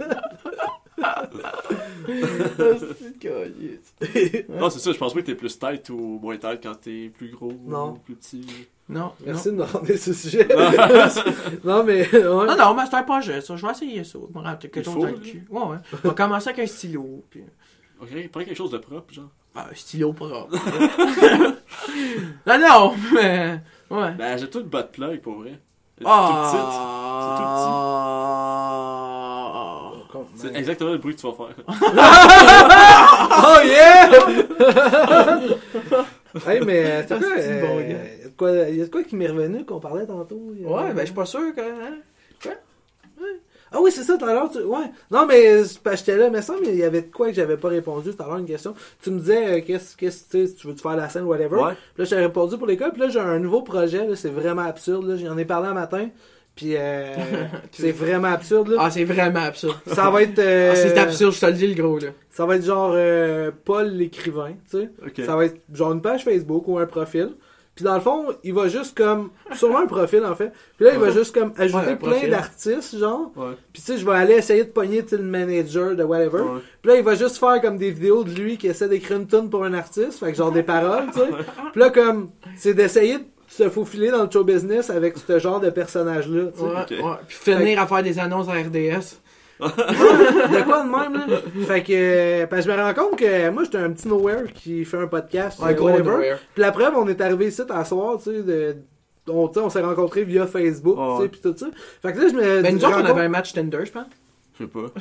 Non, c'est ça, je pense pas que t'es plus tête ou moins tête quand t'es plus gros Non. ou plus petit. Non, Merci de me rendre ce sujet. non, mais, ouais. non, mais c'est un projet, ça. Je vais essayer ça. Je me rends quelque Il chose faut, dans le là. cul. Ouais, ouais. On va commencer avec un stylo. Puis... Ok, prends quelque chose de propre, genre. Ben, un stylo propre. non, mais... Ouais. Ben, j'ai tout une botte plug, pour vrai. Toute Ah... Con- petite. C'est exactement le bruit que tu vas faire. Oh yeah! Hey, mais t'as quoi, Ah, c'est bon, gars. y a de quoi qui m'est revenu qu'on parlait tantôt? Ouais, ben, je suis pas sûr que... Hein? Ah oui, c'est ça, tout à l'heure. Ouais. Non, mais c'est parce que j'étais là, mais ça, mais il y avait de quoi que j'avais pas répondu tout à l'heure, une question. Tu me disais, qu'est-ce tu sais, si tu veux te faire la scène, whatever. Ouais. Puis là, j'ai répondu pour l'école. Puis là, j'ai un nouveau projet, là, c'est vraiment absurde. Là. J'en ai parlé un matin. Puis c'est vraiment absurde. Là. Ah, c'est vraiment absurde. Ça va être. Ah, c'est absurde, je te le dis, le gros, là. Ça va être genre Paul l'écrivain, tu sais. Ok. Ça va être genre une page Facebook ou un profil. Puis dans le fond, il va juste comme... Sûrement un profil, en fait. Puis là, il va juste comme ajouter Ouais, un plein profil. d'artistes, genre. Ouais. Puis tu sais, je vais aller essayer de pogner tu sais, le manager de whatever. Ouais. Puis là, il va juste faire comme des vidéos de lui qui essaie d'écrire une tune pour un artiste. Fait que genre des paroles, tu sais. Puis là, comme... C'est d'essayer de se faufiler dans le show business avec ce genre de personnage-là, tu sais. Ouais, Ok. ouais. Puis finir à faire des annonces à RDS. De quoi de même, là? Fait que... Parce que je me rends compte que moi, j'étais un petit nowhere qui fait un podcast, Ouais, gros whatever. nowhere. Puis la preuve, on est arrivé ici à soir, tu sais, on s'est rencontrés via Facebook, Oh, tu sais, pis tout ça. Fait que là, je me Ben, nous je autres, on rencontre- avait un match Tinder, je pense. Je sais pas.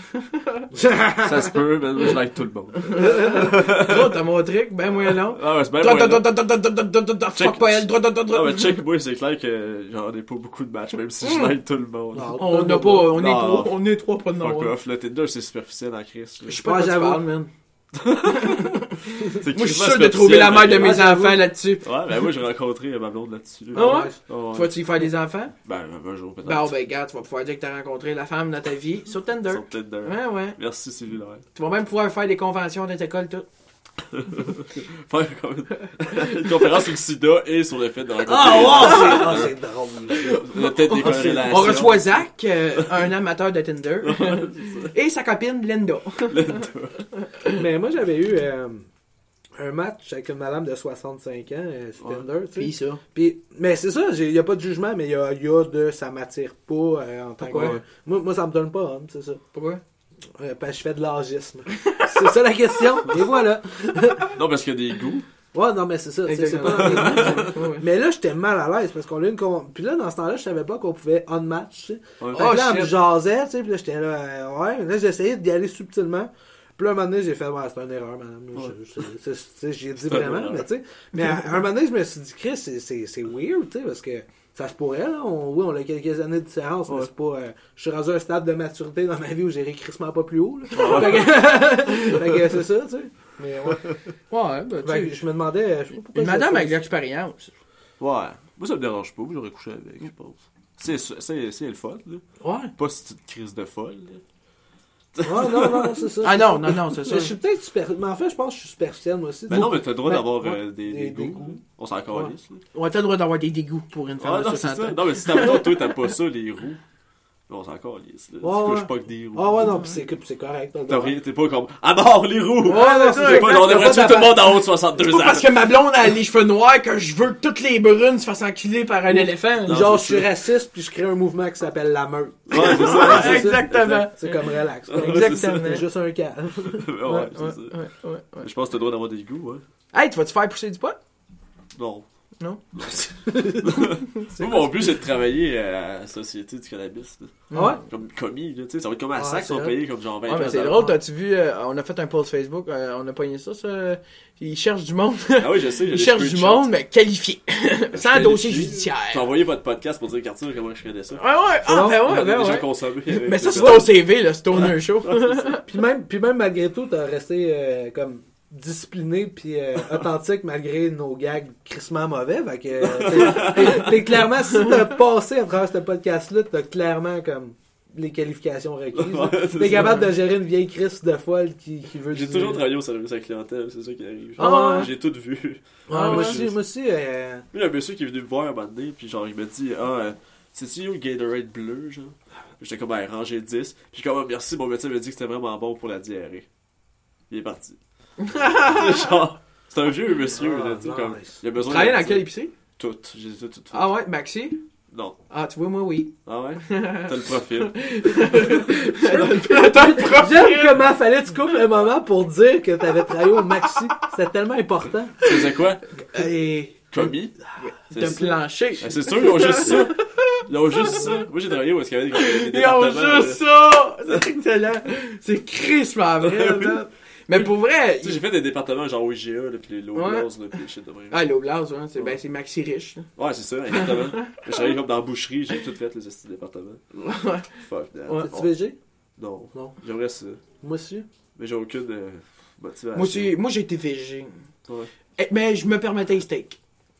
Ça se peut, mais moi, je like tout le monde. Gros, t'as mon truc, ben moins long. Ah ouais, c'est bien Droit, moyen. droit, droit, droit, droit, droit, droit, droit, fuck pas elle, droit, droit, droit, Ah droit. mais check, moi, c'est clair que j'en ai pas beaucoup de matchs, même si je like tout le monde. Non. On n'a pas, on est Non. trois, on est trois, pas de Fuck nom. off, le Tinder, c'est superficiel en crise. Je sais pas de quoi tu j'avoue. parles, man. Moi, Moi, je suis sûr de trouver la mère de mes j'avoue. enfants là-dessus. Ouais, ben moi, j'ai rencontré ma blonde là-dessus. Ah ouais? Ouais. Tu vas-tu y faire des enfants? Ben, un jour, peut-être. Ben, ben, gars, tu vas pouvoir dire que t'as rencontré la femme dans ta vie sur Tinder. Sur Tinder. Ouais, ouais. Merci, cellulaire. Tu vas même pouvoir faire des conventions dans école, tout. Faire comme une conférence sur le sida et sur le fait de rencontrer. c'est drôle. Il y a peut-être des corrélations. On reçoit Zach, un amateur de Tinder, et sa copine Linda. Mais moi, j'avais eu un match avec une madame de 65 ans sur Ouais. Tinder, tu sais. Puis ça. Puis, mais c'est ça, il n'y a pas de jugement, mais il y a de ça m'attire pas en tant que... Pourquoi? Moi, ça me donne pas, hein, c'est ça. Pourquoi? Parce que je fais de l'agisme. C'est ça la question, et voilà. Non, parce qu'il y a des goûts. Ouais, non, mais c'est ça, tu sais, c'est Exactement. pas... Ouais, ouais. Mais là, j'étais mal à l'aise parce qu'on a eu une Puis là, dans ce temps-là, je savais pas qu'on pouvait on-match, tu sais. Ouais. Fait que là, Oh, elle me shit. jasait, tu sais, puis là, j'étais là, ouais. Là, j'essayais d'y aller subtilement. Puis Puis là, un moment donné, j'ai fait, ouais, c'est une erreur, madame. J'ai dit vraiment, mais tu sais. Mais à un moment donné, je me suis dit, Chris, c'est weird, tu sais, parce que ça se pourrait, là. Oui, on a quelques années de différence, mais c'est pas. Je suis rendu à un stade de maturité dans ma vie où j'irai crissement pas plus haut, là. Fait que c'est ça, tu sais. Mais ouais. Ouais, ben, tu sais, Je me demandais. Je sais pas pourquoi une je madame fais avec ça. l'expérience. Ouais. Moi, ça me dérange pas. Moi, j'aurais couché avec, je pense. C'est le fun, là. Ouais. Pas si tu crise de folle, là. Ouais, non, c'est ça. Ah non, c'est ça. Mais je suis peut-être mais en fait, je pense que je suis superficiel, moi aussi. Ben non, mais t'as le droit Ben, d'avoir ouais, des goûts. On s'en calisse, là. On a le droit d'avoir des dégoûts pour une femme Ah de non, c'est 60 ça. ans. Non, mais si toi, t'aimes pas ça, les roues, on s'en calisse, là. Ouais, Tu couches ouais. pas que des roues. Ah ouais, non, pis c'est correct. T'es pas comme, à mort, les roues! Ouais, non, c'est C'est pas, on devrait tuer tout le monde en haut de 62 C'est ans. pas parce que ma blonde a les cheveux noirs que je veux que toutes les brunes se fassent enculer par un éléphant. Non, Genre, je c'est suis ça. raciste puis je crée un mouvement qui s'appelle la meute. Ouais, c'est ça. c'est ça. Exactement. C'est comme relax. Exactement. C'est juste un cas. Ouais, c'est ça. Ouais. Je pense que t'as le droit d'avoir des goûts, ouais. Hey, tu vas-tu faire pousser du pot? Non. Non? Moi, mon but, c'est de travailler à la Société du cannabis, là. Ouais. Comme commis, là, tu sais. Ça va être comme à Ouais, sac, c'est ils sont vrai. payés comme genre 20 Ouais, mais c'est piastres. drôle, t'as-tu vu, on a fait un post Facebook, on a pogné ça. Ils cherchent du monde. Ah oui, je sais. Ils cherchent du monde, mais qualifié. Sans qualifié. dossier judiciaire. J'ai envoyé votre podcast pour dire, Cartier, comment je connais ça. Ouais, ah, ben On ouais, a ben déjà ouais. consommé. avec Mais ça, ça. c'est ton CV, là, c'est ton show. Puis même malgré tout, t'as resté comme discipliné puis authentique malgré nos gags crissement mauvais. Fait que t'es clairement, si t'as passé à travers ce podcast-là, t'as clairement comme les qualifications requises. Ouais, c'est T'es ça. capable de gérer une vieille crise de folle qui veut J'ai du- toujours travaillé au service à la clientèle, c'est ça qui arrive. Ah ouais. J'ai tout vu. Ouais, Ah, moi ouais. aussi, Il y a un monsieur qui est venu me voir un moment donné, puis genre, il m'a dit, c'est-tu le Gatorade bleu, genre? J'étais comme, rangé 10. Puis comme, merci, mon médecin m'a dit que c'était vraiment bon pour la diarrhée. Il est parti. Genre, c'est un vieux monsieur, là, tu sais, comme, il a besoin Travailler de dans quelle épicerie? Tout, j'ai tout fait. Ah ouais, Maxi? Non. Ah, tu vois, moi, oui. Ah ouais? T'as le profil. J'aime comment fallait que tu coupes le moment pour dire que t'avais travaillé au Maxi. C'était tellement important. Tu faisais quoi? Et Commis? de ça. plancher. Ah, c'est sûr, ils ont juste ça. Ils ont juste ça. Moi, j'ai travaillé où est-ce qu'il y avait des Ils ont départements, juste ça! C'est excellent. C'est crissement vrai, Oui. man. Mais pour vrai... Tu sais, j'ai fait des départements genre au IGA, là, pis les low Ouais. gloss, là, pis les shit de même. Ah, l'Oblast, hein, c'est Maxi Riche. là. Ouais, c'est ça, exactement. Je travaillais comme dans la boucherie, j'ai tout fait, les estis départements. Ouais. Fuck that. Ouais. T'es-tu VG? Non. Non. J'aimerais ça. Moi aussi. Mais j'ai aucune motivation. Moi, moi j'ai été végé. Ouais. Mais je me permettais les steaks.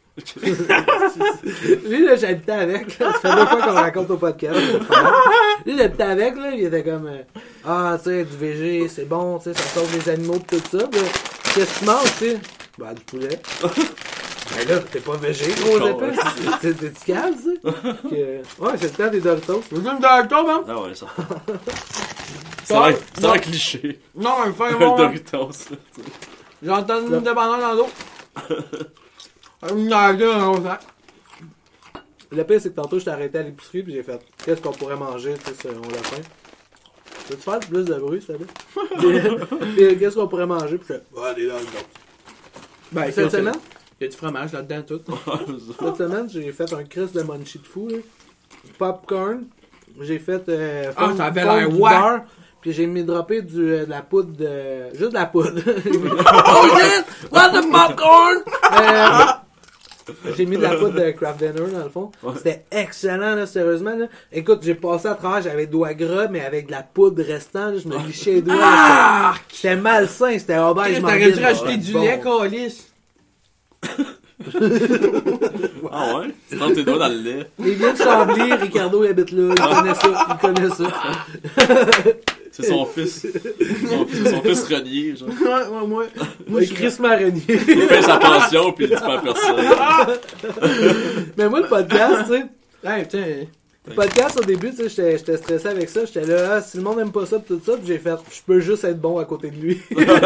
Lui, là, j'habitais avec. Là. Ça fait 2 fois qu'on raconte au podcast. Lui, j'habitais avec. Là, il était comme ah, tu sais, du VG, c'est bon, tu sais, ça sauve les animaux pis tout ça. Pis là, qu'est-ce que tu manges, tu sais? Bah, du poulet. Ben là, t'es pas VG, gros Non, épais. T'es-tu calme, ça? Ouais, c'est le temps des Doritos. Tu veux me donner un tour, man? Ah ouais, ça. C'est un cliché. Non, mais fais Le bon. Doritos, là, tu sais. J'entends une dépendance dans l'eau. Le Le pire, c'est que tantôt, je t'ai arrêté à l'épicerie pis j'ai fait qu'est-ce qu'on pourrait manger, tu sais, on l'a faim. Peux-tu faire plus de bruit, ça va? Qu'est-ce qu'on pourrait manger? Pis je fais, ouais, des Doritos. Ben, Cette semaine? il y a du fromage là-dedans, tout. Cette semaine, j'ai fait un crisp de munchie de fou, là. Popcorn. J'ai fait ça avait l'air du whack. beurre. Puis j'ai mis dropper de la poudre de... Juste de la poudre. Oh shit! What the popcorn? J'ai mis de la poudre de Kraft Dinner dans le fond. Ouais. C'était excellent, là, sérieusement. Là. Écoute, j'ai passé à travers, j'avais les doigts gras, mais avec de la poudre restant, là, je me lichais les doigts. Ah! C'était malsain, c'était obèse. je m'en T'aurais dû guide, rajouter là. du Bon. lait, calice. Ah ouais? Tu trempes tes doigts dans le lait. Il vient de Chambly, Ricardo il habite là, il connaît ça. C'est son fils. Son fils renié, genre. Ouais, moi. Moi, Chris Marenier. Il paye sa pension, pis il dit pas à personne. Mais moi, le podcast, tu sais, Hey, putain. le podcast au début, tu sais, j'étais stressé avec ça. J'étais là, ah, si le monde aime pas ça, pis tout ça, pis j'ai fait, je peux juste être bon à côté de lui.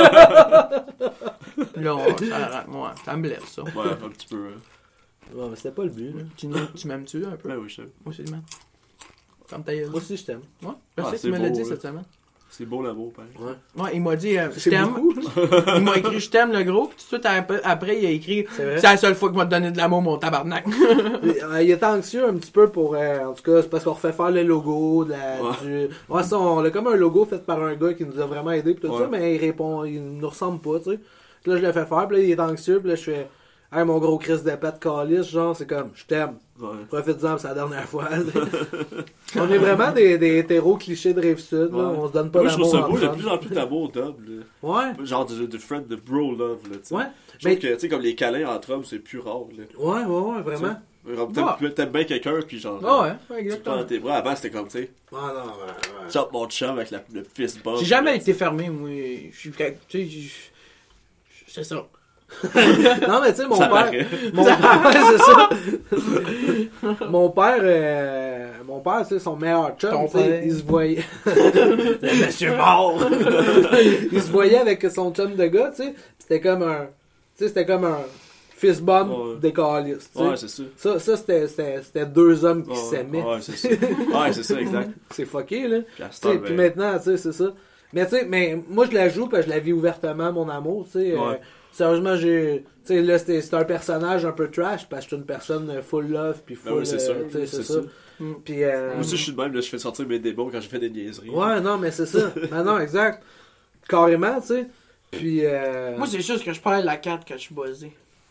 Là, ça me blesse, ça. Ouais, un petit peu. Ouais, mais c'était pas le but, là. Tu m'aimes-tu un peu? Ouais, oui, je sais. Moi aussi, man. Comme ta gueule. Moi aussi, je t'aime. Ouais. Je Ah, sais que c'est tu me l'as beau, dit là. cette semaine. C'est beau l'amour, père. Ouais, il m'a dit, je C'est t'aime. beaucoup. Il m'a écrit, je t'aime, le gros. Puis tout de suite après, il a écrit, c'est la seule fois qu'il m'a donné de l'amour, mon tabarnak. Il est anxieux un petit peu pour... en tout cas, c'est parce qu'on refait faire le logo. Ouais, ça, on a comme un logo fait par un gars qui nous a vraiment aidé pis tout ça, mais il répond, il nous ressemble pas, tu sais. Puis là, je l'ai fait faire, puis là, il est anxieux, puis là, je fais... Hey, mon gros Chris de pète calice, genre, c'est comme, je t'aime. Ouais. Profite-en, c'est la dernière fois. On est vraiment des hétéros clichés de Rive-Sud, là. On se donne pas moi, je trouve ça d'amour beau, il y a de ensemble. plus en plus d'amour double. Ouais. Genre du friend, de bro love, là, tu sais. Ouais. Je trouve que, tu sais, comme les câlins entre hommes, c'est plus rare, là. Ouais, vraiment. Genre, t'aimes bien quelqu'un, puis genre... Ouais, tu le prends exactement. dans tes bras. Avant, c'était comme, tu sais, Ouais, non, ouais. chop mon chum avec le fist bump. J'ai jamais été fermé, moi. Je suis, tu sais, c'est ça. Non, mais tu sais, mon Ça père... paraît. Ouais, c'est ça. Mon père, tu sais, son meilleur chum, Ton tu sais, père. il se voyait... Le monsieur mort! Il se voyait avec son chum de gars, tu sais, pis c'était comme un... Tu sais, c'était comme un fist bump des calices, tu sais. Ouais, c'est ça. Ça c'était deux hommes qui s'aimaient. Ouais, c'est ça. Ouais, c'est ça, exact. C'est fucké, là. Puis à cette Tu sais, heure, puis ben, maintenant, tu sais, c'est ça. Mais tu sais, mais moi je la joue parce que je la vis ouvertement, mon amour, tu sais. Ouais. Sérieusement, j'ai... Tu sais, là, c'est un personnage un peu trash parce que je suis une personne full love puis full... Ben oui, c'est sûr. tu sais, c'est ça. Puis... Moi aussi, je suis de même, là, je fais sortir mes démons quand je fais des niaiseries. Ouais, non, mais c'est ça. Non, exact. Carrément, tu sais. Puis... Moi, c'est juste que je perds la carte quand je suis buzzé.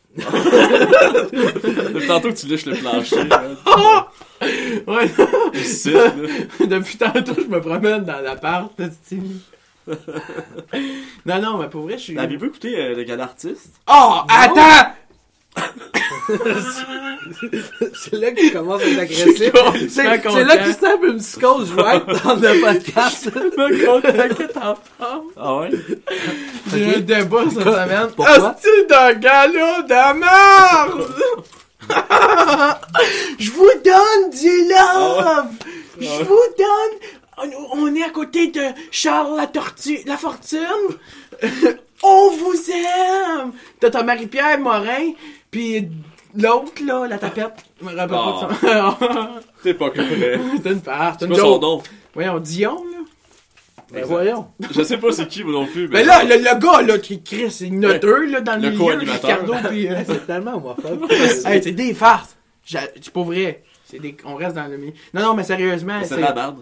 Depuis tantôt que tu lèches le plancher. Hein, Ouais. ici, là. Depuis tantôt, je me promène dans l'appart. Non, mais pour vrai, je suis... Avez-vous écouté le gars d'artiste? Oh, attends! c'est là qu'il commence à être agressif. C'est là qu'il sent un peu une psychose right dans le podcast. me contacter t'entends. Ah ouais? J'ai eu un débat cette semaine. Pourquoi? Hostie d'un gala de merde! Je vous donne du love! Je vous donne... On est à côté de Charles la Fortune. On vous aime! T'as Marie-Pierre Morin, pis l'autre, là, la tapette. Je me rappelle pas de son... T'es pas correct. C'est une part, c'est C'est une quoi son joke. nom? Voyons, Dion, là. Ben voyons. Je sais pas c'est qui, moi non plus. Mais là, le gars, là, qui crie, c'est une Ouais. deux, là, dans le Le milieu, co-animateur. Ricardo, pis... C'est tellement homophobe. Hey, c'est des farces. C'est pas vrai. On reste dans le milieu. Non, mais sérieusement, C'est de la merde.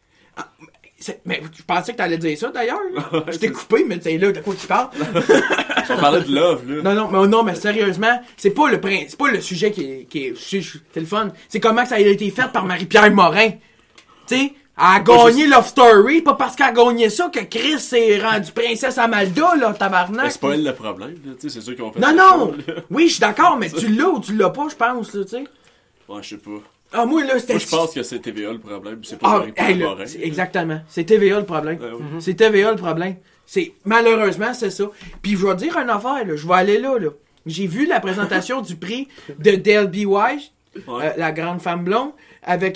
Mais je pensais que t'allais dire ça, d'ailleurs. Là. Je t'ai coupé, mais c'est là, de quoi tu parles. On parlait de love, là. Non, mais sérieusement, c'est pas le sujet qui est c'est le fun. C'est comment ça a été fait par Marie-Pierre Morin. Tu sais, elle a gagné Love Story, pas parce qu'elle a gagné ça que Chris s'est rendu princesse Amalda, là, tabarnak. Mais c'est pas elle le problème, là. Tu sais, c'est sûr qu'ils ont fait Non, ça, non! là. Oui, je suis d'accord, mais tu l'as ou tu l'as pas, je pense, là, tu sais. Ouais, je sais pas. Ah, moi, là, c'était... Moi, je pense que c'est TVA le problème, c'est pas Ah, Marie-Pierre hey, là, Morin. exactement. C'est TVA le problème. Ouais, ouais. C'est TVA le problème. Malheureusement, c'est ça. Puis je vais dire une affaire, là. Je vais aller là. J'ai vu la présentation du prix de Delby White, Ouais. la grande femme blonde, avec...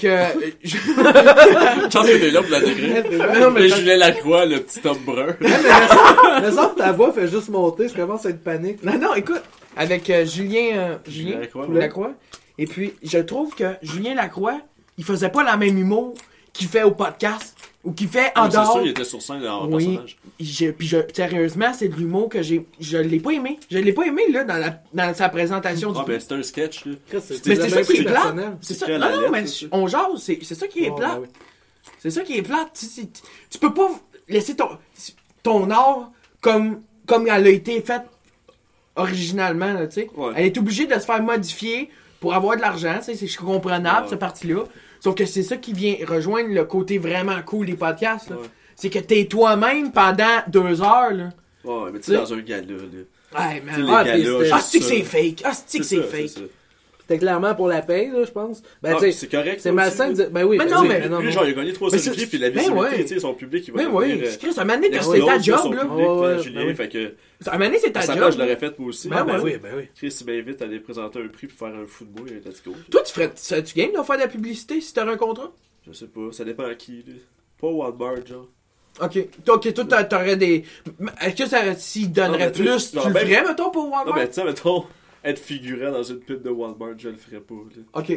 Chance que t'es là pour la degré. Non, mais Mais Julien Lacroix, le petit homme brun. Mais ça, ta voix fait juste monter, je commence à être panique. Non, écoute. Avec Julien Lacroix. Lacroix. Et puis, je trouve que Julien Lacroix, il faisait pas la même humour qu'il fait au podcast ou qu'il fait en C'est dehors. sûr, il était sur scène en Oui, personnage. sérieusement, c'est de l'humour que je l'ai pas aimé. Je l'ai pas aimé, là, dans sa présentation du Ah, prix. ben, c'est un sketch, là. Mais c'est ça qui est plate. personnel. C'est C'est ça. que Non, la non, lettre, mais c'est ça. on jase, c'est ça qui est Ouais, plate. ben oui. C'est ça qui est plate. Tu peux pas laisser ton art comme elle a été faite originalement, là, tu sais. Ouais. Elle est obligée de se faire modifier pour avoir de l'argent, tu sais, c'est comprenable, Ouais. cette partie-là. Sauf que c'est ça qui vient rejoindre le côté vraiment cool des podcasts, là. Ouais. C'est que t'es toi-même pendant 2 heures, là. Ouais, mais tu sais, dans un gala, là. Ouais, Tu sais, les man. galas, puis Ah, juste c'est que ça. c'est fake. Ah, c'est que c'est ça, fake. ça. C'était clairement pour la paye, là, je pense. Ben, Ah, tu sais, c'est correct. c'est ça malsain de aussi, dire. Ben oui, Mais ben non, oui, mais- non, Lui, non. genre, il a gagné 3 Mais Olivier, c'est- puis la ben visibilité, ouais. tu sais, son public, il va Mais oui, devenir, c'est que ça m'a donné que les c'était ta roses de job, son là. public, Ouais, ouais, Julien, ben oui. fait que... Ça m'a donné c'est ta À sa job. place, je l'aurais fait, moi aussi. Ben, ouais. oui, ben oui. Chris, il m'invite à aller présenter un prix pour faire un fou de moi, let's go. Toi, tu gagnes de faire de la publicité si t'aurais un contrat? Je sais pas, ça dépend à qui, là. Pas Walmart, genre. Ok, toi, t'aurais des... Est-ce que ça, s'il donnerait Non, mais tu- plus, tu non, le ben- ferais, mettons, pour Non, Walmart? mais tu sais, mettons, être figurant dans une pub de Walmart, je le ferais pas, là. Ok.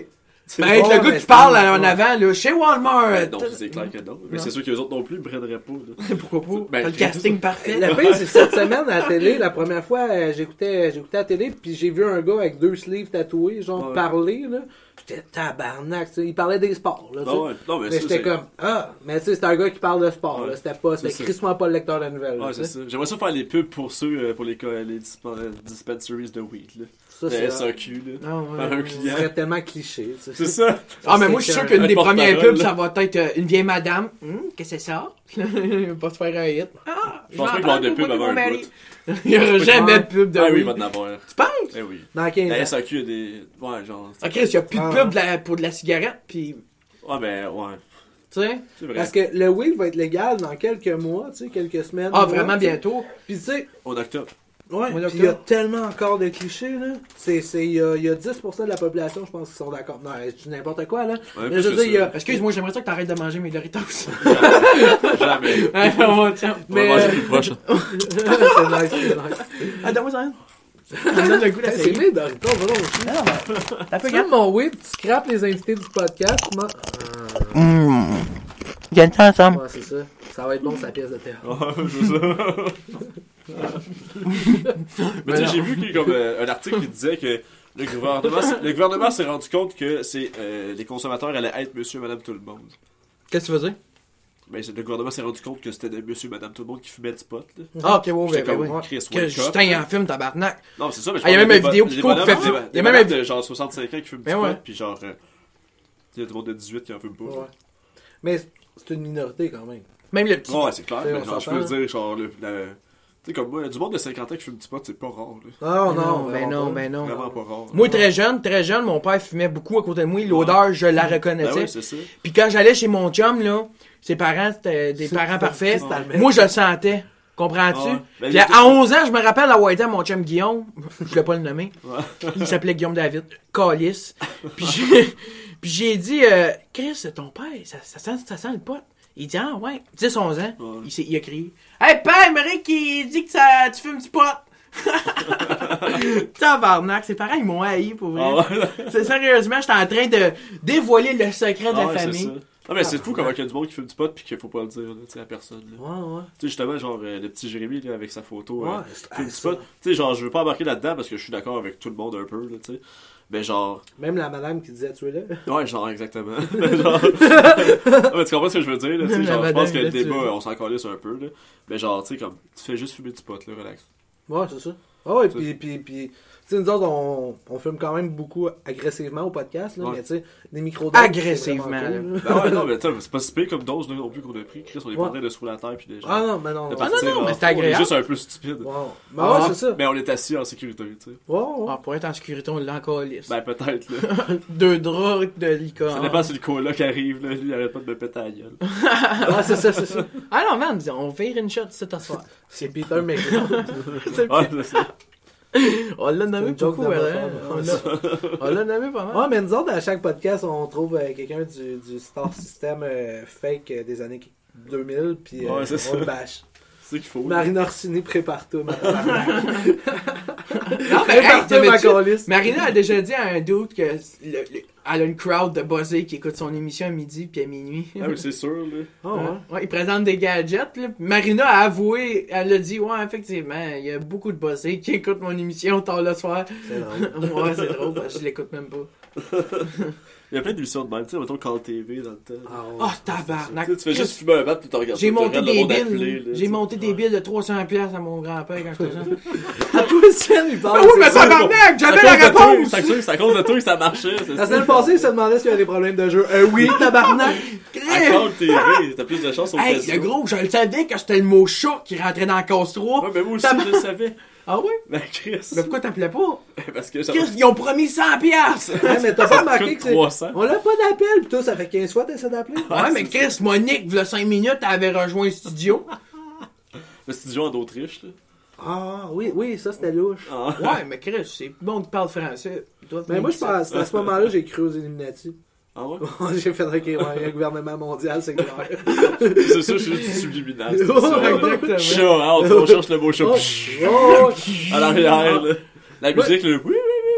Ben, bon, le gars mais qui c'est parle pas- en avant, là, chez Walmart. Ben, non, c'est clair que non. Mais Non. c'est sûr que les autres non plus ne prendraient pas. Là. Pourquoi pas? Ben, T'as le casting parfait. Le pire, c'est cette semaine à la télé, la première fois, j'écoutais la télé, puis j'ai vu un gars avec 2 sleeves tatoués, genre Ouais. parler, là. J'étais tabarnak, tu sais. Il parlait des sports, là, tu sais. Non, ouais. Non, mais Mais ça, j'étais c'est... comme, mais tu sais, c'était un gars qui parle de sport, Ouais. là. C'était C'est ça. crissement pas le lecteur de nouvelles, là, Ouais, tu c'est sais. ça. J'aimerais ça faire les pubs pour ceux, pour les dispensaries de weed, là. Ça, Le c'est SAQ, là. Ah, ouais. Par un ça client. serait tellement cliché, tu sais. C'est ça. Ah, mais moi, je suis sûr c'est qu'une un des premières porte-parole, pubs, là. ça va être une vieille madame. Qu'est-ce que c'est ça? Il va pas se faire un hit. Ah, Je pense pas qu'il va y avoir de pub avant un bout. Il y aura jamais de pub de Ah oui, weed. il va en avoir. Tu penses? Eh oui. Dans 15 La ans. SAQ, il y a des... Ouais, genre... Ah, Chris, il y a plus de Ah. pub pour de la cigarette, puis, Ouais, ben, ouais. tu sais. C'est vrai. Parce que le weed va être légal dans quelques mois, tu sais, quelques semaines. Ah, mois, vraiment tu sais. bientôt. Puis tu sais, En octobre. ouais, Mois puis il y a d'octobre. tellement encore de clichés, là. Il y a 10% de la population, je pense, qui sont d'accord. Non, je dis n'importe quoi, là. Ouais, Mais plus je veux que dire, il y a... Excuse-moi, j'aimerais ça que t'arrêtes de manger mes Doritos. Jamais. Ah, on tient. On va Mais, manger plus proche. c'est nice, c'est nice. Ah, donne-moi ça. Ça me donne le goût Hey, d'essayer. c'est mes Doritos, vraiment aussi. Non, mais t'as Tu fait fais mon weed, tu scrapes les invités du podcast, tu m'en- Gagne ça ensemble. Ouais, c'est ça. Ça va être bon, sa pièce de théâtre. Ouais, c'est ça. Mais tu sais, j'ai vu qu'il y a comme un article qui disait que le gouvernement s'est rendu compte que les consommateurs allaient être monsieur et madame tout le monde. Qu'est-ce que tu veux dire? Ben, le gouvernement s'est rendu compte que c'était de monsieur et madame tout le monde qui fumaient du pot. Là. Ah, ok, ouais, J'étais ouais, comme, ouais. Chris, Que wake up. Justin en film, tabarnak. Non, c'est ça, mais je Ah, il y a parle même des une vidéo des qui court, bonhommes, fait- des- il y a des même bonhommes un- de genre 65 ans qui fument du Ben ouais. pot, puis genre... il y a tout le monde de 18 qui en fume pas. Ouais. Mais c'est une minorité quand même. Même le petit. Ouais, c'est clair, C'est- mais on genre, je s'entend, peux dire, genre, tu sais, comme moi, du monde de 50 ans qui fume du pot, c'est pas rare, là. Non, non, ben vraiment non, pas. ben non. Vraiment pas rare. Moi, très jeune, mon père fumait beaucoup à côté de moi. L'odeur, je la Ben reconnaissais. oui, c'est ça. Puis quand j'allais chez mon chum, là, ses parents, c'était des C'est- parents parfaits. c'est allemand. Moi, je le sentais. Comprends-tu? Ah ouais. Ben, Puis il était- à 11 ans, je me rappelle à White mon chum Guillaume, je voulais pas le nommer, Ouais. il s'appelait Guillaume David, Calice. Puis j'ai dit, Chris, ton père, ça sent le pot. Il dit, ah ouais, 10-11 ans. Ouais. Il a crié, hey père, Marie qui dit que ça, tu fumes du pot. Tabarnak, ses parents, ils m'ont haï pour vrai. Ah ouais. C'est sérieusement, j'étais en train de dévoiler le secret de Ah la ouais, c'est famille. ça. Non, mais c'est fou comment il y a du monde qui fume du pot pis qu'il faut pas le dire, là, tu sais, à personne, là. Ouais, ouais. Tu sais, justement, genre, le petit Jérémy, là, avec sa photo, Ouais, fume du ça. pot. Tu sais, genre, je veux pas embarquer là-dedans parce que je suis d'accord avec tout le monde un peu, là, tu sais. Mais genre, Même la madame qui disait tu es là. ouais, genre, exactement. Mais genre, non, mais tu comprends ce que je veux dire, là, tu sais, La genre, je pense madame, que le là, tu débat, veux. on s'en calisse un peu, là. Mais genre, tu sais, comme, tu fais juste fumer du pot, là, relax. Ouais, c'est ça. Ah ouais, puis tu sais, nous autres, on filme quand même beaucoup agressivement au podcast, là, Ouais. mais tu sais, des micros Agressivement, Ben ouais, non, mais tu sais, c'est pas si pire comme dose, là, non plus qu'on a pris. Chris, on est pas Ouais. en train de se rouler la terre pis déjà. Ah non, mais non. de Ouais, partir non, mais en c'est fou, agréable. On est juste un peu stupide. ouais, Ah. c'est ça. Mais on est assis en sécurité, tu sais. Ouais, ouais. Ah, pour être en sécurité, on l'a encore lisse. Ben peut-être, là. 2 draps de licorne. Ça dépend si le coloc arrive, là. Lui, il arrête pas de me péter à la gueule. Ouais, c'est ça, c'est ça. Ah non, man, on va faire une shot cet soir. C'est Peter McLeod. Ouais, c'est ça. On l'a nommé C'est une joke beaucoup, de hein. ma On l'a nommé pas mal. Ouais, mais nous autres, à chaque podcast, on trouve quelqu'un du Star System fake des années 2000, puis Ouais, c'est ça. on le bâche. C'est qu'il faut. Marina Orsini, prépare-toi, ma Non, mais hey, Prépare-toi, ma t'avais-tu- calisse. Marina a déjà dit à un doute que elle a une crowd de buzzés qui écoute son émission à midi puis à minuit. Ah oui, c'est sûr, là. Ah ouais. Ouais, il présente des gadgets. Là. Marina a avoué, elle a dit, ouais, effectivement, il y a beaucoup de buzzés qui écoutent mon émission tard le soir. C'est drôle. Ouais, c'est drôle, parce que je l'écoute même pas. Il y a plein d'émissions de même, tu sais, mettons Call TV dans le temps. Ah ouais. Oh, tabarnak. Tu sais, tu fais juste fumer un bat puis tu regardes. J'ai ça, monté tu regardes des le monde appeler, billes. là, J'ai tu sais. monté des billes de 300$ à mon grand-père quand j'étais jeune. À toi, Étienne, il parle. Ah oui, mais c'est ça. tabarnak, j'avais C'est à la cause de toi, réponse! C'est à cause de toi que ça marchait. c'est La ça. semaine passée, il se demandait s'il y avait des problèmes de jeu. Oui, tabarnak. À Call TV, t'as plus de chance au Hey, casino. le gros, je le savais que c'était le mot chat qui rentrait dans la case 3. Ouais, mais moi aussi, je le savais. Ah ouais? Ben, Chris. Mais pourquoi t'appelais pas? Parce que ça Chris, ils ont promis 100$! Ouais, mais t'as pas remarqué que c'est. 300. On l'a pas d'appel, pis toi, ça fait 15 fois que t'essaies d'appeler. Ouais, mais Chris, Monique, v'là 5 minutes, elle avait rejoint le studio. Le studio en Autriche, là. Ah, oui, oui, ça c'était louche. Ah. Ouais, mais Chris, c'est bon que tu parles français. Toi, Mais moi, je pense, à ce moment-là, j'ai cru aux Illuminati. Ah ouais? J'ai fait, ok, ouais, il y a un gouvernement mondial, c'est clair. C'est ça, je suis juste du subliminal. c'est Ouais, ça, là. exactement. Chat, hein, on cherche le mot chat. Oh, Psh, oh, à l'arrière, là. La musique, le oui, oui,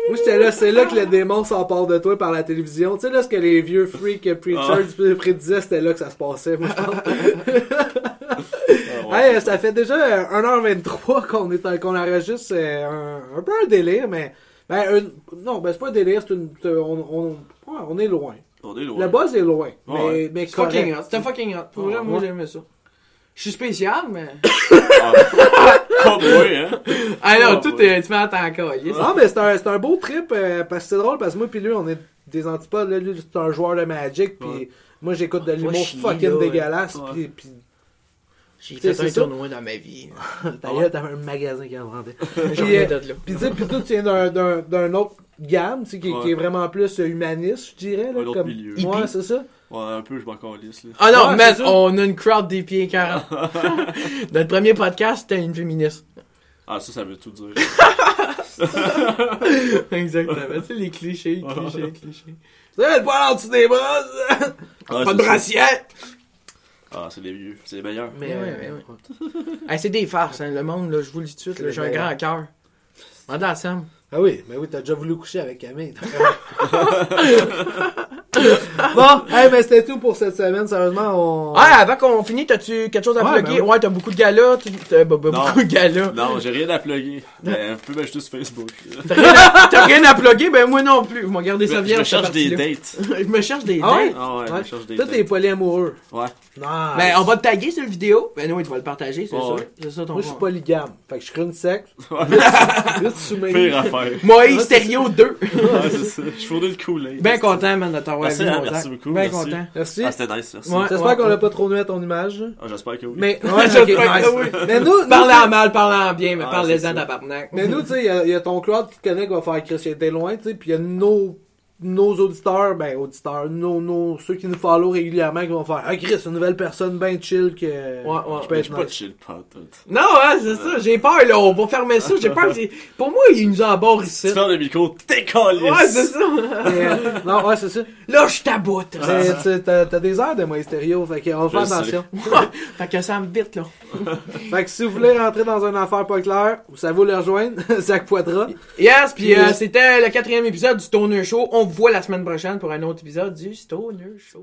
Moi, j'étais là, c'est là que le démon s'empare de toi par la télévision. Tu sais, là, ce que les vieux freaks preachers prédisaient, c'était là que ça se passait, moi, je pense. Hey, ça fait déjà 1h23 qu'on enregistre un peu un délire, mais... non, c'est pas un délire, on est loin. On est loin. Le buzz est loin, Ouais. mais Fucking correct. hot. C'était fucking hot. Pour vrai, moi, j'aimais ça. Je suis spécial, mais... Comme moi, hein. Ah non, Ouais, tout ouais. est... Tu m'entends encore, yes. Non, mais c'est un beau trip, parce que c'est drôle, parce que moi pis lui, on est des antipodes. Là, lui, c'est un joueur de Magic, pis Ouais. moi, j'écoute de l'humour chier, fucking là, ouais. dégueulasse, Ouais. pis J'ai Tu sais, fait un c'est ça. tournoi dans ma vie. d'ailleurs, t'avais un magasin qui en vendait. J'en Puis, ai de là. Puis tu sais, puis toi, tu viens d'un autre gamme, tu sais, qui est vraiment plus humaniste, je dirais. Là, Un autre milieu. Ouais, Hippie. c'est ça. Ouais, un peu, je m'en calisse, là. Ah non, Ouais, man, c'est ça. on a une crowd des pieds 40. Notre premier podcast, c'était une féministe. Ah, ça veut tout dire. Exactement. Tu sais, les clichés. Tu sais, le poil en dessous des bras. Ah, Pas c'est de ça. brassière! Ah, c'est les vieux. C'est les meilleurs. Mais ouais. Hey, c'est des farces, hein, le monde, là, je vous le dis tout de suite, là, j'ai un grand cœur. Demandez à Sam. Ah oui, mais oui, t'as déjà voulu coucher avec Camille. Bon, hey, mais c'était tout pour cette semaine, sérieusement, Ouais, avant qu'on finisse, t'as-tu quelque chose à Ouais, plugger? ben oui. Ouais, t'as beaucoup de galas, beaucoup de galas. Non, j'ai rien à plugger. Mais vous pouvez m'ajouter sur Facebook. T'as rien à plugger? Ben moi non plus. Vous m'en gardez ça Je vierge. me cherche cette des partie-là. dates. Je me cherche des Ah ouais? dates. Ah ouais, je Ouais. me cherche des Toi, dates. t'es polyamoureux. Ouais. Non. Ben, on va te taguer sur le vidéo. Ben non, tu vas le partager, c'est Ouais, ça. ouais. C'est ça ton Moi, je suis point. polygame. Fait que je crée une secte. Ouais. Là, tu soumets. Pire affaire. Moïse Stéréo 2. Ouais, c'est ça. Je fournais le Kool-Aid. Ben content, man, de t'avoir Merci, vu, hein, mon merci Zach. beaucoup, Ben merci. content. Merci. Ah, c'était nice, merci. Ouais. J'espère qu'on l'a pas trop nué à ton image. Ah, j'espère que oui. Mais, Ouais, ouais, ok, j'espère que nice. oui. Mais nous, Parlant mal, parlant bien, mais Ah, parlez-en c'est ça. tabarnak. Mais nous, tu sais, il y a ton crowd qui te connaît qui va faire Chris, il était loin, tu sais, puis il y a nos auditeurs, ceux qui nous follow régulièrement qui vont faire Ah Chris, une nouvelle personne bien chill qui peut Je être suis pas nice. chill, pas tout. Non, hein, c'est ça, j'ai peur, là, on va fermer ça, j'ai peur, pour moi, il nous embarre ici. Tu fermes le micro, t'es calisse. Ouais, c'est ça. Non, ouais, c'est ça. Là, je taboute. Mais, tu sais, t'as des airs de Moïse Stéréo, fait qu'on va faire Je attention. Fait que ça me vite, là. Fait que si vous voulez rentrer dans une affaire pas claire, ça vaut le rejoindre, Zach Poitras. Yes, puis Puis, c'était le 4e épisode du Stoner Show. On vous voit la semaine prochaine pour un autre épisode du Stoner Show.